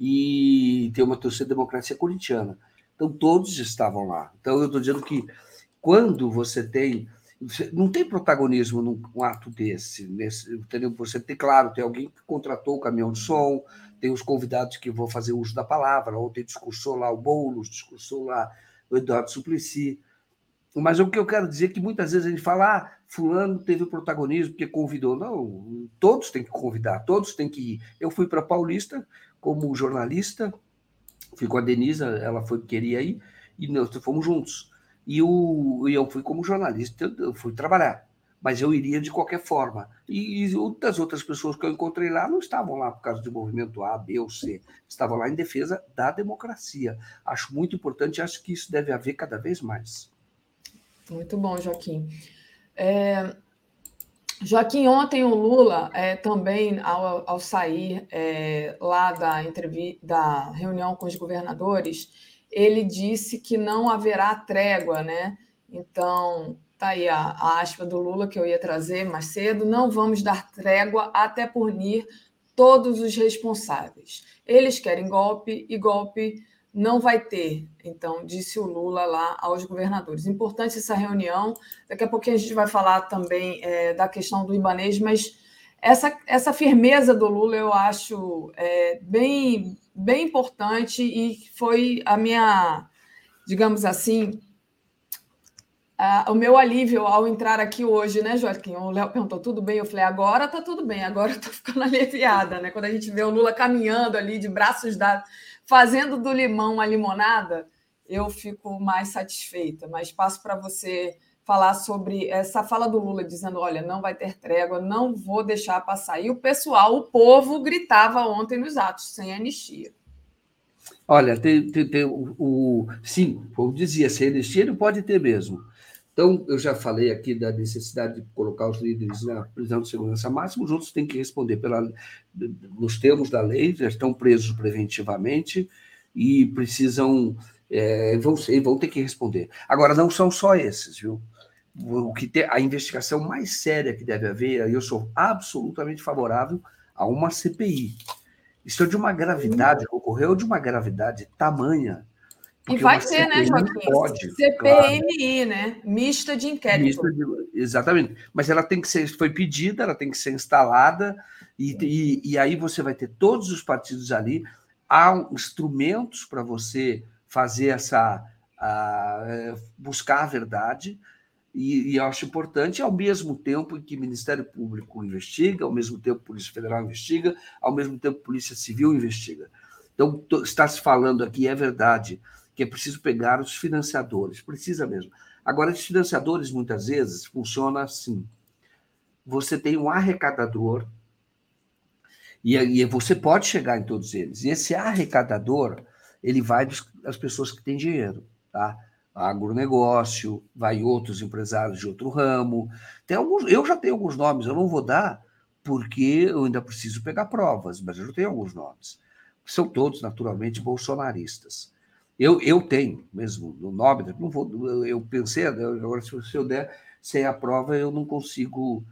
e tem uma torcida da Democracia Corintiana. Então, todos estavam lá. Então, eu estou dizendo que quando você tem... Não tem protagonismo num ato desse, nesse, entendeu? Você tem, claro, tem alguém que contratou o caminhão de som, tem os convidados que vão fazer uso da palavra, ontem discursou lá o Boulos, discursou lá o Eduardo Suplicy. Mas o que eu quero dizer é que muitas vezes a gente fala, ah, fulano teve protagonismo porque convidou. Não, todos têm que convidar, todos têm que ir. Eu fui para Paulista como jornalista, fui com a Denisa, ela foi queria ir, e nós fomos juntos. E eu, eu fui como jornalista, eu fui trabalhar, mas eu iria de qualquer forma. E, e das outras pessoas que eu encontrei lá não estavam lá por causa do movimento A, B ou C, estavam lá em defesa da democracia. Acho muito importante, acho que isso deve haver cada vez mais. Muito bom, Joaquim. É... Joaquim, ontem o Lula é, também, ao, ao sair é, lá da, entrev... da reunião com os governadores, ele disse que não haverá trégua, né? Então, tá aí a, a aspa do Lula que eu ia trazer mais cedo, não vamos dar trégua até punir todos os responsáveis. Eles querem golpe e golpe não vai ter. Então, disse o Lula lá aos governadores. Importante essa reunião. Daqui a pouquinho a gente vai falar também é, da questão do Ibanez, mas essa, essa firmeza do Lula eu acho é, bem, bem importante e foi a minha, digamos assim, a, o meu alívio ao entrar aqui hoje, né, Joaquim? O Léo perguntou, tudo bem? Eu falei, agora está tudo bem, agora eu estou ficando aliviada, né? Quando a gente vê o Lula caminhando ali de braços dados, fazendo do limão a limonada, eu fico mais satisfeita. Mas passo para você falar sobre essa fala do Lula, dizendo, olha, não vai ter trégua, não vou deixar passar. E o pessoal, o povo, gritava ontem nos atos, sem anistia. Olha, tem, tem, tem o, o... Sim, como dizia, sem anistia não pode ter mesmo. Então, eu já falei aqui da necessidade de colocar os líderes na prisão de segurança máxima, os outros têm que responder pela, nos termos da lei, já estão presos preventivamente e precisam, é, vão, vão ter que responder. Agora, não são só esses, viu? o que tem, a investigação mais séria que deve haver, eu sou absolutamente favorável a uma C P I. Isso é de uma gravidade, ocorreu de uma gravidade tamanha. E vai ter, né, Joaquim? Pode, C P M I, claro. Né? Mista de inquérito. Mista de, exatamente. Mas ela tem que ser, foi pedida, ela tem que ser instalada, e, e, e aí você vai ter todos os partidos ali. Há instrumentos para você fazer essa. A, buscar a verdade. E, e eu acho importante, ao mesmo tempo em que o Ministério Público investiga, ao mesmo tempo a Polícia Federal investiga, ao mesmo tempo a Polícia Civil investiga. Então, está se falando aqui, é verdade, que é preciso pegar os financiadores, precisa mesmo. Agora, os financiadores, muitas vezes, funcionam assim. Você tem um arrecadador, e, e você pode chegar em todos eles. E esse arrecadador, ele vai das pessoas que têm dinheiro, tá? Agronegócio, vai outros empresários de outro ramo. Tem alguns, eu já tenho alguns nomes, eu não vou dar, porque eu ainda preciso pegar provas, mas eu já tenho alguns nomes. São todos, naturalmente, bolsonaristas. Eu, eu tenho mesmo o nome, não vou, eu pensei, agora se eu der sem a prova, eu não consigo,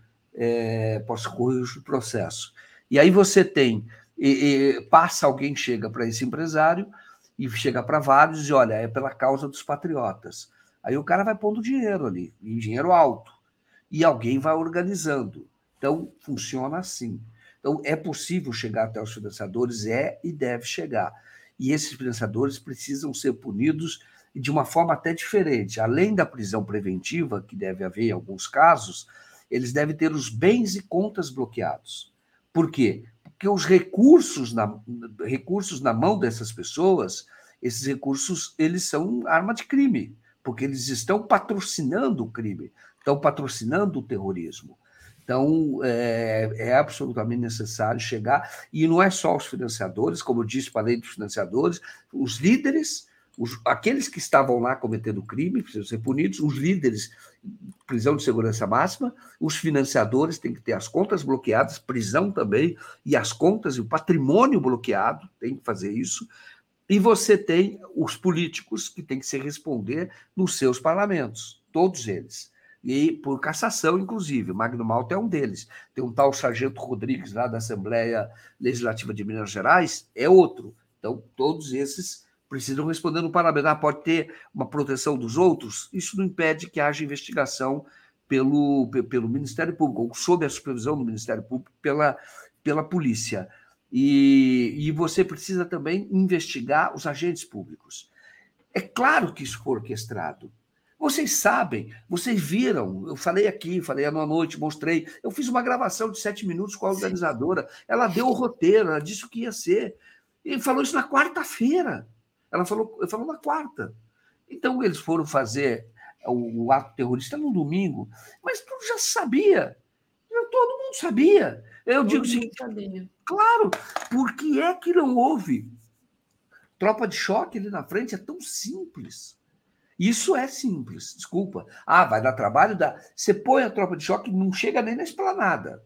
é, posso correr o processo. E aí você tem, e, e, passa alguém, chega para esse empresário, e chega para vários e diz, olha, é pela causa dos patriotas. Aí o cara vai pondo dinheiro ali, e dinheiro alto, e alguém vai organizando. Então, funciona assim. Então, é possível chegar até os financiadores, é e deve chegar. E esses financiadores precisam ser punidos de uma forma até diferente. Além da prisão preventiva, que deve haver em alguns casos, eles devem ter os bens e contas bloqueados. Por quê? Porque os recursos na, recursos na mão dessas pessoas, esses recursos, eles são arma de crime, porque eles estão patrocinando o crime, estão patrocinando o terrorismo. Então, é, é absolutamente necessário chegar, e não é só os financiadores, como eu disse, falei dos financiadores, os líderes, os, aqueles que estavam lá cometendo crime, precisam ser punidos, os líderes, prisão de segurança máxima, os financiadores têm que ter as contas bloqueadas, prisão também, e as contas e o patrimônio bloqueado, tem que fazer isso, e você tem os políticos que têm que se responder nos seus parlamentos, todos eles, e por cassação, inclusive, o Magno Malta é um deles, tem um tal Sargento Rodrigues lá da Assembleia Legislativa de Minas Gerais, é outro, então todos esses precisam responder no parlamento. Ah, pode ter uma proteção dos outros? Isso não impede que haja investigação pelo, pelo Ministério Público, ou sob a supervisão do Ministério Público, pela, pela polícia. E, e você precisa também investigar os agentes públicos. É claro que isso foi orquestrado. Vocês sabem, vocês viram, eu falei aqui, falei à noite, mostrei, eu fiz uma gravação de sete minutos com a organizadora, ela deu o roteiro, ela disse o que ia ser, e falou isso na quarta-feira. Ela falou, falou na quarta. Então, eles foram fazer o, o ato terrorista no domingo, mas tu já sabia. Todo mundo sabia. Eu todo digo assim, sabia. Claro, por que é que não houve? Tropa de choque ali na frente é tão simples. Isso é simples, desculpa. Ah, vai dar trabalho? Dá. Você põe a tropa de choque, não chega nem na esplanada.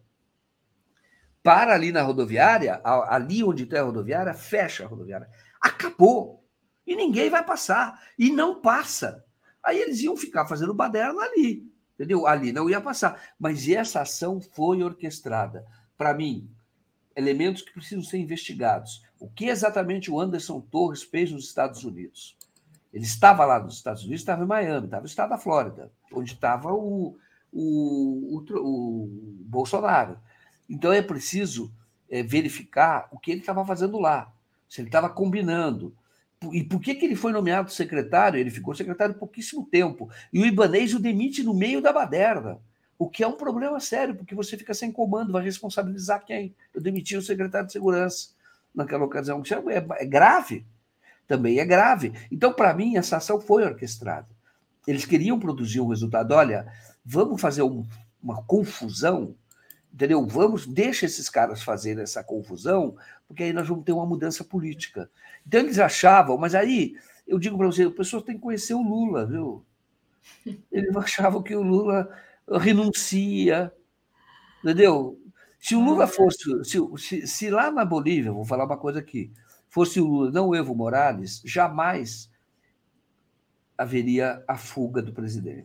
Para ali na rodoviária, ali onde tem a rodoviária, fecha a rodoviária. Acabou. E ninguém vai passar. E não passa. Aí eles iam ficar fazendo baderna ali. Entendeu? Ali não ia passar. Mas essa ação foi orquestrada. Para mim, elementos que precisam ser investigados. O que exatamente o Anderson Torres fez nos Estados Unidos? Ele estava lá nos Estados Unidos, estava em Miami, estava no estado da Flórida, onde estava o, o, o, o Bolsonaro. Então é preciso é, verificar o que ele estava fazendo lá, se ele estava combinando. E por que, que ele foi nomeado secretário? Ele ficou secretário pouquíssimo tempo. E o Ibanez o demite no meio da baderna, o que é um problema sério, porque você fica sem comando, vai responsabilizar quem? Eu demiti o secretário de Segurança naquela ocasião. Isso é, é grave, também é grave. Então, para mim, essa ação foi orquestrada. Eles queriam produzir um resultado. Olha, vamos fazer um, uma confusão, entendeu? Vamos, deixa esses caras fazerem essa confusão, porque aí nós vamos ter uma mudança política. Então, eles achavam, mas aí, eu digo para vocês, as pessoas têm que conhecer o Lula, viu? Eles achavam que o Lula renuncia, entendeu? Se o Lula fosse, se, se, se lá na Bolívia, vou falar uma coisa aqui, fosse o Lula, não o Evo Morales, jamais haveria a fuga do presidente.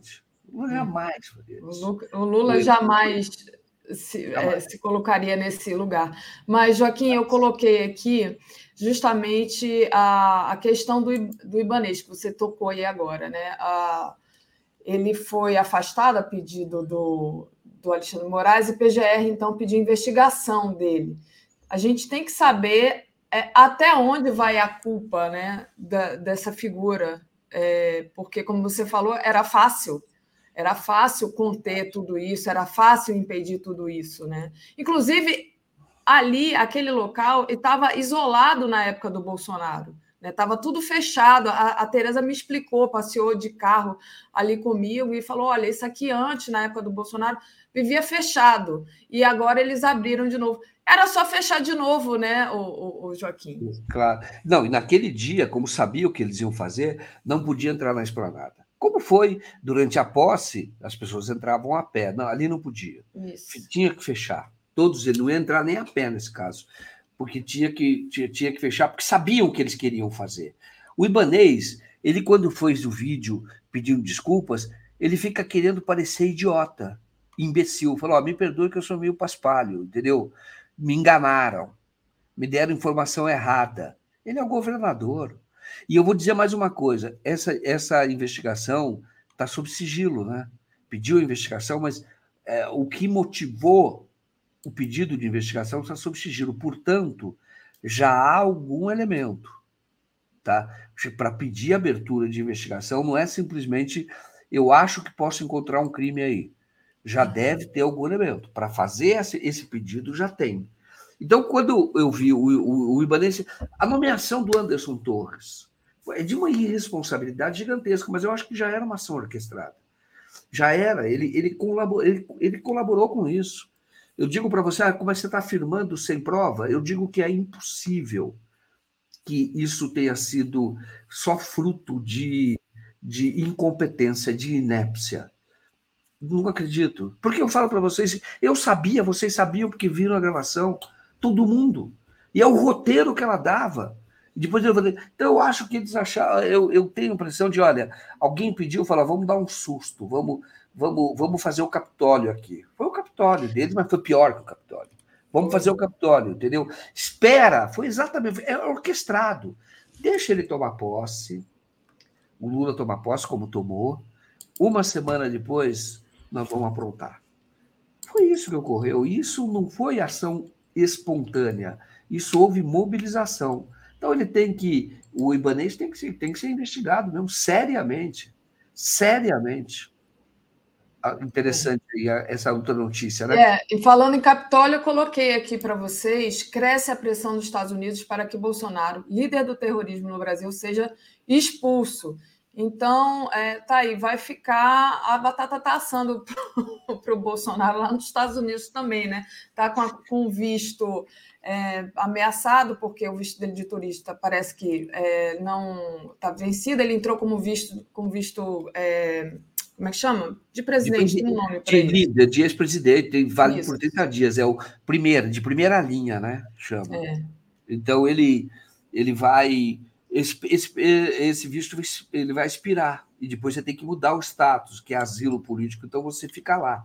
Lula jamais faria isso. O Lula jamais se, é, se colocaria nesse lugar. Mas, Joaquim, eu coloquei aqui justamente a, a questão do, do Ibanez, que você tocou aí agora, né? A, ele foi afastado a pedido do, do Alexandre de Moraes e o P G R, então, pediu investigação dele. A gente tem que saber é, até onde vai a culpa, né, da, dessa figura, é, porque, como você falou, era fácil. Era fácil conter tudo isso, era fácil impedir tudo isso, né? Inclusive, ali, aquele local, estava isolado na época do Bolsonaro, né? Estava tudo fechado. A, a Tereza me explicou, passeou de carro ali comigo e falou: olha, isso aqui antes, na época do Bolsonaro, vivia fechado. E agora eles abriram de novo. Era só fechar de novo, né, o, o, o Joaquim? Claro. Não, e naquele dia, como sabia o que eles iam fazer, não podia entrar na esplanada. Como foi durante a posse, as pessoas entravam a pé. Não, ali não podia. Isso. Tinha que fechar. Todos eles não iam entrar nem a pé nesse caso, porque tinha que, tinha, tinha que fechar, porque sabiam o que eles queriam fazer. O Ibanez, ele quando fez o vídeo pedindo desculpas, ele fica querendo parecer idiota, imbecil. Falou: oh, me perdoe que eu sou meio paspalho, entendeu? Me enganaram, me deram informação errada. Ele é o governador. E eu vou dizer mais uma coisa, essa, essa investigação está sob sigilo, né? Pediu a investigação, mas é, o que motivou o pedido de investigação está sob sigilo. Portanto, já há algum elemento, tá? Para pedir abertura de investigação, não é simplesmente eu acho que posso encontrar um crime aí. Já deve ter algum elemento. Para fazer esse, esse pedido, já tem. Então, quando eu vi o, o, o Ibanez, a nomeação do Anderson Torres é de uma irresponsabilidade gigantesca, mas eu acho que já era uma ação orquestrada. Já era, ele, ele, colaborou, ele, ele colaborou com isso. Eu digo para você, ah, como é que você está afirmando sem prova? Eu digo que é impossível que isso tenha sido só fruto de, de incompetência, de inépcia. Não acredito. Porque eu falo para vocês, eu sabia, vocês sabiam porque viram a gravação, todo mundo. E é o roteiro que ela dava. Depois eu falei, então eu acho que eles acharam, eu, eu tenho a impressão de, olha, alguém pediu, falou, vamos dar um susto, vamos, vamos, vamos fazer o Capitólio aqui. Foi o Capitólio deles, mas foi pior que o Capitólio. Vamos fazer o Capitólio, entendeu? Espera, foi exatamente, é orquestrado. Deixa ele tomar posse, o Lula tomar posse como tomou, uma semana depois nós vamos aprontar. Foi isso que ocorreu. Isso não foi ação espontânea, isso houve mobilização. Então ele tem que, o Ibanez tem que ser, tem que ser investigado mesmo, seriamente, seriamente. Interessante aí essa outra notícia, né? É, e falando em Capitólio, eu coloquei aqui para vocês, cresce a pressão dos Estados Unidos para que Bolsonaro, líder do terrorismo no Brasil, seja expulso. Então, é, tá aí, vai ficar, a batata tá assando para o Bolsonaro lá nos Estados Unidos também, né? Tá com, a, com o visto é, ameaçado, porque o visto dele de turista parece que é, não está vencido, ele entrou como visto, como visto é, como é que chama? De presidente, de, tem um nome para de ele. líder, de ex-presidente, vale Isso. por trinta dias, é o primeiro, de primeira linha, né? Chama. É. Então, ele, ele vai... Esse, esse, esse visto ele vai expirar e depois você tem que mudar o status, que é asilo político, então você fica lá.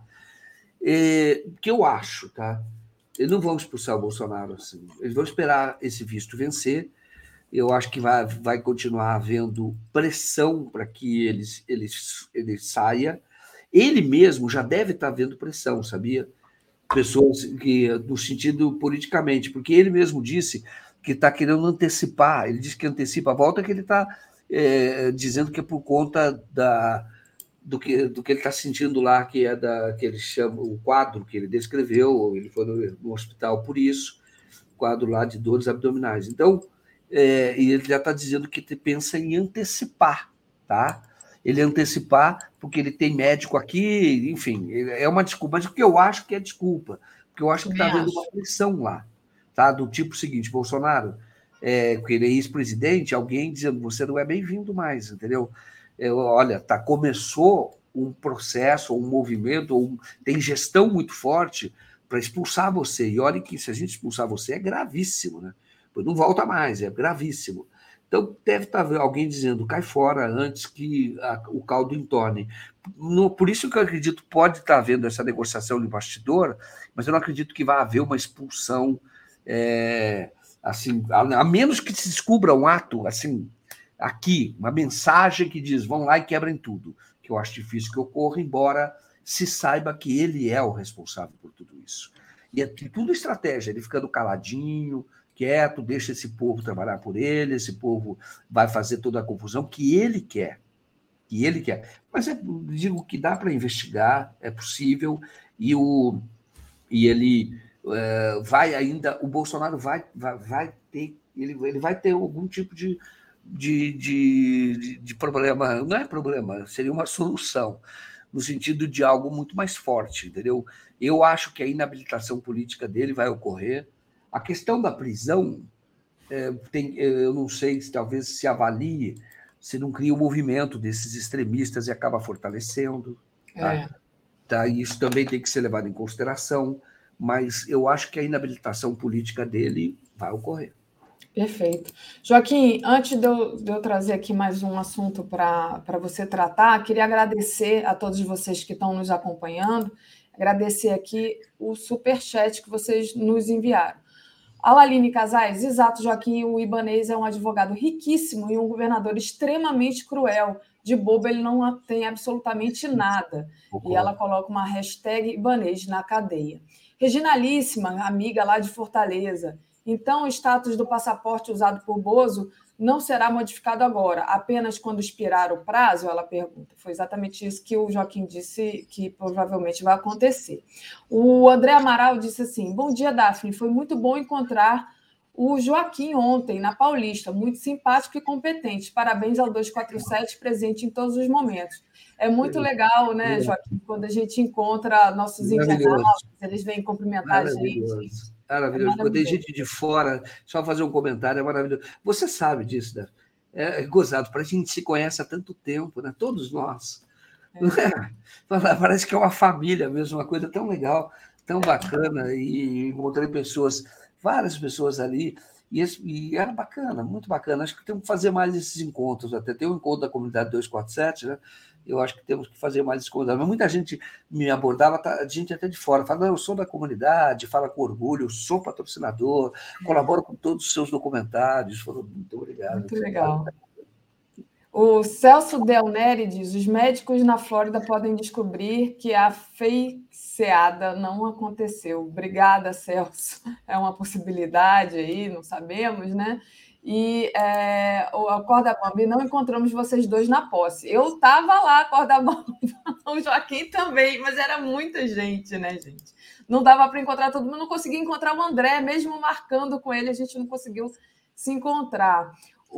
É, o que eu acho, tá? Eles não vão expulsar o Bolsonaro assim. Eles vão esperar esse visto vencer. Eu acho que vai, vai continuar havendo pressão para que ele, ele, ele saia. Ele mesmo já deve estar vendo pressão, sabia? Pessoas que, no sentido politicamente, porque ele mesmo disse que está querendo antecipar, ele diz que antecipa a volta, que ele está é, dizendo que é por conta da, do, que, do que ele está sentindo lá, que é da, que ele chama, o quadro que ele descreveu, ele foi no, no hospital por isso, quadro lá de dores abdominais. Então, é, e ele já está dizendo que pensa em antecipar, tá? Ele antecipar, porque ele tem médico aqui, enfim, é uma desculpa, mas o que eu acho que é desculpa, porque eu acho que está havendo uma pressão lá. Tá? Do tipo seguinte, Bolsonaro, é, que ele é ex-presidente, alguém dizendo, você não é bem-vindo mais, entendeu? É, olha, tá, começou um processo, um movimento, um, tem gestão muito forte para expulsar você, e olha que se a gente expulsar você é gravíssimo, né? Pois não volta mais, é gravíssimo. Então, deve estar alguém dizendo, cai fora antes que a, o caldo entorne. No, por isso que eu acredito que pode estar havendo essa negociação de bastidor, mas eu não acredito que vai haver uma expulsão, é, assim, a, a menos que se descubra um ato, assim, aqui, uma mensagem que diz, vão lá e quebrem tudo, que eu acho difícil que ocorra, embora se saiba que ele é o responsável por tudo isso. E é tudo estratégia, ele ficando caladinho, quieto, deixa esse povo trabalhar por ele, esse povo vai fazer toda a confusão que ele quer, que ele quer. Mas é, digo que dá para investigar, é possível, e, o, e ele é, vai ainda, o Bolsonaro vai, vai, vai ter, ele, ele vai ter algum tipo de, de, de, de, de problema, não é problema, seria uma solução, no sentido de algo muito mais forte, entendeu? Eu acho que a inabilitação política dele vai ocorrer. A questão da prisão, é, tem, eu não sei se talvez se avalie, se não cria o um movimento desses extremistas e acaba fortalecendo. Tá? É. Tá? Isso também tem que ser levado em consideração, mas eu acho que a inabilitação política dele vai ocorrer. Perfeito. Joaquim, antes de eu, de eu trazer aqui mais um assunto para você tratar, queria agradecer a todos vocês que estão nos acompanhando, agradecer aqui o superchat que vocês nos enviaram. Alaline Casais, exato, Joaquim, o Ibanez é um advogado riquíssimo e um governador extremamente cruel. De bobo, ele não tem absolutamente nada. E ela coloca uma hashtag Ibanez na cadeia. Reginalíssima, amiga lá de Fortaleza. Então, o status do passaporte usado por Bozo não será modificado agora, apenas quando expirar o prazo? Ela pergunta. Foi exatamente isso que o Joaquim disse que provavelmente vai acontecer. O André Amaral disse assim, bom dia, Daphne, foi muito bom encontrar o Joaquim ontem na Paulista, muito simpático e competente. Parabéns ao duzentos e quarenta e sete, presente em todos os momentos. É muito legal, né, Joaquim, quando a gente encontra nossos internautas, eles vêm cumprimentar a gente. Maravilhoso. Maravilhoso. Quando tem gente de fora, só fazer um comentário, é maravilhoso. Você sabe disso, né? É, é gozado, parece que a gente se conhece há tanto tempo, né? Todos nós. É. Parece que é uma família mesmo, uma coisa tão legal, tão bacana, e encontrei pessoas, várias pessoas ali, e, esse, e era bacana, muito bacana. Acho que temos que fazer mais esses encontros, até tem um encontro da comunidade duzentos e quarenta e sete, né? Eu acho que temos que fazer mais esse comentário. Mas muita gente me abordava, gente até de fora, fala, não, eu sou da comunidade, fala com orgulho, eu sou patrocinador, colaboro com todos os seus documentários. Falou, muito obrigado. Muito legal. O Celso Del Neri diz, os médicos na Flórida podem descobrir que a feiceada não aconteceu. Obrigada, Celso. É uma possibilidade aí, não sabemos, né? E é, a Corda Bamba, e não encontramos vocês dois na posse. Eu estava lá, Corda Bamba, o Joaquim também, mas era muita gente, né, gente? Não dava para encontrar todo mundo, não conseguia encontrar o André, mesmo marcando com ele, a gente não conseguiu se encontrar.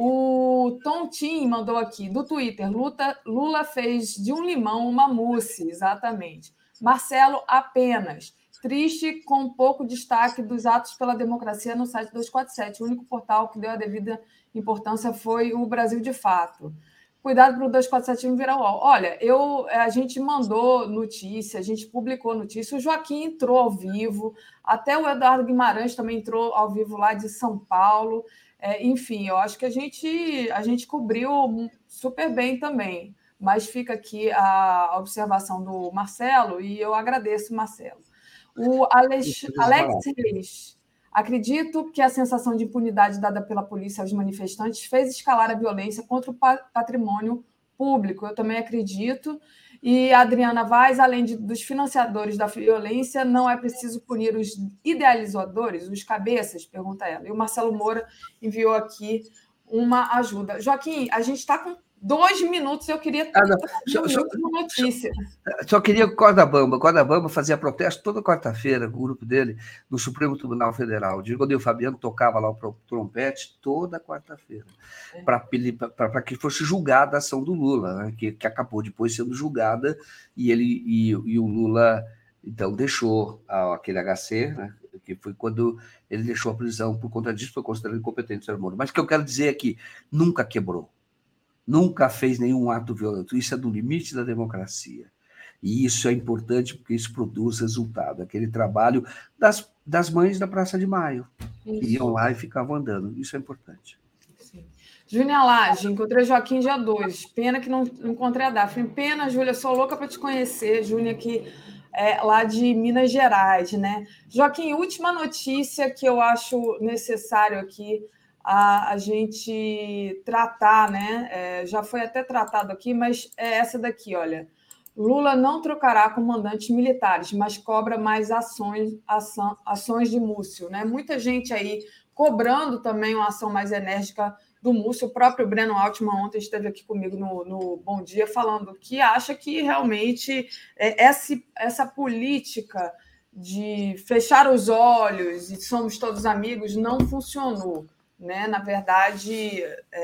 O Tom Tim mandou aqui, do Twitter, Lula, Lula fez de um limão uma mousse, exatamente. Marcelo apenas. Triste com pouco destaque dos atos pela democracia no site duzentos e quarenta e sete. O único portal que deu a devida importância foi o Brasil de Fato. Cuidado para o duzentos e quarenta e sete não virar o ó. Olha, eu, a gente mandou notícia, a gente publicou notícia, o Joaquim entrou ao vivo, até o Eduardo Guimarães também entrou ao vivo lá de São Paulo. É, enfim, eu acho que a gente, a gente cobriu super bem também. Mas fica aqui a observação do Marcelo e eu agradeço, Marcelo. O Alex, Alex Reis, acredito que a sensação de impunidade dada pela polícia aos manifestantes fez escalar a violência contra o patrimônio público. Eu também acredito. E a Adriana Vaz, além de, dos financiadores da violência, não é preciso punir os idealizadores, os cabeças? Pergunta ela. E o Marcelo Moura enviou aqui uma ajuda. Joaquim, a gente está com dois minutos, eu queria ah, só, só, uma notícia. Só, só queria o Corda Bamba. Corda Bamba fazia protesto toda quarta-feira, com o grupo dele, no Supremo Tribunal Federal. O Diego Fabiano tocava lá o trompete toda quarta-feira, é. para que fosse julgada a ação do Lula, né, que, que acabou depois sendo julgada, e, ele, e, e o Lula, então, deixou aquele H C, né, que foi quando ele deixou a prisão por conta disso, foi considerado incompetente, Sérgio Moro. Mas o que eu quero dizer é que nunca quebrou. Nunca fez nenhum ato violento. Isso é do limite da democracia. E isso é importante porque isso produz resultado. Aquele trabalho das, das mães da Praça de Maio, isso. Que iam lá e ficavam andando. Isso é importante. Sim. Júnia Lage, encontrei Joaquim dia dois. Pena que não encontrei a Daphne. Pena, Júlia, sou louca para te conhecer. Júnia aqui, é, lá de Minas Gerais, né? Joaquim, última notícia que eu acho necessário aqui a, a gente tratar, né? É, já foi até tratado aqui, mas é essa daqui, olha. Lula não trocará comandantes militares, mas cobra mais ações, ação, ações de Múcio, né? Muita gente aí cobrando também uma ação mais enérgica do Múcio. O próprio Breno Altman ontem esteve aqui comigo no, no Bom Dia falando que acha que realmente essa, essa política de fechar os olhos e somos todos amigos não funcionou, né? Na verdade,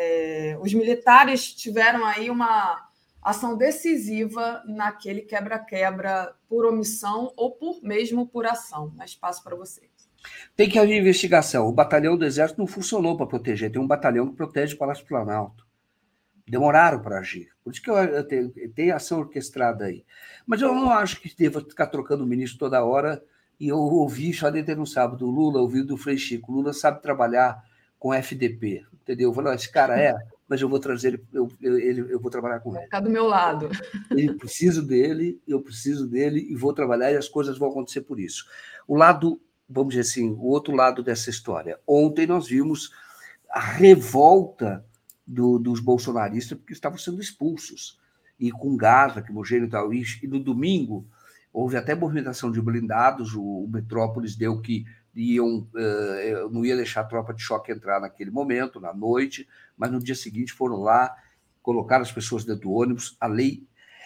é, os militares tiveram aí uma ação decisiva naquele quebra-quebra por omissão ou por mesmo por ação. Mas passo para você. Tem que haver investigação. O batalhão do Exército não funcionou para proteger. Tem um batalhão que protege o Palácio Planalto. Demoraram para agir. Por isso que eu, eu tenho, tem ação orquestrada aí. Mas eu não acho que deva ficar trocando o ministro toda hora. E eu ouvi, já ter no sábado, o Lula, ouvi do Frei Chico. O Lula sabe trabalhar com F D P. Entendeu? Eu falei, esse cara é, mas eu vou trazer ele, eu, eu, ele, eu vou trabalhar com ele. Vai ficar do meu lado. Eu preciso dele, eu preciso dele e vou trabalhar e as coisas vão acontecer por isso. O lado, vamos dizer assim, o outro lado dessa história. Ontem nós vimos a revolta do, dos bolsonaristas porque estavam sendo expulsos. E com gás, lacrimogêneo e tal. E, e no domingo houve até movimentação de blindados, o, o Metrópolis deu que iam, uh, não ia deixar a tropa de choque entrar naquele momento, na noite, mas no dia seguinte foram lá, colocaram as pessoas dentro do ônibus, a lei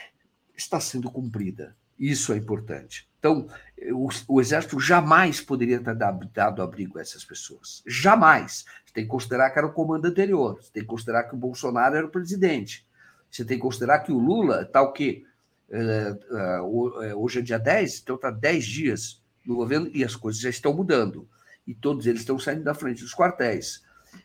está sendo cumprida. Isso é importante. Então, o, o Exército jamais poderia ter dado abrigo a essas pessoas. Jamais. Você tem que considerar que era o comando anterior, você tem que considerar que o Bolsonaro era o presidente, você tem que considerar que o Lula está o quê? Uh, uh, hoje é dia dez, então está dez dias no governo e as coisas já estão mudando. E todos eles estão saindo da frente dos quartéis.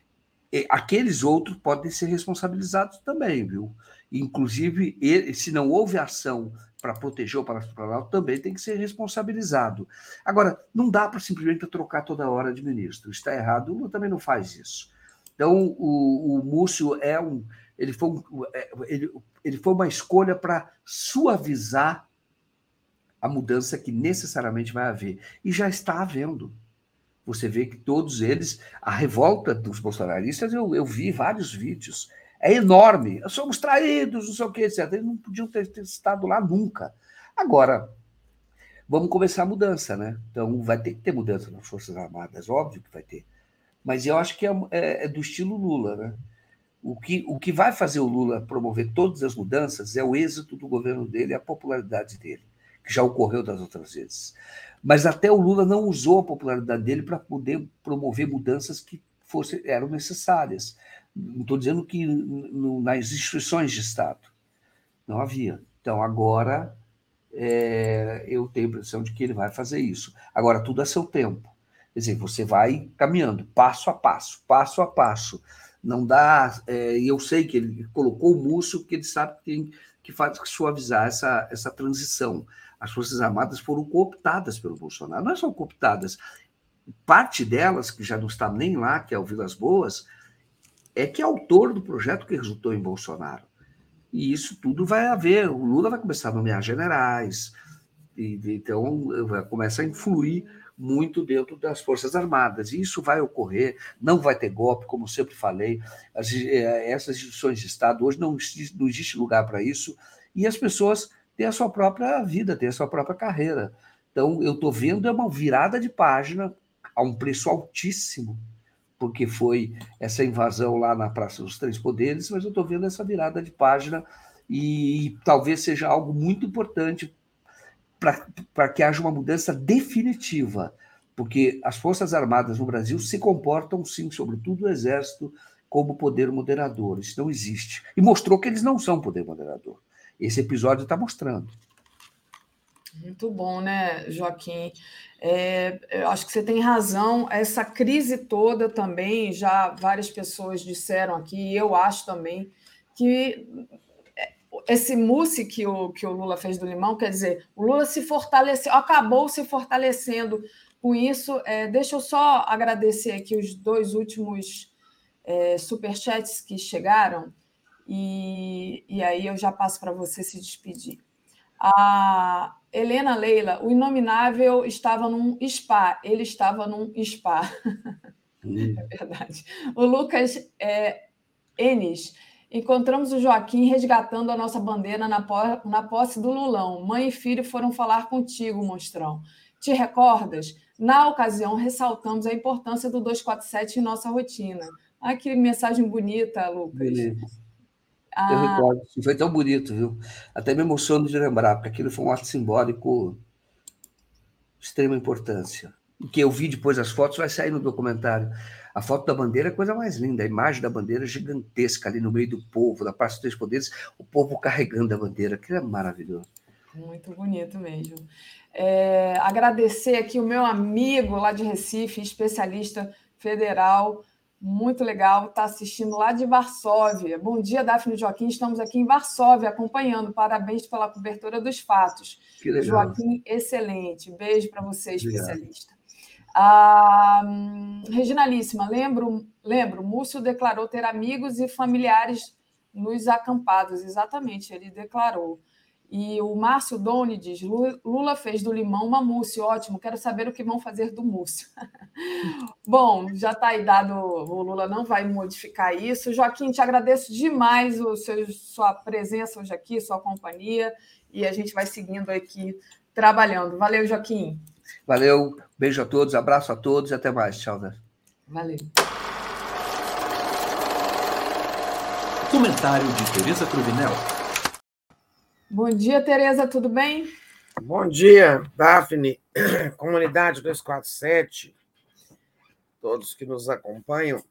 E aqueles outros podem ser responsabilizados também, viu? Inclusive, ele, se não houve ação para proteger o Palácio Planalto, também tem que ser responsabilizado. Agora, não dá para simplesmente trocar toda hora de ministro. Está errado, o Lula também não faz isso. Então, o, o Múcio é um, ele foi, um, ele, ele foi uma escolha para suavizar a mudança que necessariamente vai haver. E já está havendo. Você vê que todos eles, a revolta dos bolsonaristas, eu, eu vi vários vídeos, é enorme. Somos traídos, não sei o que, etcétera. Eles não podiam ter, ter estado lá nunca. Agora, vamos começar a mudança, né? Então, vai ter que ter mudança nas Forças Armadas, óbvio que vai ter. Mas eu acho que é, é, é do estilo Lula, né? O que, o que vai fazer o Lula promover todas as mudanças é o êxito do governo dele e a popularidade dele, que já ocorreu das outras vezes. Mas até o Lula não usou a popularidade dele para poder promover mudanças que fossem, eram necessárias. Não estou dizendo que no, nas instituições de Estado não havia. Então, agora, é, eu tenho a impressão de que ele vai fazer isso. Agora, tudo a seu tempo. Quer dizer, você vai caminhando, passo a passo, passo a passo. Não dá... É, eu sei que ele colocou o Múcio porque ele sabe que tem que, faz, que suavizar essa, essa transição. As Forças Armadas foram cooptadas pelo Bolsonaro. Não são cooptadas. Parte delas, que já não está nem lá, que é o Vilas Boas, é que é autor do projeto que resultou em Bolsonaro. E isso tudo vai haver. O Lula vai começar a nomear generais, e, então vai começar a influir muito dentro das Forças Armadas. E isso vai ocorrer, não vai ter golpe, como eu sempre falei. As, essas instituições de Estado, hoje não existe, não existe lugar para isso, e as pessoas têm a sua própria vida, têm a sua própria carreira. Então, eu estou vendo é uma virada de página a um preço altíssimo, porque foi essa invasão lá na Praça dos Três Poderes, mas eu estou vendo essa virada de página e, e talvez seja algo muito importante para que haja uma mudança definitiva, porque as Forças Armadas no Brasil se comportam, sim, sobretudo o Exército, como poder moderador. Isso não existe. E mostrou que eles não são poder moderador. Esse episódio está mostrando. Muito bom, né, Joaquim? É, eu acho que você tem razão. Essa crise toda também, já várias pessoas disseram aqui, e eu acho também, que esse mousse que o, que o Lula fez do limão, quer dizer, o Lula se fortaleceu, acabou se fortalecendo com isso. É, deixa eu só agradecer aqui os dois últimos é, superchats que chegaram, e, e aí eu já passo para você se despedir. A Helena Leila, o Inominável estava num spa, ele estava num spa. Hum. É verdade. O Lucas é, Enes, encontramos o Joaquim resgatando a nossa bandeira na, po- na posse do Lulão. Mãe e filho foram falar contigo, monstrão. Te recordas? Na ocasião, ressaltamos a importância do duzentos e quarenta e sete em nossa rotina. Ai, que mensagem bonita, Lucas. Bonito. Ah, Eu recordo. Foi tão bonito, viu? Até me emociono de lembrar, porque aquilo foi um ato simbólico de extrema importância. O que eu vi depois das fotos vai sair no documentário. A foto da bandeira é a coisa mais linda, a imagem da bandeira gigantesca ali no meio do povo, da Praça dos Três Poderes, o povo carregando a bandeira, aquilo é maravilhoso. Muito bonito mesmo. É, agradecer aqui o meu amigo lá de Recife, especialista federal, muito legal, está assistindo lá de Varsóvia. Bom dia, Daphne e Joaquim, estamos aqui em Varsóvia acompanhando. Parabéns pela cobertura dos fatos. Que legal. Joaquim, excelente. Beijo para você, especialista. Ah, Reginalíssima, lembro, lembro, Múcio declarou ter amigos e familiares nos acampados. Exatamente, ele declarou. E o Márcio Doni diz, Lula fez do Limão uma mousse, ótimo, quero saber o que vão fazer do Múcio. Bom, já está aí dado, o Lula não vai modificar isso. Joaquim, te agradeço demais o seu, sua presença hoje aqui, sua companhia, e a gente vai seguindo aqui, trabalhando. Valeu, Joaquim. Valeu, beijo a todos, abraço a todos e até mais. Tchau, né? Valeu. Comentário de Tereza Cruvinel. Bom dia, Tereza, tudo bem? Bom dia, Daphne, comunidade duzentos e quarenta e sete, todos que nos acompanham.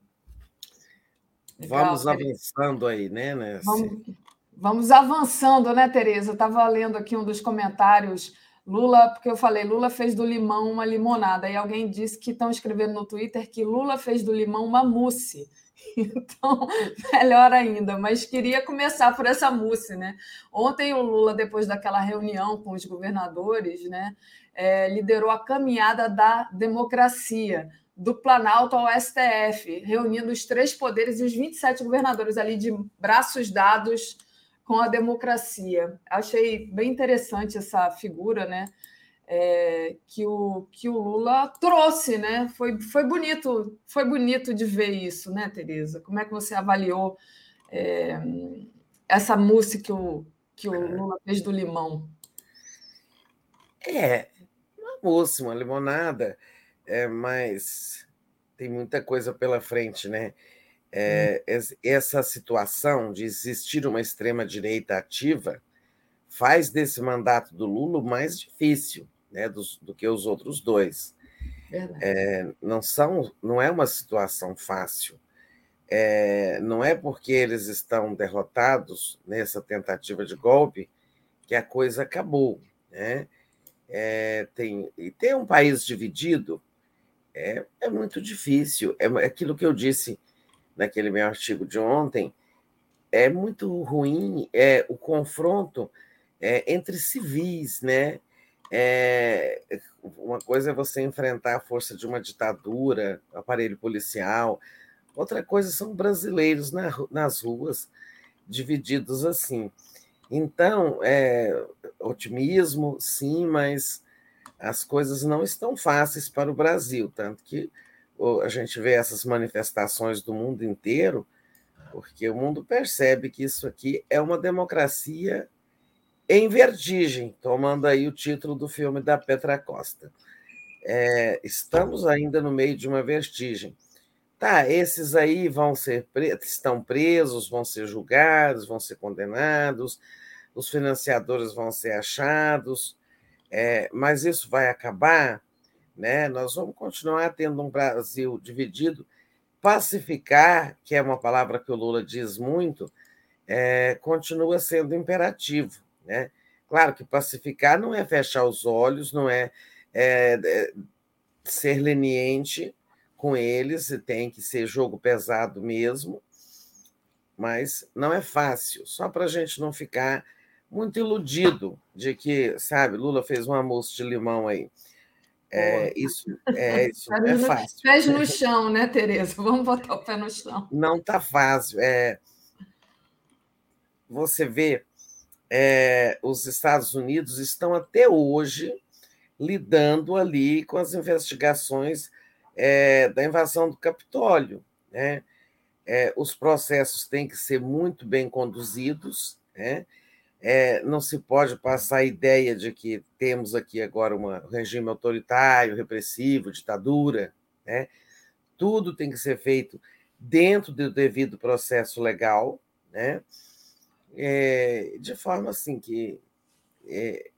Legal, vamos avançando aí, né? Nesse... Vamos, vamos avançando, né, Tereza? Eu estava lendo aqui um dos comentários, Lula, porque eu falei, Lula fez do limão uma limonada, e alguém disse que estão escrevendo no Twitter que Lula fez do limão uma mousse. Então, melhor ainda, mas queria começar por essa mousse, né? Ontem o Lula, depois daquela reunião com os governadores, né, é, liderou a caminhada da democracia, do Planalto ao S T F, reunindo os três poderes e os vinte e sete governadores ali de braços dados com a democracia. Achei bem interessante essa figura, né? É, que, o, que o Lula trouxe, né? Foi, foi bonito, foi bonito de ver isso, né, Tereza? Como é que você avaliou é, essa mousse que o, que o Lula fez do limão? É, uma mousse, uma limonada, é, mas tem muita coisa pela frente, né? É, hum. Essa situação de existir uma extrema-direita ativa faz desse mandato do Lula mais difícil, né, do, do que os outros dois. É, não, são, não é uma situação fácil. É, não é porque eles estão derrotados nessa tentativa de golpe que a coisa acabou. Né? É, tem, e ter um país dividido é, é muito difícil. É aquilo que eu disse naquele meu artigo de ontem, é muito ruim é, o confronto é, entre civis, né? É, uma coisa é você enfrentar a força de uma ditadura, aparelho policial, outra coisa são brasileiros na, nas ruas, divididos assim. Então, é, otimismo, sim, mas as coisas não estão fáceis para o Brasil, tanto que a gente vê essas manifestações do mundo inteiro, porque o mundo percebe que isso aqui é uma democracia em vertigem, tomando aí o título do filme da Petra Costa. É, estamos ainda no meio de uma vertigem. Tá, esses aí vão ser pre... estão presos, vão ser julgados, vão ser condenados, os financiadores vão ser achados, é, mas isso vai acabar, né? Nós vamos continuar tendo um Brasil dividido. Pacificar, que é uma palavra que o Lula diz muito, é, continua sendo imperativo. Né? Claro que pacificar não é fechar os olhos, não é, é, é ser leniente com eles, tem que ser jogo pesado mesmo, mas não é fácil, só para a gente não ficar muito iludido de que, sabe, Lula fez uma mousse de limão aí. É, isso é, isso é fácil. Pés no chão, né, Tereza? Vamos botar o pé no chão. Não está fácil. É, você vê, é, os Estados Unidos estão até hoje lidando ali com as investigações é, da invasão do Capitólio, né? É, os processos têm que ser muito bem conduzidos, né? É, não se pode passar a ideia de que temos aqui agora um regime autoritário, repressivo, ditadura, né? Tudo tem que ser feito dentro do devido processo legal, né? É, de forma assim que é,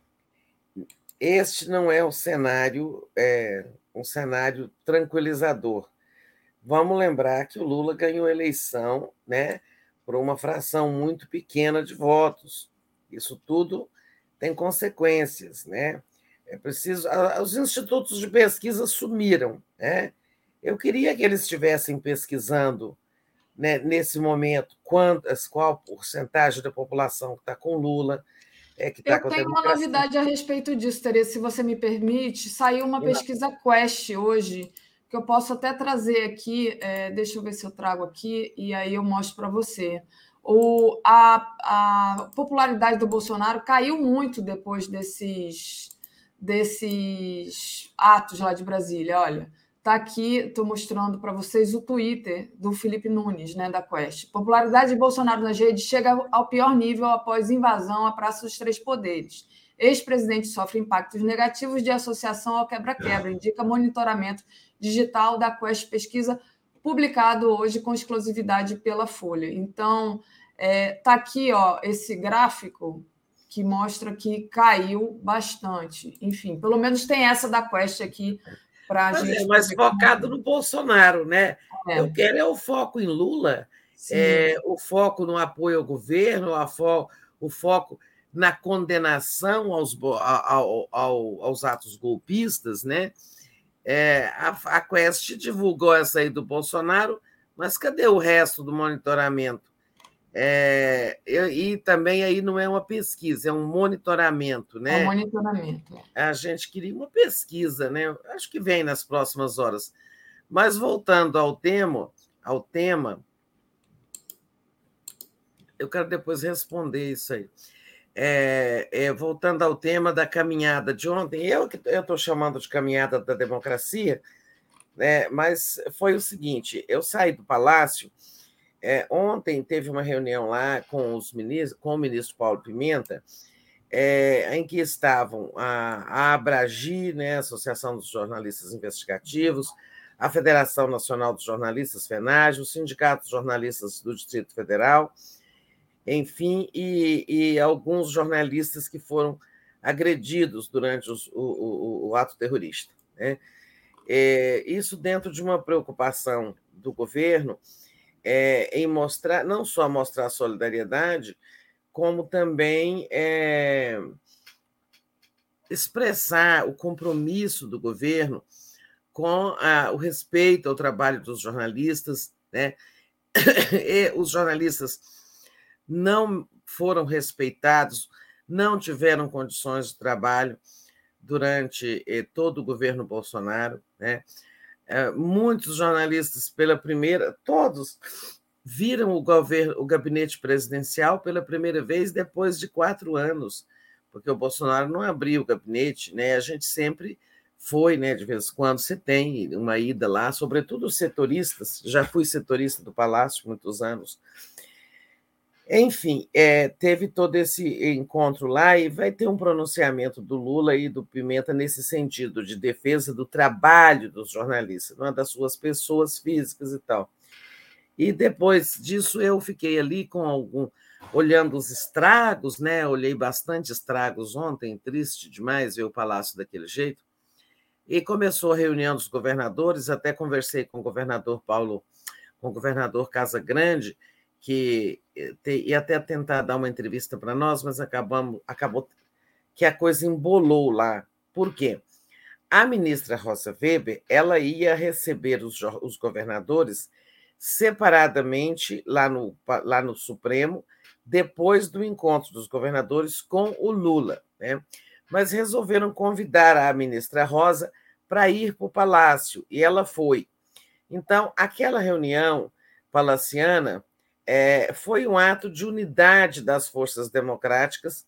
este não é um cenário, é, um cenário tranquilizador. Vamos lembrar que o Lula ganhou a eleição, né, por uma fração muito pequena de votos. Isso tudo tem consequências, né? É preciso. Os institutos de pesquisa sumiram, né? Eu queria que eles estivessem pesquisando, né, nesse momento, quantas, qual a porcentagem da população que está com Lula, é, que está com a Eu tenho uma democracia. novidade a respeito disso, Tereza, se você me permite. Saiu uma pesquisa Quest hoje, que eu posso até trazer aqui, é, deixa eu ver se eu trago aqui, e aí eu mostro para você. O, a, a popularidade do Bolsonaro caiu muito depois desses, desses atos lá de Brasília. Olha, está aqui, estou mostrando para vocês o Twitter do Felipe Nunes, né, da Quest. Popularidade de Bolsonaro nas redes chega ao pior nível após invasão à Praça dos Três Poderes. Ex-presidente sofre impactos negativos de associação ao quebra-quebra, indica monitoramento digital da Quest Pesquisa, publicado hoje com exclusividade pela Folha. Então, está é, aqui ó, esse gráfico que mostra que caiu bastante. Enfim, pelo menos tem essa da Quest aqui para a gente. É, mas focado no Bolsonaro, né? É. Eu quero é o foco em Lula, é, o foco no apoio ao governo, a fo, o foco na condenação aos, ao, ao, aos atos golpistas, né? É, a, a Quest divulgou essa aí do Bolsonaro, mas cadê o resto do monitoramento? É, e, e também aí não é uma pesquisa, é um monitoramento, né? É um monitoramento. A gente queria uma pesquisa, né? Acho que vem nas próximas horas. Mas voltando ao tema, ao tema, eu quero depois responder isso aí. É, é, voltando ao tema da caminhada de ontem, eu que eu estou chamando de caminhada da democracia, né, mas foi o seguinte: eu saí do Palácio, é, ontem teve uma reunião lá com, os ministros, com o ministro Paulo Pimenta, é, em que estavam a, a Abragi, né, Associação dos Jornalistas Investigativos, a Federação Nacional dos Jornalistas, FENAGE, o Sindicato dos Jornalistas do Distrito Federal, enfim, e, e alguns jornalistas que foram agredidos durante os, o, o, o ato terrorista, né? É, isso dentro de uma preocupação do governo é, em mostrar, não só mostrar solidariedade, como também é, expressar o compromisso do governo com a, o respeito ao trabalho dos jornalistas, né? E os jornalistas não foram respeitados, não tiveram condições de trabalho durante eh, todo o governo Bolsonaro, né? Eh, muitos jornalistas, pela primeira, todos viram o governo, o gabinete presidencial pela primeira vez depois de quatro anos, porque o Bolsonaro não abriu o gabinete, né? A gente sempre foi, né? De vez em quando você tem uma ida lá, sobretudo os setoristas. Já fui setorista do Palácio por muitos anos. Enfim, é, teve todo esse encontro lá e vai ter um pronunciamento do Lula e do Pimenta nesse sentido, de defesa do trabalho dos jornalistas, não é, das suas pessoas físicas e tal. E depois disso eu fiquei ali com algum, olhando os estragos, né? Olhei bastante estragos ontem, triste demais ver o Palácio daquele jeito. E começou a reunião dos governadores, até conversei com o governador Paulo, com o governador Casagrande, que ia até tentar dar uma entrevista para nós, mas acabamos, acabou que a coisa embolou lá. Por quê? A ministra Rosa Weber, ela ia receber os, os governadores separadamente lá no, lá no Supremo, depois do encontro dos governadores com o Lula, né? mas resolveram convidar a ministra Rosa para ir para o Palácio, e ela foi. Então, aquela reunião palaciana é, foi um ato de unidade das forças democráticas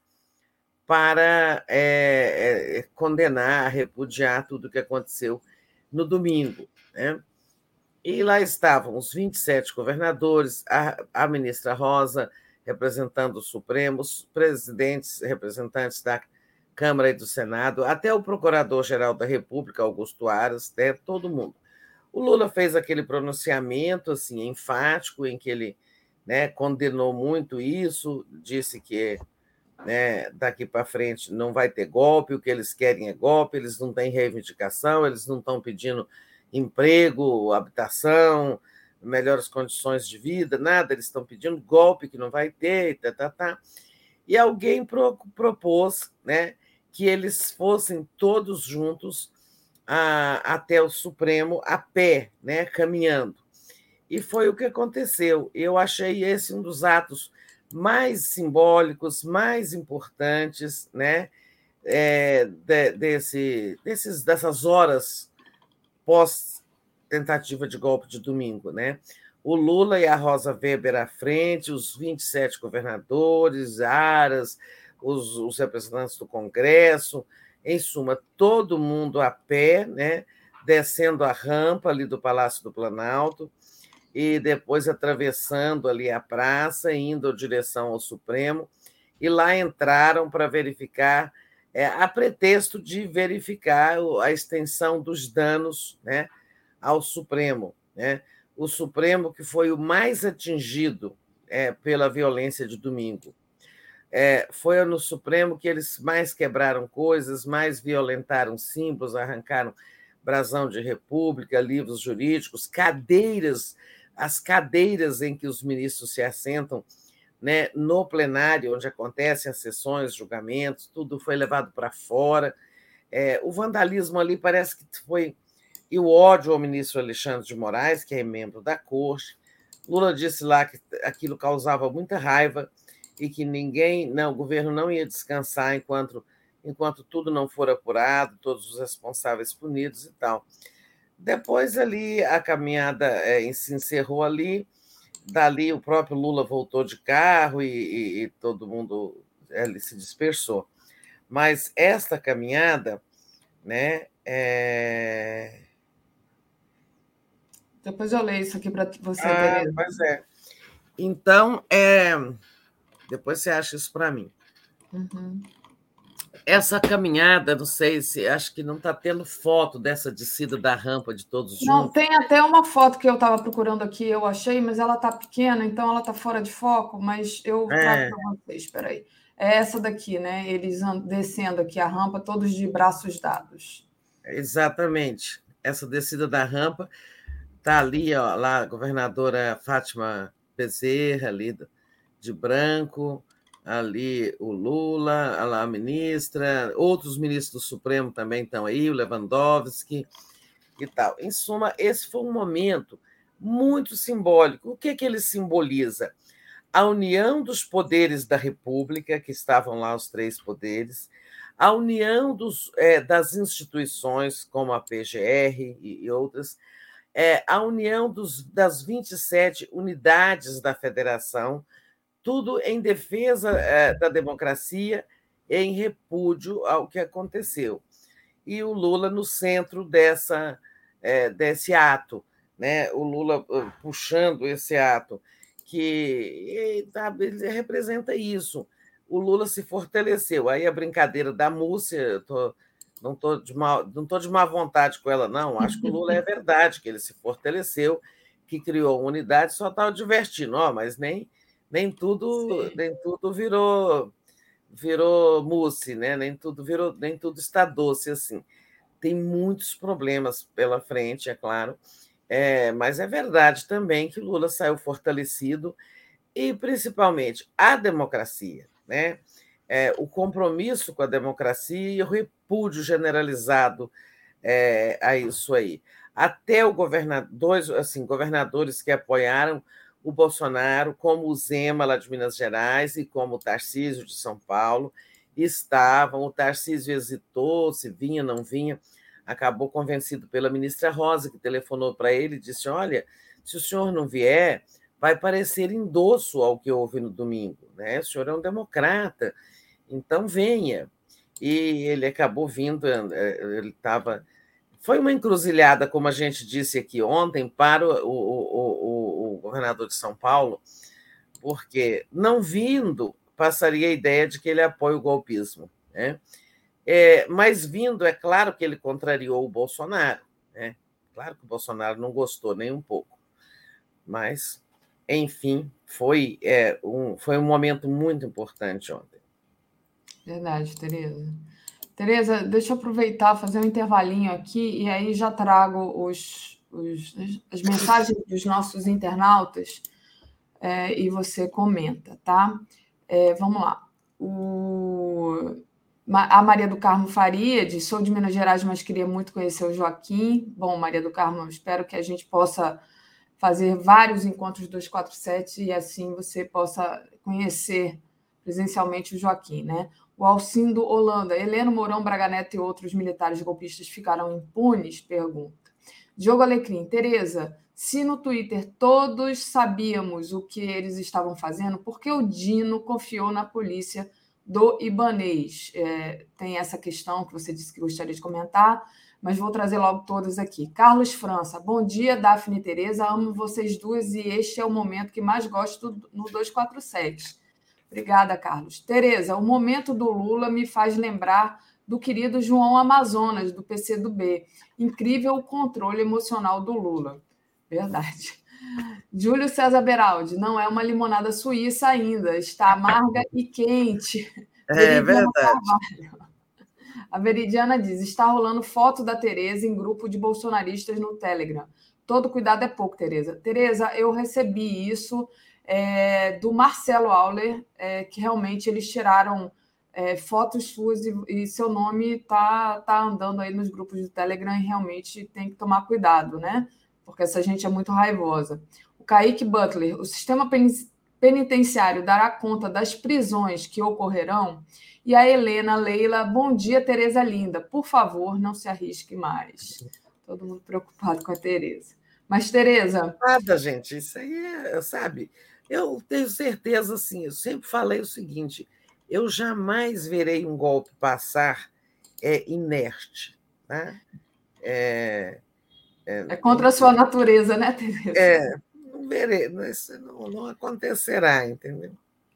para é, é, condenar, repudiar tudo o que aconteceu no domingo, né? E lá estavam os vinte e sete governadores, a, a ministra Rosa representando o Supremo, os presidentes, representantes da Câmara e do Senado, até o Procurador-Geral da República, Augusto Aras, né, todo mundo. O Lula fez aquele pronunciamento assim, enfático, em que ele, né, condenou muito isso, disse que, né, daqui para frente não vai ter golpe, o que eles querem é golpe, eles não têm reivindicação, eles não estão pedindo emprego, habitação, melhores condições de vida, nada, eles estão pedindo golpe que não vai ter, tá, tá, tá. E alguém pro, propôs, né, que eles fossem todos juntos a, até o Supremo a pé, né, caminhando. E foi o que aconteceu. Eu achei esse um dos atos mais simbólicos, mais importantes, né, é, de, desse, desses, dessas horas pós-tentativa de golpe de domingo, né? O Lula e a Rosa Weber à frente, os vinte e sete governadores, Aras, os, os representantes do Congresso, em suma, todo mundo a pé, né? Descendo a rampa ali do Palácio do Planalto e depois atravessando ali a praça, indo em direção ao Supremo, e lá entraram para verificar, é, a pretexto de verificar a extensão dos danos, né, ao Supremo, né? O Supremo que foi o mais atingido é, pela violência de domingo. É, foi no Supremo que eles mais quebraram coisas, mais violentaram símbolos, arrancaram brasão de república, livros jurídicos, cadeiras, as cadeiras em que os ministros se assentam, né, no plenário, onde acontecem as sessões, julgamentos, tudo foi levado para fora. É, o vandalismo ali parece que foi... E o ódio ao ministro Alexandre de Moraes, que é membro da corte. Lula disse lá que aquilo causava muita raiva e que ninguém, não, o governo não ia descansar enquanto, enquanto tudo não for apurado, todos os responsáveis punidos e tal. Depois ali a caminhada é, se encerrou ali. Dali o próprio Lula voltou de carro e, e, e todo mundo ele se dispersou. Mas esta caminhada, né, é... Depois eu leio isso aqui para você, ah, Tereza. Pois é. Então, é... depois você acha isso para mim. Uhum. Essa caminhada, não sei se... Acho que não está tendo foto dessa descida da rampa de todos juntos. Não, tem até uma foto que eu estava procurando aqui, eu achei, mas ela está pequena, então ela está fora de foco, mas eu É. trago para vocês, espera aí. É essa daqui, né? Eles descendo aqui a rampa, todos de braços dados. Exatamente. Essa descida da rampa está ali, ó, lá a governadora Fátima Bezerra, ali de branco, ali o Lula, lá a ministra, outros ministros do Supremo também estão aí, o Lewandowski e tal. Em suma, esse foi um momento muito simbólico. O que, que ele simboliza? A união dos poderes da República, que estavam lá os três poderes, a união dos, é, das instituições, como a P G R e, e outras, é, a união dos, das vinte e sete unidades da federação, tudo em defesa é, da democracia, em repúdio ao que aconteceu. E o Lula no centro dessa, é, desse ato, né? O Lula puxando esse ato, que sabe, ele representa isso. O Lula se fortaleceu. Aí a brincadeira da Múcia, tô, não estou de, não tô de má vontade com ela, não. Acho que o Lula é verdade, que ele se fortaleceu, que criou uma unidade, só estava divertindo, ó, mas nem, nem, tudo, nem tudo virou, virou mousse, né? Nem tudo virou, nem tudo está doce assim. Tem muitos problemas pela frente, é claro. É, mas é verdade também que Lula saiu fortalecido e, principalmente, a democracia, né? É, o compromisso com a democracia e o repúdio generalizado é, a isso aí. Até o governador, assim, governadores que apoiaram o Bolsonaro, como o Zema, lá de Minas Gerais, e como o Tarcísio, de São Paulo, estavam, o Tarcísio hesitou, se vinha, não vinha, acabou convencido pela ministra Rosa, que telefonou para ele e disse, olha, se o senhor não vier, vai parecer endosso ao que houve no domingo, né? O senhor é um democrata, então venha. E ele acabou vindo, ele estava... Foi uma encruzilhada, como a gente disse aqui ontem, para o, o, o, o governador de São Paulo, porque, não vindo, passaria a ideia de que ele apoia o golpismo, né? É, mas vindo, é claro que ele contrariou o Bolsonaro, né? Claro que o Bolsonaro não gostou nem um pouco, mas, enfim, foi, é, um, foi um momento muito importante ontem. Verdade, Tereza. Tereza, deixa eu aproveitar, fazer um intervalinho aqui e aí já trago os, os, as mensagens dos nossos internautas é, e você comenta, tá? É, vamos lá. O... A Maria do Carmo Faria diz, sou de Minas Gerais, mas queria muito conhecer o Joaquim. Bom, Maria do Carmo, espero que a gente possa fazer vários encontros dois quatro sete e assim você possa conhecer presencialmente o Joaquim, né? O Alcindo Holanda, Heleno Mourão Braga Neto e outros militares golpistas ficarão impunes? Pergunta. Diogo Alecrim, Tereza, se no Twitter todos sabíamos o que eles estavam fazendo, por que o Dino confiou na polícia do Ibanez? É, tem essa questão que você disse que gostaria de comentar, mas vou trazer logo todas aqui. Carlos França, bom dia, Daphne e Tereza, amo vocês duas e este é o momento que mais gosto no dois quatro sete. Obrigada, Carlos. Tereza, o momento do Lula me faz lembrar do querido João Amazonas, do P C do B. Incrível o controle emocional do Lula. Verdade. Júlio César Beraldi, não é uma limonada suíça ainda, está amarga e quente. É verdade. A Veridiana diz, está rolando foto da Tereza em grupo de bolsonaristas no Telegram. Todo cuidado é pouco, Tereza. Tereza, eu recebi isso... É, do Marcelo Auler, é, que realmente eles tiraram é, fotos suas e, e seu nome está tá andando aí nos grupos do Telegram e realmente tem que tomar cuidado, né? Porque essa gente é muito raivosa. O Kaique Butler, o sistema penitenciário dará conta das prisões que ocorrerão? E a Helena Leila, bom dia, Tereza linda. Por favor, não se arrisque mais. Todo mundo preocupado com a Tereza. Mas, Tereza... Nada, gente, isso aí é, sabe... Eu tenho certeza, assim, eu sempre falei o seguinte, eu jamais verei um golpe passar é, inerte. Né? É, é, é contra a sua natureza, né, Tereza? É, não verei, isso não, não acontecerá, entendeu?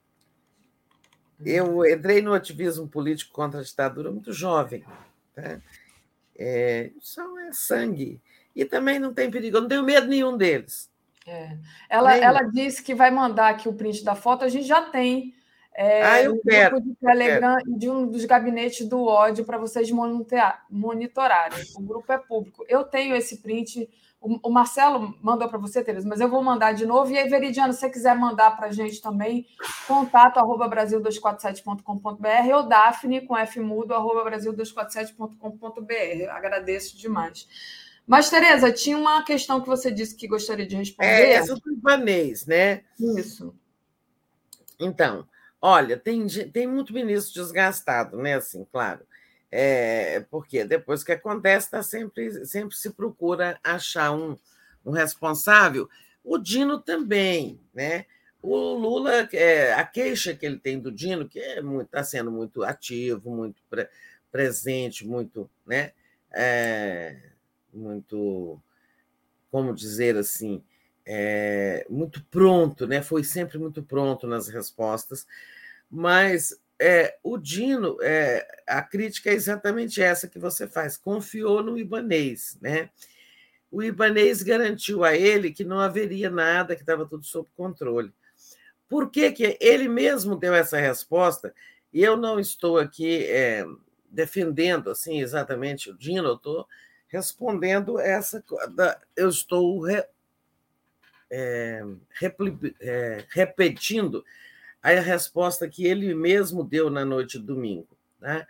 Eu entrei no ativismo político contra a ditadura muito jovem. Tá? É, isso é sangue. E também não tem perigo, eu não tenho medo nenhum deles. É. Ela, ela disse que vai mandar aqui o print da foto, a gente já tem é, ah, eu no quero, grupo de Telegram e de um dos gabinetes do ódio para vocês monitorarem. O grupo é público. Eu tenho esse print, o, o Marcelo mandou para você, Tereza, mas eu vou mandar de novo. E aí, Veridiano, se você quiser mandar para a gente também, contato arroba brasil dois quatro sete ponto com ponto b r ou Daphne com F mudo, arroba brasil dois quatro sete ponto com ponto b r. Agradeço demais. Mas, Tereza, tinha uma questão que você disse que gostaria de responder. É, essa do Ibanez, né? Isso. Então, olha, tem, tem muito ministro desgastado, né? Assim, claro. É, porque depois que acontece, tá sempre, sempre se procura achar um, um responsável. O Dino também, né? O Lula, é, a queixa que ele tem do Dino, que está é muito, tá sendo muito ativo, muito pre, presente, muito, né? É, muito, como dizer assim, é, muito pronto, né? Foi sempre muito pronto nas respostas, mas é, o Dino, é, a crítica é exatamente essa que você faz, confiou no Ibanez, né? O Ibanez garantiu a ele que não haveria nada, que estava tudo sob controle. Por que, que ele mesmo deu essa resposta? E eu não estou aqui é, defendendo assim exatamente o Dino, eu estou respondendo essa, eu estou re, é, repli, é, repetindo a resposta que ele mesmo deu na noite de domingo. Né?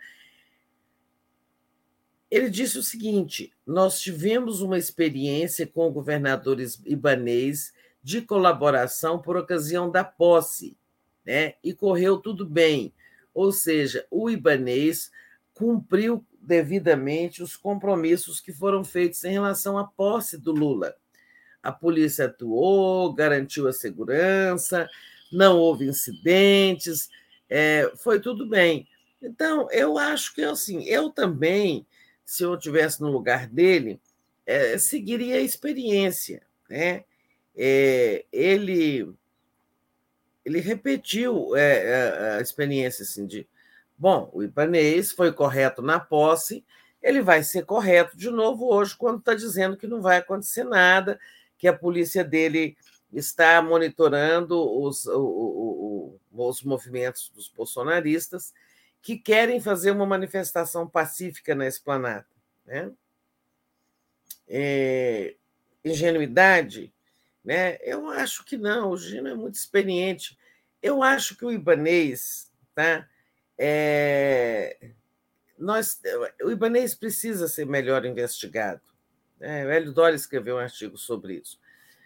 Ele disse o seguinte: nós tivemos uma experiência com o governador Ibanez de colaboração por ocasião da posse, né? E correu tudo bem. Ou seja, o Ibanez cumpriu devidamente os compromissos que foram feitos em relação à posse do Lula. A polícia atuou, garantiu a segurança, não houve incidentes, é, foi tudo bem. Então, eu acho que assim, eu também, se eu estivesse no lugar dele, é, seguiria a experiência, né? É, ele, ele repetiu é, a experiência assim, de, bom, o Ibanez foi correto na posse, ele vai ser correto de novo hoje quando está dizendo que não vai acontecer nada, que a polícia dele está monitorando os, o, o, o, os movimentos dos bolsonaristas que querem fazer uma manifestação pacífica na Esplanada, né? É, ingenuidade, né? Eu acho que não, o Gino é muito experiente. Eu acho que o Ibanez, tá? É, nós, o Ibanez precisa ser melhor investigado. Né? O Hélio Dória escreveu um artigo sobre isso.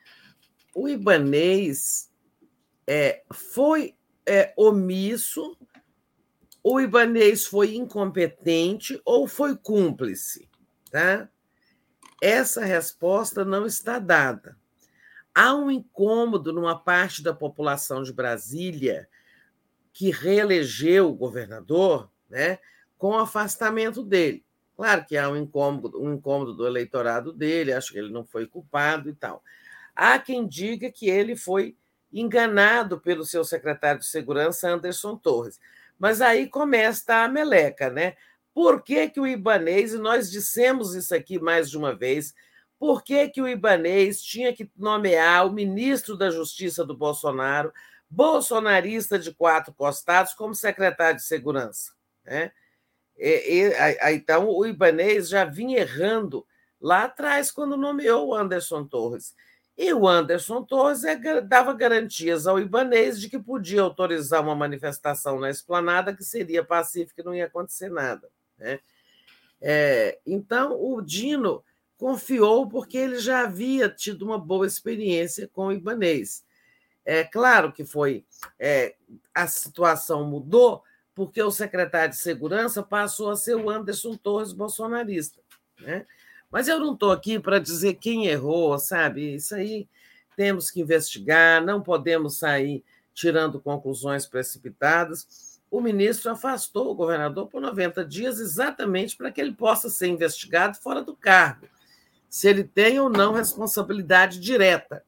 O Ibanez é, foi é, omisso, o Ibanez foi incompetente ou foi cúmplice, tá? Essa resposta não está dada. Há um incômodo numa parte da população de Brasília que reelegeu o governador, né, com o afastamento dele. Claro que há um incômodo, um incômodo do eleitorado dele, acho que ele não foi culpado e tal. Há quem diga que ele foi enganado pelo seu secretário de Segurança, Anderson Torres. Mas aí começa a meleca, né? Por que, que o Ibanez, e nós dissemos isso aqui mais de uma vez, por que, que o Ibanez tinha que nomear o ministro da Justiça do Bolsonaro, bolsonarista de quatro costados, como secretário de Segurança? Né? E, e, a, então, o Ibanez já vinha errando lá atrás, quando nomeou o Anderson Torres. E o Anderson Torres é, dava garantias ao Ibanez de que podia autorizar uma manifestação na Esplanada que seria pacífica e não ia acontecer nada. Né? É, então, o Dino confiou porque ele já havia tido uma boa experiência com o Ibanez. É claro que foi é, a situação mudou porque o secretário de Segurança passou a ser o Anderson Torres bolsonarista. Né? Mas eu não estou aqui para dizer quem errou, sabe? Isso aí temos que investigar, não podemos sair tirando conclusões precipitadas. O ministro afastou o governador por noventa dias exatamente para que ele possa ser investigado fora do cargo, se ele tem ou não responsabilidade direta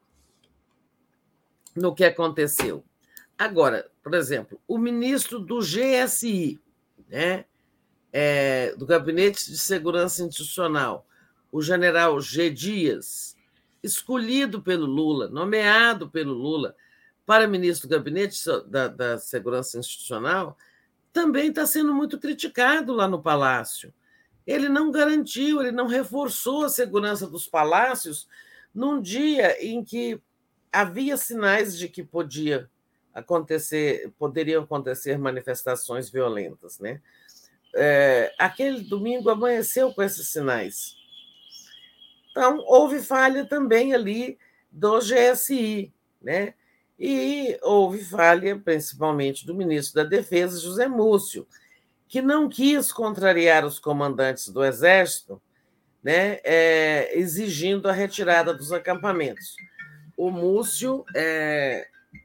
no que aconteceu. Agora, por exemplo, o ministro do G S I, né? É, do Gabinete de Segurança Institucional, o general G. Dias, escolhido pelo Lula, nomeado pelo Lula para ministro do Gabinete da, da Segurança Institucional, também está sendo muito criticado lá no Palácio. Ele não garantiu, ele não reforçou a segurança dos palácios num dia em que havia sinais de que podia acontecer, poderiam acontecer manifestações violentas, né? É, aquele domingo amanheceu com esses sinais. Então, houve falha também ali do G S I, né? E houve falha, principalmente, do ministro da Defesa, José Múcio, que não quis contrariar os comandantes do Exército, né? É, exigindo a retirada dos acampamentos. O Múcio é,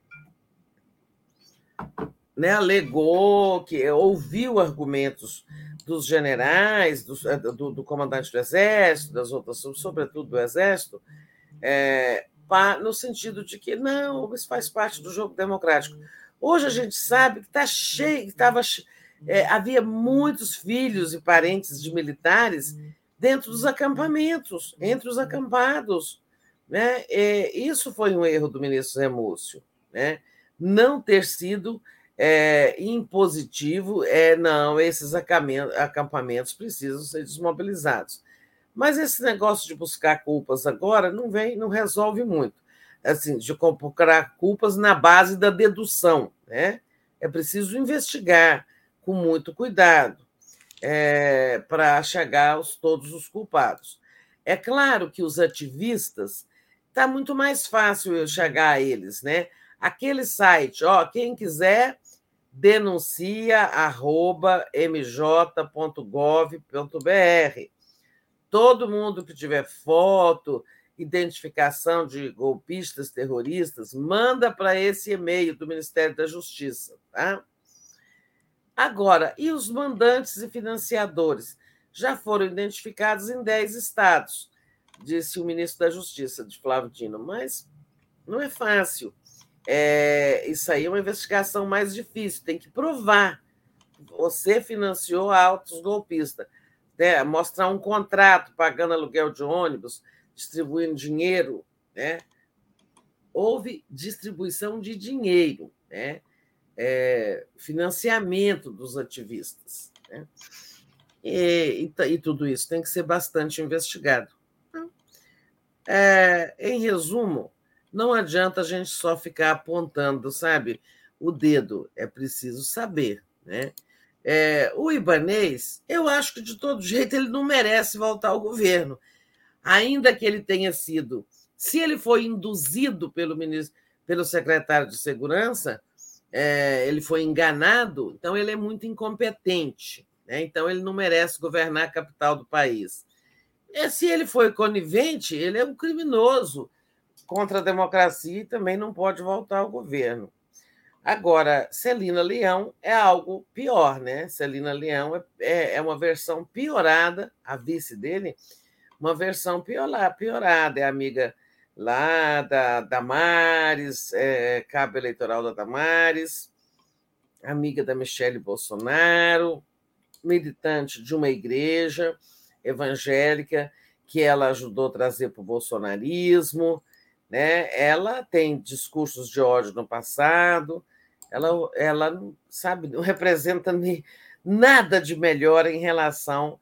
né, alegou que ouviu argumentos dos generais, do, do, do comandante do Exército, das outras, sobretudo do Exército, é, pa, no sentido de que não, isso faz parte do jogo democrático. Hoje a gente sabe que está cheio, que tava, é, havia muitos filhos e parentes de militares dentro dos acampamentos, entre os acampados. Né? É, isso foi um erro do ministro Zé Múcio, né? Não ter sido é, impositivo, é, não, esses acampamentos precisam ser desmobilizados. Mas esse negócio de buscar culpas agora não vem, não resolve muito. Assim, de procurar culpas na base da dedução. Né? É preciso investigar com muito cuidado é, para chegar aos todos os culpados. É claro que os ativistas, está muito mais fácil eu chegar a eles, né? Aquele site, ó, quem quiser denuncia arroba m j ponto gov ponto b r. Todo mundo que tiver foto, identificação de golpistas, terroristas, manda para esse e-mail do Ministério da Justiça. Tá? Agora, e os mandantes e financiadores? Já foram identificados em dez estados, disse o ministro da Justiça, de Flávio Dino, mas não é fácil. É, isso aí é uma investigação mais difícil, tem que provar. Você financiou autos golpistas, né? Mostrar um contrato pagando aluguel de ônibus, distribuindo dinheiro, né? Houve distribuição de dinheiro, né? É, financiamento dos ativistas, né? E, e, e tudo isso tem que ser bastante investigado. É, em resumo, não adianta a gente só ficar apontando, sabe, o dedo, é preciso saber, né? É, o Ibanez, eu acho que de todo jeito ele não merece voltar ao governo, ainda que ele tenha sido, se ele foi induzido pelo ministro, pelo secretário de Segurança, é, ele foi enganado, então ele é muito incompetente, né? Então ele não merece governar a capital do país. E se ele foi conivente, ele é um criminoso contra a democracia e também não pode voltar ao governo. Agora, Celina Leão é algo pior, né? Celina Leão é, é uma versão piorada, a vice dele, uma versão piorada, é amiga lá da Damares, é, cabo eleitoral da Damares, amiga da Michele Bolsonaro, militante de uma igreja evangélica que ela ajudou a trazer para o bolsonarismo, né? Ela tem discursos de ódio no passado, ela, ela sabe, não representa nem, nada de melhor em relação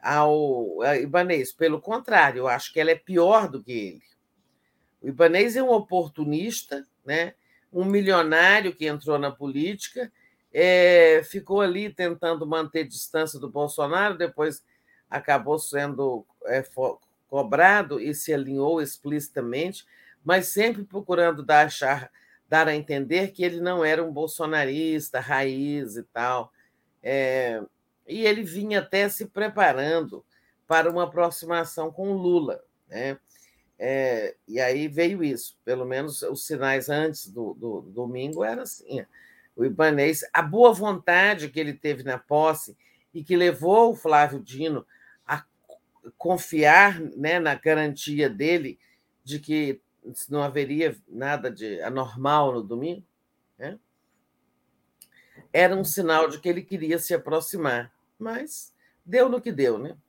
ao Ibanez. Pelo contrário, eu acho que ela é pior do que ele. O Ibanez é um oportunista, né? Um milionário que entrou na política, é, ficou ali tentando manter distância do Bolsonaro, depois acabou sendo é, cobrado e se alinhou explicitamente, mas sempre procurando dar, achar, dar a entender que ele não era um bolsonarista, raiz e tal. É, e ele vinha até se preparando para uma aproximação com o Lula, né? É, e aí veio isso, pelo menos os sinais antes do, do, do domingo eram assim. O Ibanez, a boa vontade que ele teve na posse e que levou o Flávio Dino a confiar, né, na garantia dele de que não haveria nada de anormal no domingo, né? Era um sinal de que ele queria se aproximar, mas deu no que deu, né?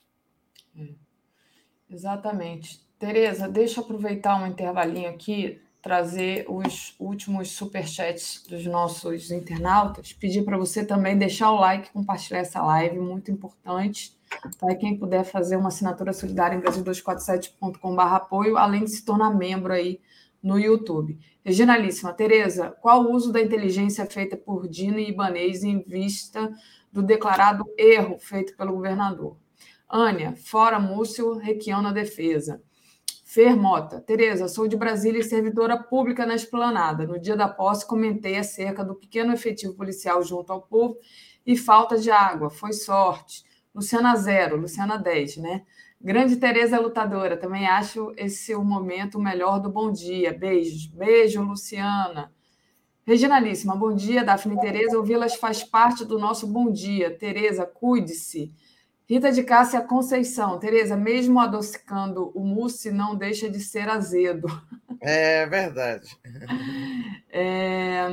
Exatamente. Tereza, deixa eu aproveitar um intervalinho aqui, trazer os últimos superchats dos nossos internautas, pedir para você também deixar o like, compartilhar essa live, muito importante. Tá? Quem puder fazer uma assinatura solidária em brasil duzentos e quarenta e sete ponto com barra apoio, além de se tornar membro aí no YouTube. Reginalíssima, Tereza, qual o uso da inteligência feita por Dino e Ibanez em vista do declarado erro feito pelo governador? Ânia, fora Múcio, Requião na defesa. Fer Mota, Tereza, sou de Brasília e servidora pública na Esplanada. No dia da posse, comentei acerca do pequeno efetivo policial junto ao povo e falta de água. Foi sorte. Luciana zero, Luciana dez, né? Grande Tereza lutadora, também acho esse o momento melhor do bom dia. Beijos. Beijo, Luciana. Reginalíssima, bom dia, Daphne e Tereza. Ouvi-las faz parte do nosso bom dia. Tereza, cuide-se. Rita de Cássia Conceição. Tereza, mesmo adocicando o mousse, não deixa de ser azedo. É verdade. É,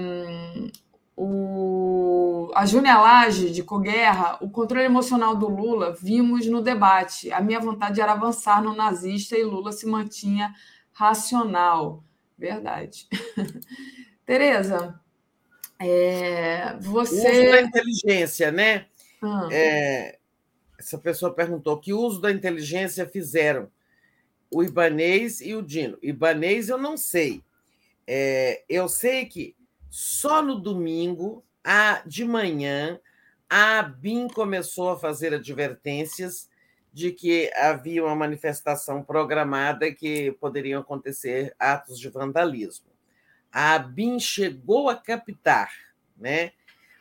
o, a Júnia Lage, de Coguerra, o controle emocional do Lula, vimos no debate. A minha vontade era avançar no nazista e Lula se mantinha racional. Verdade. Tereza, é, você... O uso da inteligência, né? Ah. É... Essa pessoa perguntou que uso da inteligência fizeram o Ibanez e o Dino. Ibanez eu não sei. É, eu sei que só no domingo, a, de manhã, a ABIN começou a fazer advertências de que havia uma manifestação programada e que poderiam acontecer atos de vandalismo. A ABIN chegou a captar, né?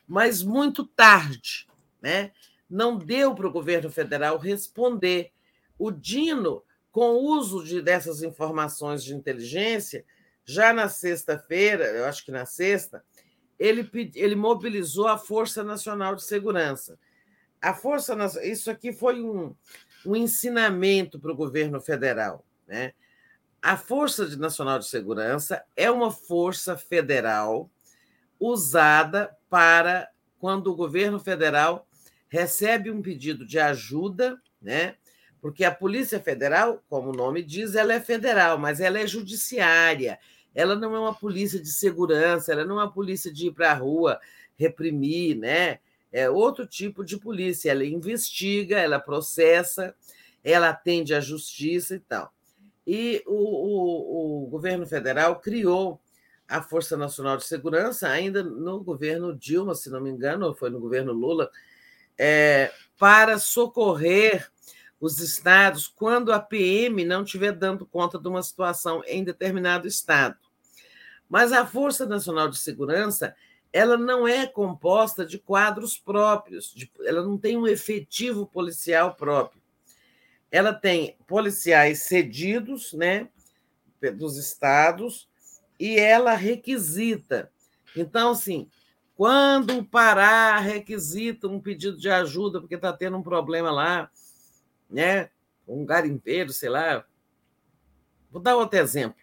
mas muito tarde, né? Não deu para o governo federal responder. O Dino, com o uso de, dessas informações de inteligência, já na sexta-feira, eu acho que na sexta, ele, ele mobilizou a Força Nacional de Segurança. A Força, isso aqui foi um, um ensinamento para o governo federal, né? A Força Nacional de Segurança é uma força federal usada para quando o governo federal recebe um pedido de ajuda, né? Porque a Polícia Federal, como o nome diz, ela é federal, mas ela é judiciária. Ela não é uma polícia de segurança, ela não é uma polícia de ir para a rua reprimir, né? É outro tipo de polícia. Ela investiga, ela processa, ela atende à justiça e tal. E o, o, o governo federal criou a Força Nacional de Segurança, ainda no governo Dilma, se não me engano, ou foi no governo Lula, é, para socorrer os estados quando a P M não estiver dando conta de uma situação em determinado estado. Mas a Força Nacional de Segurança, ela não é composta de quadros próprios, de, ela não tem um efetivo policial próprio. Ela tem policiais cedidos, né, dos estados, e ela requisita. Então, assim, quando o Pará requisita um pedido de ajuda porque está tendo um problema lá, né, um garimpeiro, sei lá. Vou dar outro exemplo.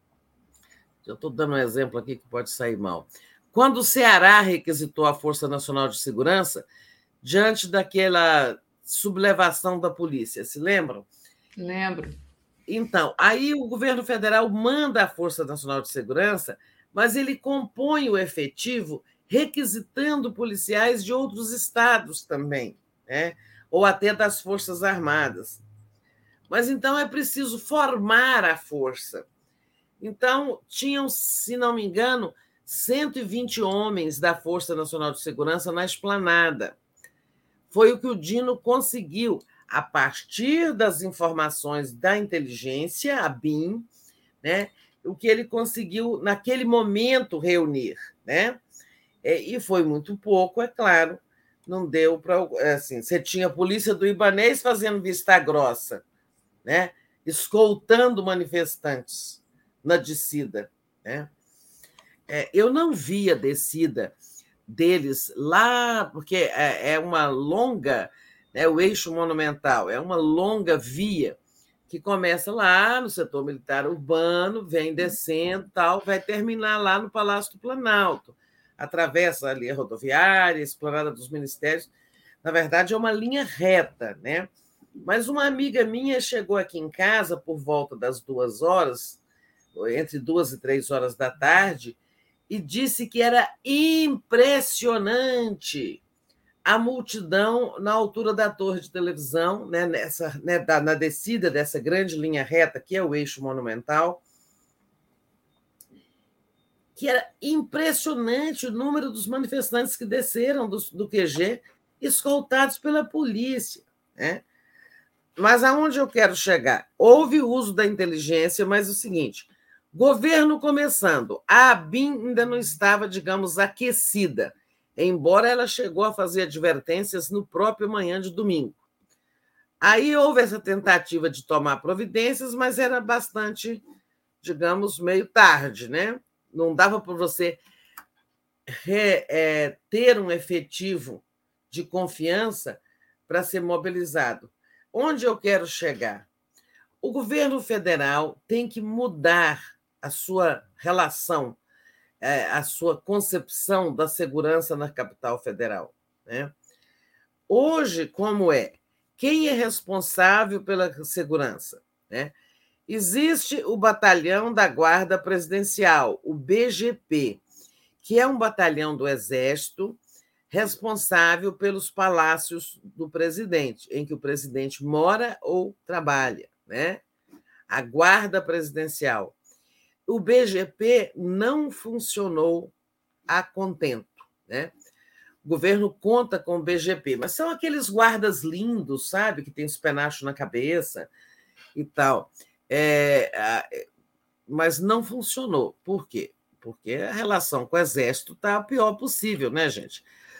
Eu estou dando um exemplo aqui que pode sair mal. Quando o Ceará requisitou a Força Nacional de Segurança, diante daquela sublevação da polícia, se lembram? Lembro. Então, aí o governo federal manda a Força Nacional de Segurança, mas ele compõe o efetivo requisitando policiais de outros estados também, né? Ou até das Forças Armadas. Mas então é preciso formar a força. Então, tinham, se não me engano, cento e vinte homens da Força Nacional de Segurança na esplanada. Foi o que o Dino conseguiu, a partir das informações da inteligência, a B I M, né? O que ele conseguiu, naquele momento, reunir, né? E foi muito pouco, é claro. Não deu para... Assim, você tinha a polícia do Ibanez fazendo vista grossa, né? Escoltando manifestantes na descida, né? É, eu não vi a descida deles lá, porque é, é uma longa, né, o eixo monumental, é uma longa via que começa lá no setor militar urbano, vem descendo, tal, vai terminar lá no Palácio do Planalto, atravessa ali a rodoviária, a esplanada dos ministérios. Na verdade, é uma linha reta, né? Mas uma amiga minha chegou aqui em casa por volta das duas horas, entre duas e três horas da tarde, e disse que era impressionante a multidão na altura da torre de televisão, né, nessa, né, na descida dessa grande linha reta, que é o eixo monumental, que era impressionante o número dos manifestantes que desceram do, do Q G, escoltados pela polícia, né? Mas aonde eu quero chegar? Houve o uso da inteligência, mas é o seguinte... Governo começando, a B I M ainda não estava, digamos, aquecida, embora ela chegou a fazer advertências no próprio manhã de domingo. Aí houve essa tentativa de tomar providências, mas era bastante, digamos, meio tarde, né? Não dava para você re, é, ter um efetivo de confiança para ser mobilizado. Onde eu quero chegar? O governo federal tem que mudar a sua relação, a sua concepção da segurança na capital federal, né? Hoje, como é? Quem é responsável pela segurança, né? Existe o Batalhão da Guarda Presidencial, o B G P, que é um batalhão do Exército responsável pelos palácios do presidente, em que o presidente mora ou trabalha, né? A Guarda Presidencial. O B G P não funcionou a contento, né? O governo conta com o B G P, mas são aqueles guardas lindos, sabe? Que tem os penachos na cabeça e tal. É, mas não funcionou. Por quê? Porque a relação com o Exército está a pior possível, né, gente?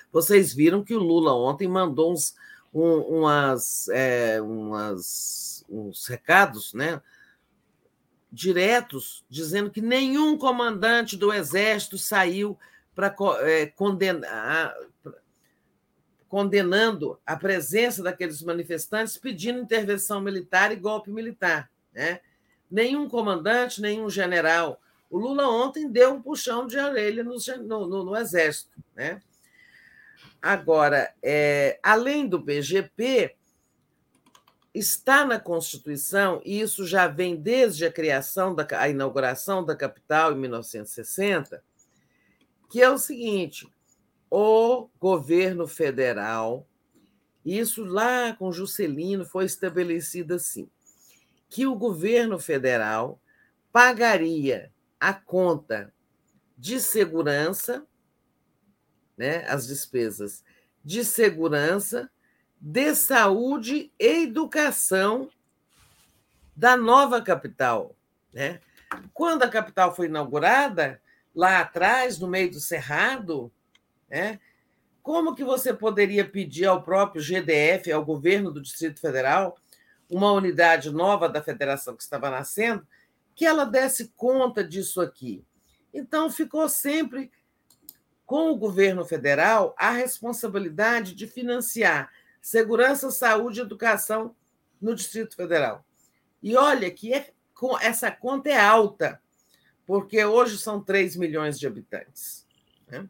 Vocês viram que o Lula ontem mandou uns, um, umas, é, umas, uns recados, né, diretos, dizendo que nenhum comandante do Exército saiu para é, condenar, condenando a presença daqueles manifestantes, pedindo intervenção militar e golpe militar, né? Nenhum comandante, nenhum general. O Lula ontem deu um puxão de orelha no, no, no Exército, né? Agora, é, além do P G P, está na Constituição, e isso já vem desde a criação, da, a inauguração da capital em mil novecentos e sessenta, que é o seguinte: o governo federal, isso lá com Juscelino foi estabelecido assim, que o governo federal pagaria a conta de segurança, né, as despesas de segurança, de saúde e educação da nova capital, né? Quando a capital foi inaugurada, lá atrás, no meio do Cerrado, né, como que você poderia pedir ao próprio G D F, ao governo do Distrito Federal, uma unidade nova da federação que estava nascendo, que ela desse conta disso aqui? Então, ficou sempre com o governo federal a responsabilidade de financiar segurança, saúde e educação no Distrito Federal. E olha que é, essa conta é alta, porque hoje são três milhões de habitantes, né?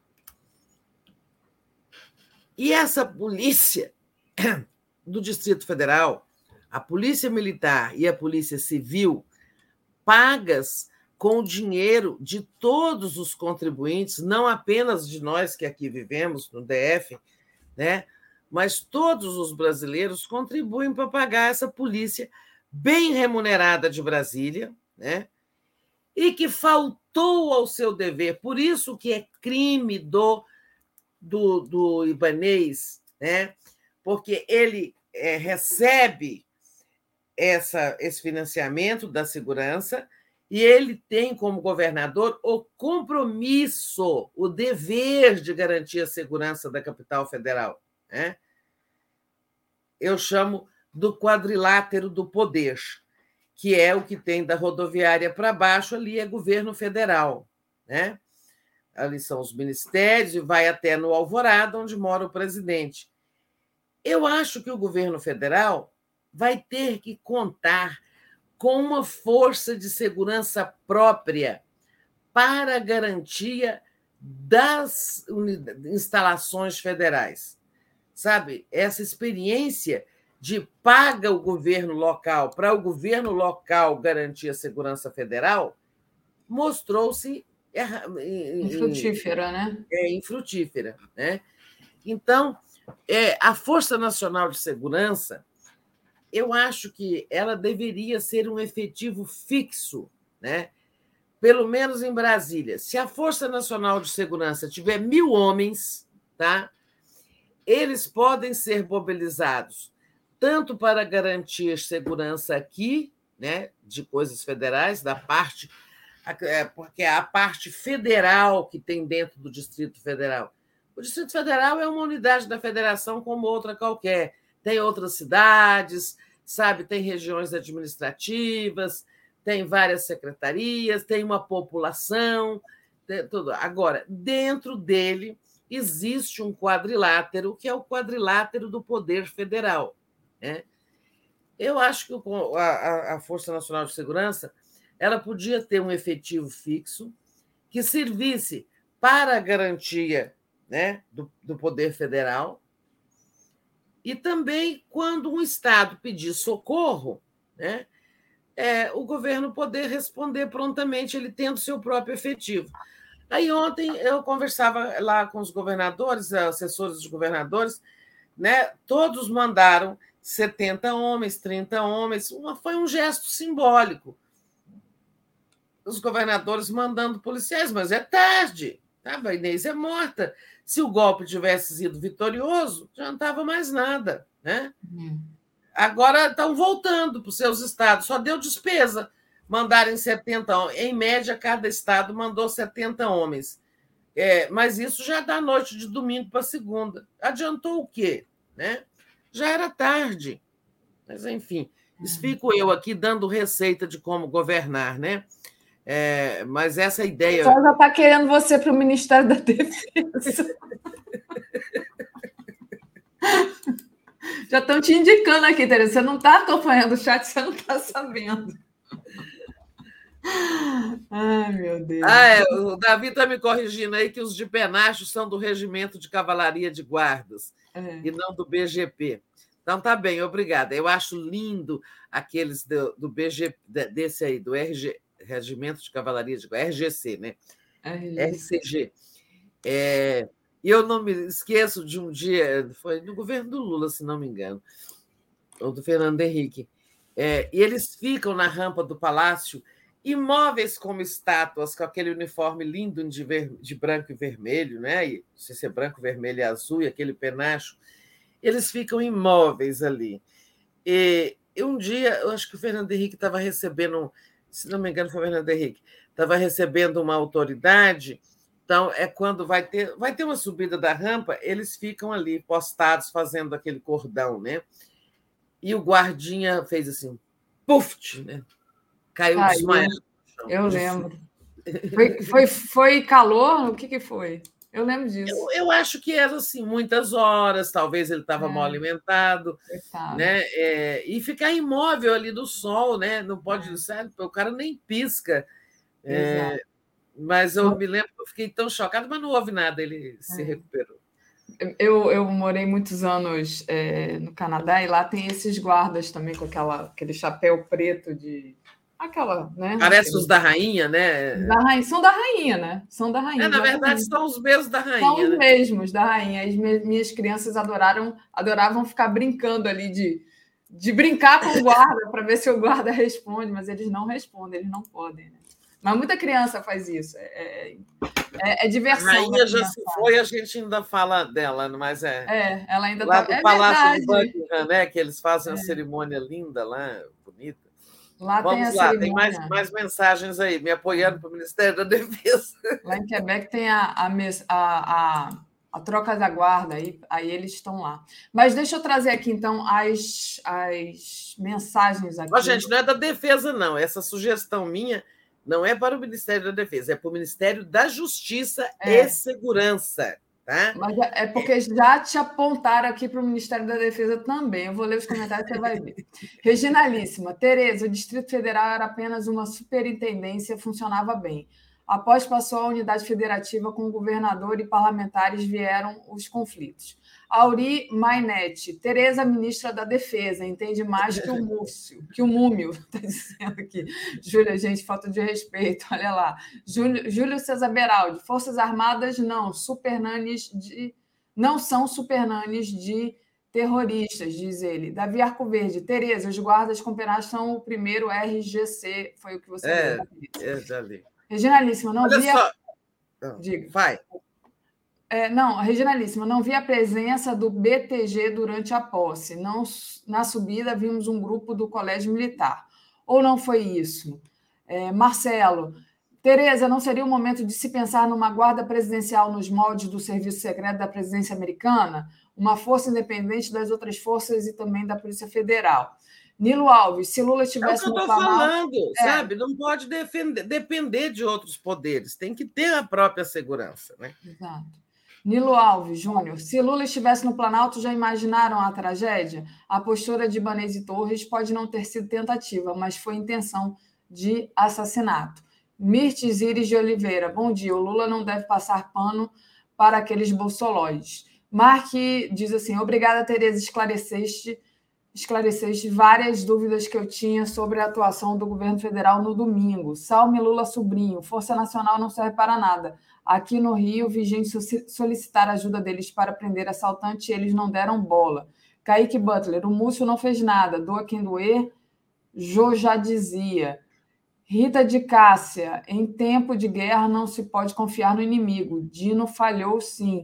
E essa polícia do Distrito Federal, a Polícia Militar e a Polícia Civil, pagas com o dinheiro de todos os contribuintes, não apenas de nós que aqui vivemos no D F, né? Mas todos os brasileiros contribuem para pagar essa polícia bem remunerada de Brasília, né? E que faltou ao seu dever. Por isso que é crime do, do, do Ibanez, né? Porque ele é, recebe essa, esse financiamento da segurança e ele tem como governador o compromisso, o dever de garantir a segurança da capital federal, né? Eu chamo do quadrilátero do poder, que é o que tem da rodoviária para baixo, ali é governo federal, né? Ali são os ministérios e vai até no Alvorada, onde mora o presidente. Eu acho que o governo federal vai ter que contar com uma força de segurança própria para a garantia das instalações federais. Sabe, essa experiência de paga o governo local para o governo local garantir a segurança federal mostrou-se infrutífera, né? É infrutífera, né? Então, é, a Força Nacional de Segurança, eu acho que ela deveria ser um efetivo fixo, né? Pelo menos em Brasília. Se a Força Nacional de Segurança tiver mil homens, tá? Eles podem ser mobilizados tanto para garantir segurança aqui, né, de coisas federais, da parte, porque é a parte federal que tem dentro do Distrito Federal. O Distrito Federal é uma unidade da federação como outra qualquer. Tem outras cidades, sabe, tem regiões administrativas, tem várias secretarias, tem uma população, tem tudo. Agora, dentro dele existe um quadrilátero, que é o quadrilátero do poder federal, né? Eu acho que a, a Força Nacional de Segurança ela podia ter um efetivo fixo que servisse para a garantia, né, do, do poder federal e também, quando um Estado pedir socorro, né, é, o governo poder responder prontamente, ele tendo seu próprio efetivo. Aí ontem eu conversava lá com os governadores, assessores dos governadores, né? Todos mandaram setenta homens, trinta homens, uma, foi um gesto simbólico. Os governadores mandando policiais, mas é tarde, tá? A Inês é morta. Se o golpe tivesse sido vitorioso, já não estava mais nada, né? Uhum. Agora estão voltando para os seus estados, só deu despesa. Mandarem setenta homens. Em média, cada estado mandou setenta homens. É, mas isso já dá noite de domingo para segunda. Adiantou o quê? Né? Já era tarde. Mas, enfim, isso fico eu aqui dando receita de como governar, né? É, mas essa ideia... Só já está querendo você para o Ministério da Defesa. Já estão te indicando aqui, Tereza. Você não está acompanhando o chat, você não está sabendo. Ai, meu Deus. Ah, é, o Davi está me corrigindo aí que os de Penacho são do Regimento de Cavalaria de Guardas é. e não do B G P. Então, tá bem, obrigada. Eu acho lindo aqueles do, do B G P, desse aí, do R G, Regimento de Cavalaria de Guardas, R G C, né? R C G. É, e eu não me esqueço de um dia, foi no governo do Lula, se não me engano, ou do Fernando Henrique, é, e eles ficam na rampa do Palácio imóveis como estátuas, com aquele uniforme lindo de, ver, de branco e vermelho, né? E, não sei se é branco, vermelho e azul, e aquele penacho, eles ficam imóveis ali. E, e um dia, eu acho que o Fernando Henrique estava recebendo, se não me engano, foi o Fernando Henrique, estava recebendo uma autoridade, então é quando vai ter, vai ter uma subida da rampa, eles ficam ali postados, fazendo aquele cordão, né? E o guardinha fez assim, puf, né? Caiu desmaiado. Eu lembro. Foi, foi, foi calor? O que, que foi? Eu lembro disso. Eu, eu acho que era assim, muitas horas, talvez ele estava é. mal alimentado, né? É, e ficar imóvel ali do sol, né? Não pode, é. sabe? O cara nem pisca. É, mas eu me lembro que eu fiquei tão chocada, mas não houve nada, ele se é. recuperou. Eu, eu morei muitos anos é, no Canadá e lá tem esses guardas também com aquela, aquele chapéu preto de. Aquela, né? Parece os da rainha, né? Da rainha, são da rainha, né? São da rainha. É, na verdade, são os mesmos da rainha. São os né? mesmos da rainha. As minhas crianças adoraram, adoravam ficar brincando ali de, de brincar com o guarda para ver se o guarda responde, mas eles não respondem, eles não podem, né? Mas muita criança faz isso. É, é, é diversão. A rainha já se foi, a gente ainda fala dela, mas é. É, ela ainda lá tá. do é Palácio verdade. de Buckingham, né? Que eles fazem é. uma cerimônia linda lá, bonita. Lá Vamos tem lá, cerimônia. tem mais, mais mensagens aí, me apoiando para o Ministério da Defesa. Lá em Quebec tem a, a, a, a, a troca da guarda, aí, aí eles estão lá. Mas deixa eu trazer aqui, então, as, as mensagens aqui. Ó, gente, não é da Defesa, não. Essa sugestão minha não é para o Ministério da Defesa, é para o Ministério da Justiça é. e Segurança. Tá? Mas é porque já te apontaram aqui para o Ministério da Defesa também. Eu vou ler os comentários e você vai ver. Reginalíssima. Tereza, o Distrito Federal era apenas uma superintendência, funcionava bem. Após passou a unidade federativa com o governador e parlamentares vieram os conflitos. Auri Mainete. Tereza, ministra da Defesa, entende mais que o Múcio, que o Múmio, está dizendo aqui. Júlia, gente, falta de respeito, olha lá. Júlio, Júlio César Beraldi. Forças Armadas não, supernanes de, não são supernanes de terroristas, diz ele. Davi Arcoverde. Tereza, os guardas com penacho são o primeiro R G C, foi o que você é, viu. É, já li. Reginalíssima, não olha via... Só. Não, Diga. Vai. É, não, Reginalíssima, não vi a presença do B T G durante a posse. Não, na subida, vimos um grupo do Colégio Militar. Ou não foi isso? É, Marcelo, Tereza, não seria o momento de se pensar numa guarda presidencial nos moldes do serviço secreto da presidência americana? Uma força independente das outras forças e também da Polícia Federal. Nilo Alves, se Lula estivesse no Planalto... É o que eu estou falando, é. sabe? Não pode defender, depender de outros poderes. Tem que ter a própria segurança, né? Exato. Nilo Alves Júnior, se Lula estivesse no Planalto, já imaginaram a tragédia? A postura de Ibanez e Torres pode não ter sido tentativa, mas foi intenção de assassinato. Mirtes Iris de Oliveira, bom dia. O Lula não deve passar pano para aqueles bolsolóides. Mark diz assim, obrigada, Tereza, esclareceste, esclareceste várias dúvidas que eu tinha sobre a atuação do governo federal no domingo. Salme Lula Sobrinho, Força Nacional não serve para nada. Aqui no Rio, vi gente solicitar ajuda deles para prender assaltante e eles não deram bola. Kaique Butler, o Múcio não fez nada. Doa quem doer, Jô já dizia. Rita de Cássia, em tempo de guerra não se pode confiar no inimigo. Dino falhou sim.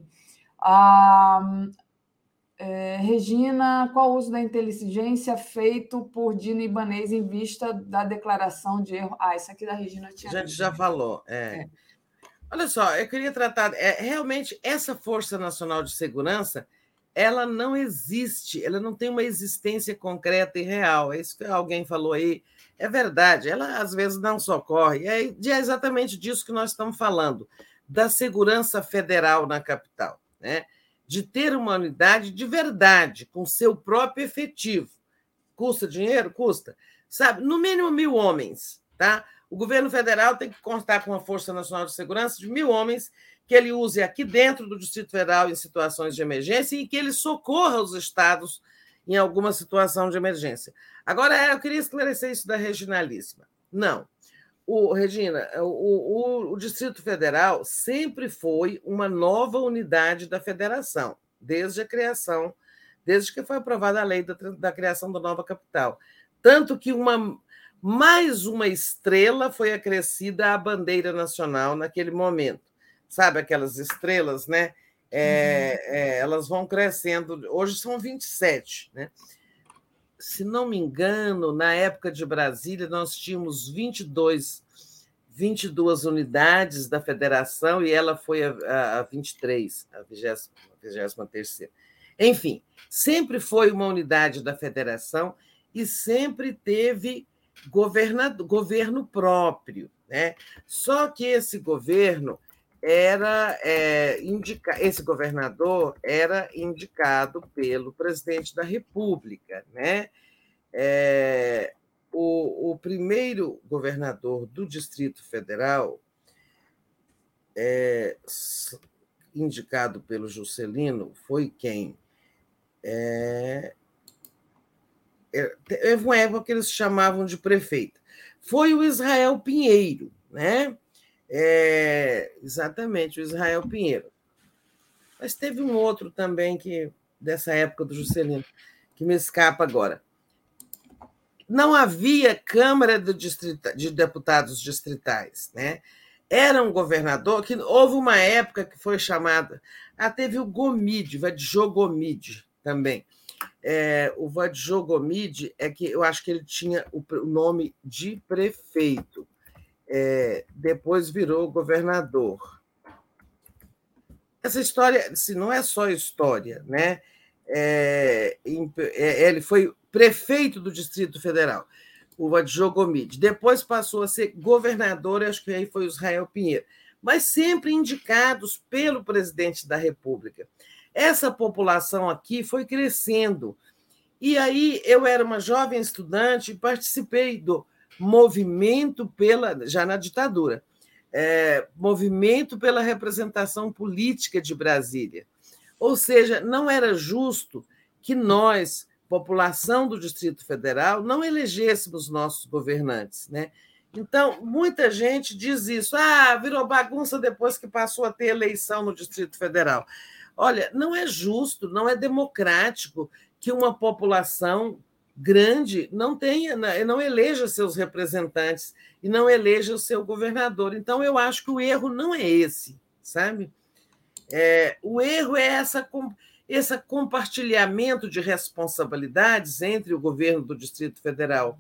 Ah, é, Regina, qual o uso da inteligência feito por Dino Ibanez em vista da declaração de erro? Ah, isso aqui da Regina tinha... A gente já falou, é... é. Olha só, eu queria tratar. É, realmente, essa Força Nacional de Segurança, ela não existe, ela não tem uma existência concreta e real. É isso que alguém falou aí. É verdade, ela às vezes não socorre. É, é exatamente disso que nós estamos falando, da segurança federal na capital, né? De ter uma unidade de verdade, com seu próprio efetivo. Custa dinheiro? Custa. Sabe, no mínimo mil homens, tá? O governo federal tem que contar com uma Força Nacional de Segurança de mil homens que ele use aqui dentro do Distrito Federal em situações de emergência e que ele socorra os estados em alguma situação de emergência. Agora, eu queria esclarecer isso da Regionalíssima. Não. O, Regina, o, o, o Distrito Federal sempre foi uma nova unidade da federação, desde a criação, desde que foi aprovada a lei da, da criação da nova capital. Tanto que uma, mais uma estrela foi acrescida à bandeira nacional naquele momento. Sabe aquelas estrelas, né? É, é, elas vão crescendo. Hoje são vinte e sete, né? Se não me engano, na época de Brasília, nós tínhamos vinte e dois, vinte e duas unidades da federação e ela foi a, a vinte e três, a vigésima terceira. Enfim, sempre foi uma unidade da federação e sempre teve governador, governo próprio, né? Só que esse governo era é, indica, esse governador era indicado pelo presidente da República, né? É, o, o primeiro governador do Distrito Federal, é, indicado pelo Juscelino, foi quem? É, é uma época que eles chamavam de prefeito. Foi o Israel Pinheiro, né? É, exatamente, o Israel Pinheiro. Mas teve um outro também que dessa época do Juscelino, que me escapa agora. Não havia Câmara de, distrita, de Deputados distritais, né? Era um governador que houve uma época que foi chamada. Ah, teve o Gomide, Vadjô Gomide também. É, o Vadjô Gomide é que eu acho que ele tinha o nome de prefeito. É, depois virou governador. Essa história, assim, não é só história, né? É, ele foi prefeito do Distrito Federal, o Vadjô Gomide. Depois passou a ser governador, acho que aí foi o Israel Pinheiro, mas sempre indicados pelo presidente da República. Essa população aqui foi crescendo. E aí eu era uma jovem estudante e participei do movimento pela, já na ditadura, é, movimento pela representação política de Brasília. Ou seja, não era justo que nós, população do Distrito Federal, não elegêssemos nossos governantes, né? Então, muita gente diz isso, ah, virou bagunça depois que passou a ter eleição no Distrito Federal. Olha, não é justo, não é democrático que uma população grande não tenha, não eleja seus representantes e não eleja o seu governador. Então, eu acho que o erro não é esse, sabe? É, o erro é essa, esse compartilhamento de responsabilidades entre o governo do Distrito Federal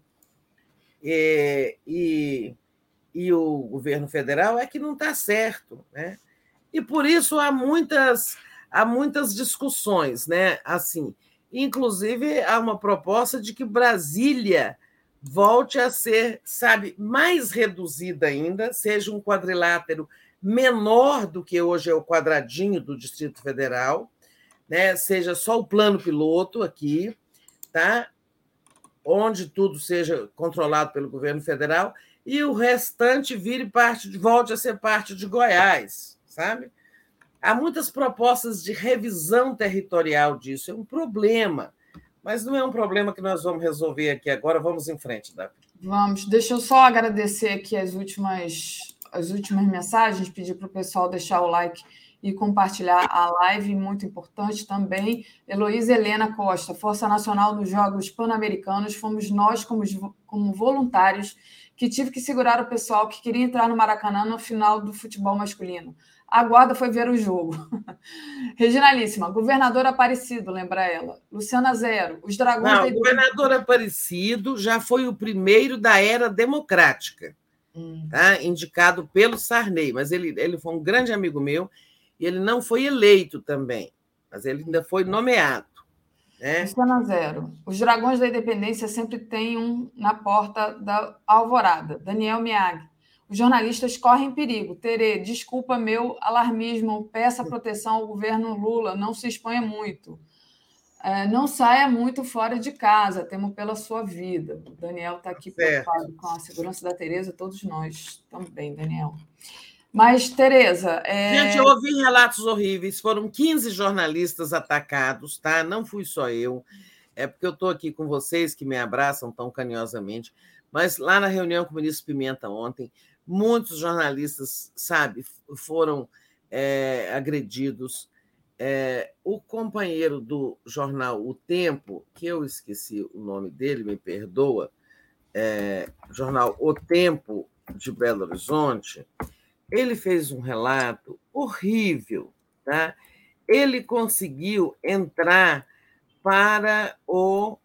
e, e, e o governo federal é que não está certo, né? E por isso há muitas, há muitas discussões, né? Assim, inclusive, há uma proposta de que Brasília volte a ser, sabe, mais reduzida ainda, seja um quadrilátero menor do que hoje é o quadradinho do Distrito Federal, né? Seja só o plano piloto aqui, tá? Onde tudo seja controlado pelo governo federal e o restante vire parte, de, volte a ser parte de Goiás, sabe? Há muitas propostas de revisão territorial disso, é um problema, mas não é um problema que nós vamos resolver aqui agora. Vamos em frente, Davi. Vamos. Deixa eu só agradecer aqui as últimas, as últimas mensagens, pedir para o pessoal deixar o like e compartilhar a live, muito importante também. Heloísa Helena Costa, Força Nacional nos Jogos Pan-Americanos, fomos nós, como, como voluntários, que tive que segurar o pessoal que queria entrar no Maracanã no final do futebol masculino. A guarda foi ver o jogo. Regionalíssima, governador Aparecido, lembra ela. Luciana Zero, os dragões... Não, o governador Aparecido já foi o primeiro da era democrática. hum. tá? Indicado pelo Sarney, mas ele, ele foi um grande amigo meu e ele não foi eleito também, mas ele ainda foi nomeado. Né? Luciana Zero. Os dragões da independência sempre tem um na porta da alvorada. Daniel Miag. Os jornalistas correm perigo. Tere, desculpa meu alarmismo. Peça proteção ao governo Lula. Não se exponha muito. É, não saia muito fora de casa. Temo pela sua vida. O Daniel está aqui preocupado com a segurança da Tereza. Todos nós também, Daniel. Mas, Tereza... É... Gente, eu ouvi relatos horríveis. Foram quinze jornalistas atacados, tá? Não fui só eu. É porque eu estou aqui com vocês, que me abraçam tão carinhosamente. Mas lá na reunião com o ministro Pimenta ontem, muitos jornalistas, sabe, foram é, agredidos. É, o companheiro do jornal O Tempo, que eu esqueci o nome dele, me perdoa, é, jornal O Tempo de Belo Horizonte, ele fez um relato horrível, tá? Ele conseguiu entrar para o...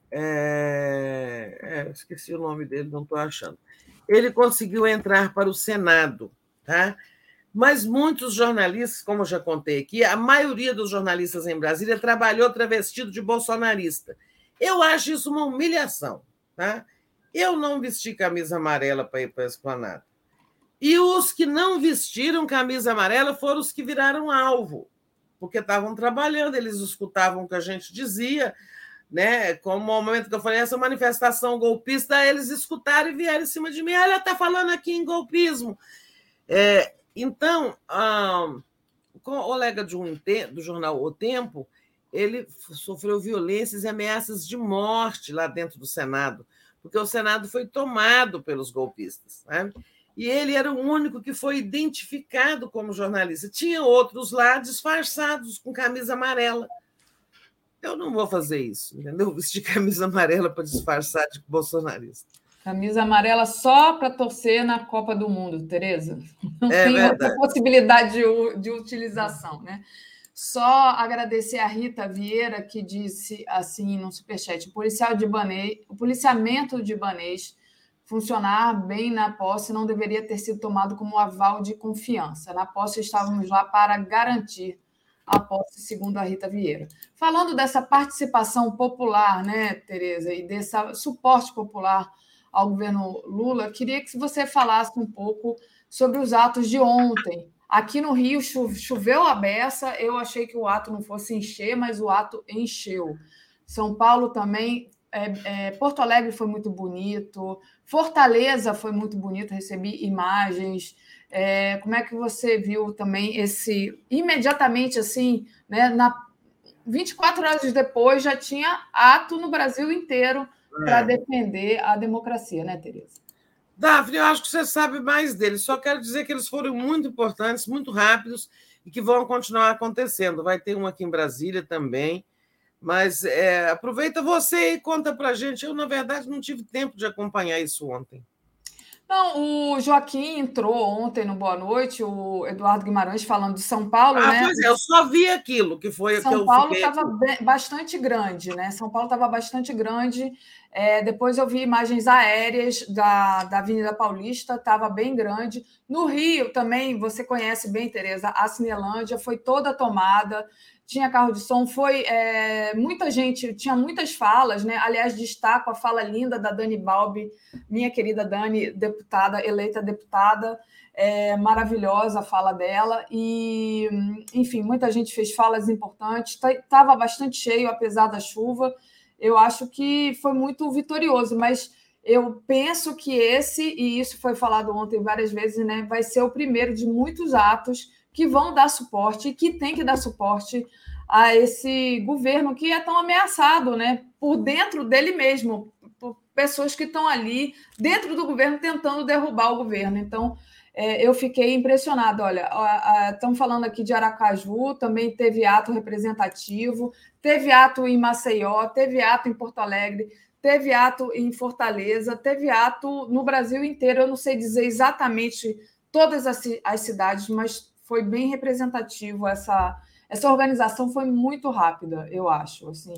É, é, esqueci o nome dele, não estou achando. Ele conseguiu entrar para o Senado, tá? Mas muitos jornalistas, como eu já contei aqui, a maioria dos jornalistas em Brasília trabalhou travestido de bolsonarista. Eu acho isso uma humilhação, tá? Eu não vesti camisa amarela para ir para a Esplanada. E os que não vestiram camisa amarela foram os que viraram alvo, porque estavam trabalhando, eles escutavam o que a gente dizia, né? Como no momento que eu falei, essa manifestação golpista, eles escutaram e vieram em cima de mim. Olha, está falando aqui em golpismo. É, então, ah, o colega de um, do jornal O Tempo, ele sofreu violências e ameaças de morte lá dentro do Senado, porque o Senado foi tomado pelos golpistas, né? E ele era o único que foi identificado como jornalista. Tinha outros lá disfarçados com camisa amarela. Eu não vou fazer isso, entendeu? Vestir camisa amarela para disfarçar de bolsonarista. Camisa amarela só para torcer na Copa do Mundo, Tereza. Não é tem verdade. outra possibilidade de, de utilização, né? Só agradecer a Rita Vieira, que disse assim no superchat: o policial de Ibanez, o policiamento de Ibanez funcionar bem na posse não deveria ter sido tomado como aval de confiança. Na posse estávamos lá para garantir a posse, segundo a Rita Vieira. Falando dessa participação popular, né, Tereza, e desse suporte popular ao governo Lula, queria que você falasse um pouco sobre os atos de ontem. Aqui no Rio choveu a beça, eu achei que o ato não fosse encher, mas o ato encheu. São Paulo também, é, é, Porto Alegre foi muito bonito, Fortaleza foi muito bonito, recebi imagens. É, como é que você viu também esse... Imediatamente, assim, né, na, vinte e quatro horas depois, já tinha ato no Brasil inteiro para é. defender a democracia, né, Tereza? Daphne, eu acho que você sabe mais deles. Só quero dizer que eles foram muito importantes, muito rápidos e que vão continuar acontecendo. Vai ter um aqui em Brasília também. Mas é, aproveita você e conta para a gente. Eu, na verdade, não tive tempo de acompanhar isso ontem. Não, o Joaquim entrou ontem no Boa Noite, o Eduardo Guimarães falando de São Paulo, ah, né? Pois é, eu só vi aquilo que foi São que eu Paulo fiquei... estava bastante grande, né? São Paulo estava bastante grande. É, depois eu vi imagens aéreas da, da Avenida Paulista, estava bem grande. No Rio também, você conhece bem, Tereza, a Cinelândia foi toda tomada. Tinha carro de som, foi é, muita gente, tinha muitas falas, né? Aliás, destaco a fala linda da Dani Balbi, minha querida Dani, deputada, eleita deputada, é, maravilhosa a fala dela, e, enfim, muita gente fez falas importantes, estava bastante cheio, apesar da chuva. Eu acho que foi muito vitorioso, mas eu penso que esse, e isso foi falado ontem várias vezes, né? Vai ser o primeiro de muitos atos que vão dar suporte e que tem que dar suporte a esse governo que é tão ameaçado, né, por dentro dele mesmo, por pessoas que estão ali dentro do governo tentando derrubar o governo. Então, é, eu fiquei impressionada. Olha, estão falando aqui de Aracaju, também teve ato representativo, teve ato em Maceió, teve ato em Porto Alegre, teve ato em Fortaleza, teve ato no Brasil inteiro. Eu não sei dizer exatamente todas as, as cidades, mas foi bem representativo. Essa, essa organização foi muito rápida, eu acho. Assim,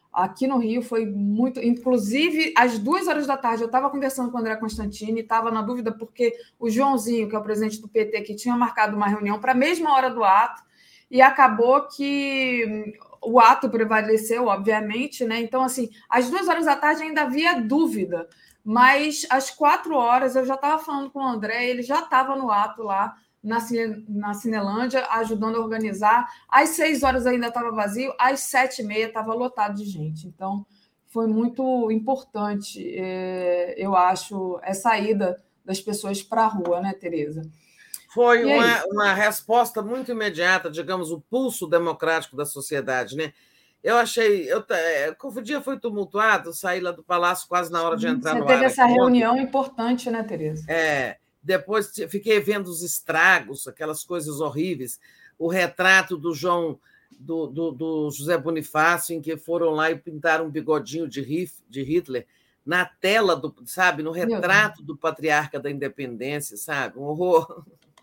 Aqui no Rio foi muito... Inclusive, às duas horas da tarde, eu estava conversando com o André Constantini, estava na dúvida porque o Joãozinho, que é o presidente do P T, que tinha marcado uma reunião para a mesma hora do ato, e acabou que o ato prevaleceu, obviamente, né? Então, assim, às duas horas da tarde ainda havia dúvida, mas às quatro horas eu já estava falando com o André, ele já estava no ato lá, na, Cine, na Cinelândia, ajudando a organizar. Às seis horas ainda estava vazio, às sete e meia estava lotado de gente. Então, foi muito importante, é, eu acho, essa ida das pessoas para a rua, né, Tereza? Foi uma, uma resposta muito imediata, digamos, o pulso democrático da sociedade, né? Eu achei... Eu, o dia foi tumultuado, saí lá do Palácio quase na hora de entrar Você no ar. Você teve essa aqui, reunião ontem. Importante, né, Tereza? É... Depois fiquei vendo os estragos, aquelas coisas horríveis, o retrato do João, do, do, do José Bonifácio, em que foram lá e pintaram um bigodinho de, Hif, de Hitler na tela, do, sabe, no retrato do patriarca da independência, sabe? Um horror.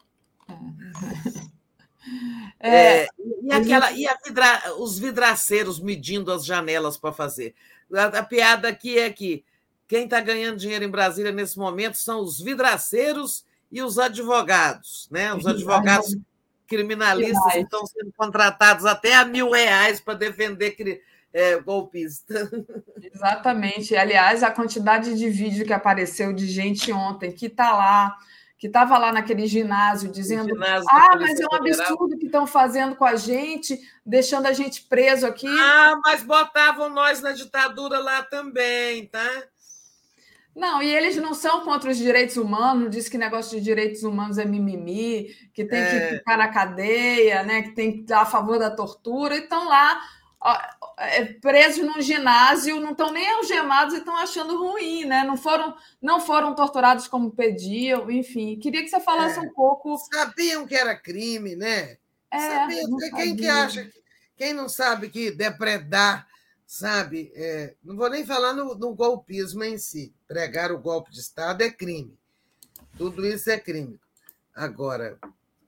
É, é, e aquela, e a vidra, os vidraceiros medindo as janelas para fazer. A, a piada aqui é que quem está ganhando dinheiro em Brasília nesse momento são os vidraceiros e os advogados, né? Os advogados criminalistas que estão sendo contratados até a mil reais para defender é, golpista. Exatamente. Aliás, a quantidade de vídeo que apareceu de gente ontem que está lá, que estava lá naquele ginásio dizendo ginásio ah, mas é um absurdo que estão fazendo com a gente, deixando a gente preso aqui. Ah, mas botavam nós na ditadura lá também, tá? Não, e eles não são contra os direitos humanos, diz que negócio de direitos humanos é mimimi, que tem é. que ficar na cadeia, né, que tem que estar a favor da tortura, e estão lá ó, presos num ginásio, não estão nem algemados e estão achando ruim, né? Não foram, não foram torturados como pediam, enfim. Queria que você falasse é. um pouco... Sabiam que era crime, né? É, Sabiam. Quem sabia. que acha, quem não sabe que depredar... Sabe, é, não vou nem falar no, no golpismo em si. Pregar o golpe de Estado é crime. Tudo isso é crime. Agora,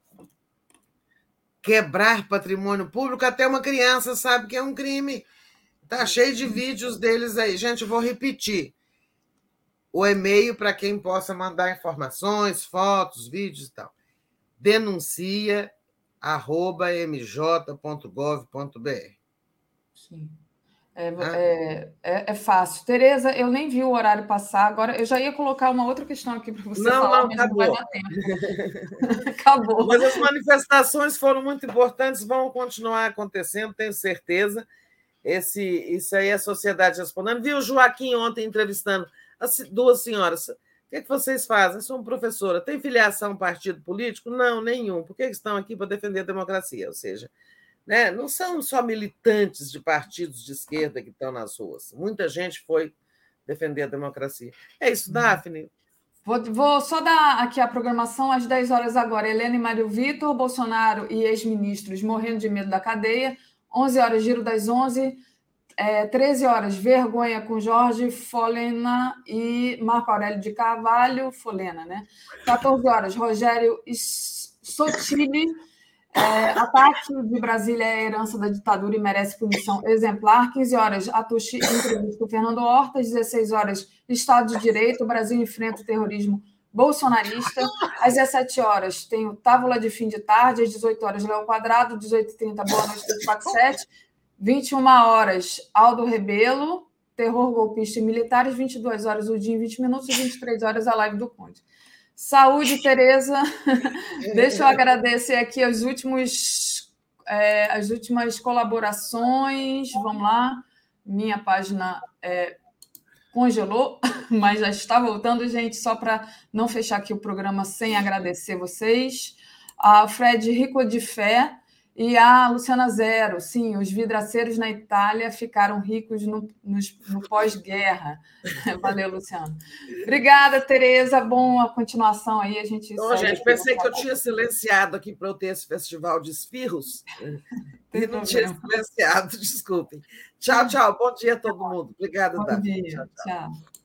quebrar patrimônio público, até uma criança sabe que é um crime. Está cheio de vídeos deles aí. Gente, eu vou repetir. O e-mail para quem possa mandar informações, fotos, vídeos e tal. Denuncia arroba m j ponto gov ponto b r. Sim. É, é, é, é fácil. Tereza, eu nem vi o horário passar. Agora, eu já ia colocar uma outra questão aqui para você não, falar, não, mas acabou. não vai dar tempo. Acabou. Mas as manifestações foram muito importantes, vão continuar acontecendo, tenho certeza. Esse, isso aí é a sociedade respondendo. Vi o Joaquim ontem entrevistando as duas senhoras. O que, é que vocês fazem? Eu sou uma professora. Tem filiação a um partido político? Não, nenhum. Por que estão aqui para defender a democracia? Ou seja... Né? Não são só militantes de partidos de esquerda que estão nas ruas. Muita gente foi defender a democracia. É isso, Daphne? Vou, vou só dar aqui a programação às dez horas agora. Helena e Mário Vitor, Bolsonaro e ex-ministros morrendo de medo da cadeia. onze horas, Giro das onze. É, treze horas, Vergonha com Jorge Folena e Marco Aurélio de Carvalho. Folena, né? quatorze horas, Rogério Sotile. É, ataque de Brasília é herança da ditadura e merece punição exemplar. quinze horas, Atushi entrevista com Fernando Horta. dezesseis horas, Estado de Direito. O Brasil enfrenta o terrorismo bolsonarista. Às dezessete horas, tem o Távola de Fim de Tarde. Às dezoito horas, Léo Quadrado. dezoito e trinta, Boa Noite, dois quatro sete. vinte e uma horas, Aldo Rebelo. Terror golpista e militares. vinte e duas horas, o dia em vinte minutos. E vinte e três horas, a live do Conde. Saúde, Tereza. Deixa eu agradecer aqui os últimos, é, as últimas colaborações. Vamos lá. Minha página é, congelou, mas já está voltando, gente, só para não fechar aqui o programa sem agradecer vocês. A Fred Rico de Fé e a Luciana Zero. Sim, os vidraceiros na Itália ficaram ricos no, no, no pós-guerra. Valeu, Luciana. Obrigada, Tereza. Bom a continuação aí. A gente. Ô, gente, pensei que eu tinha silenciado aqui para eu ter esse festival de esfirros. E não tinha silenciado, desculpem. Tchau, tchau. Bom dia a todo mundo. Obrigada, Bom Daphne. dia. Tchau, tchau. tchau.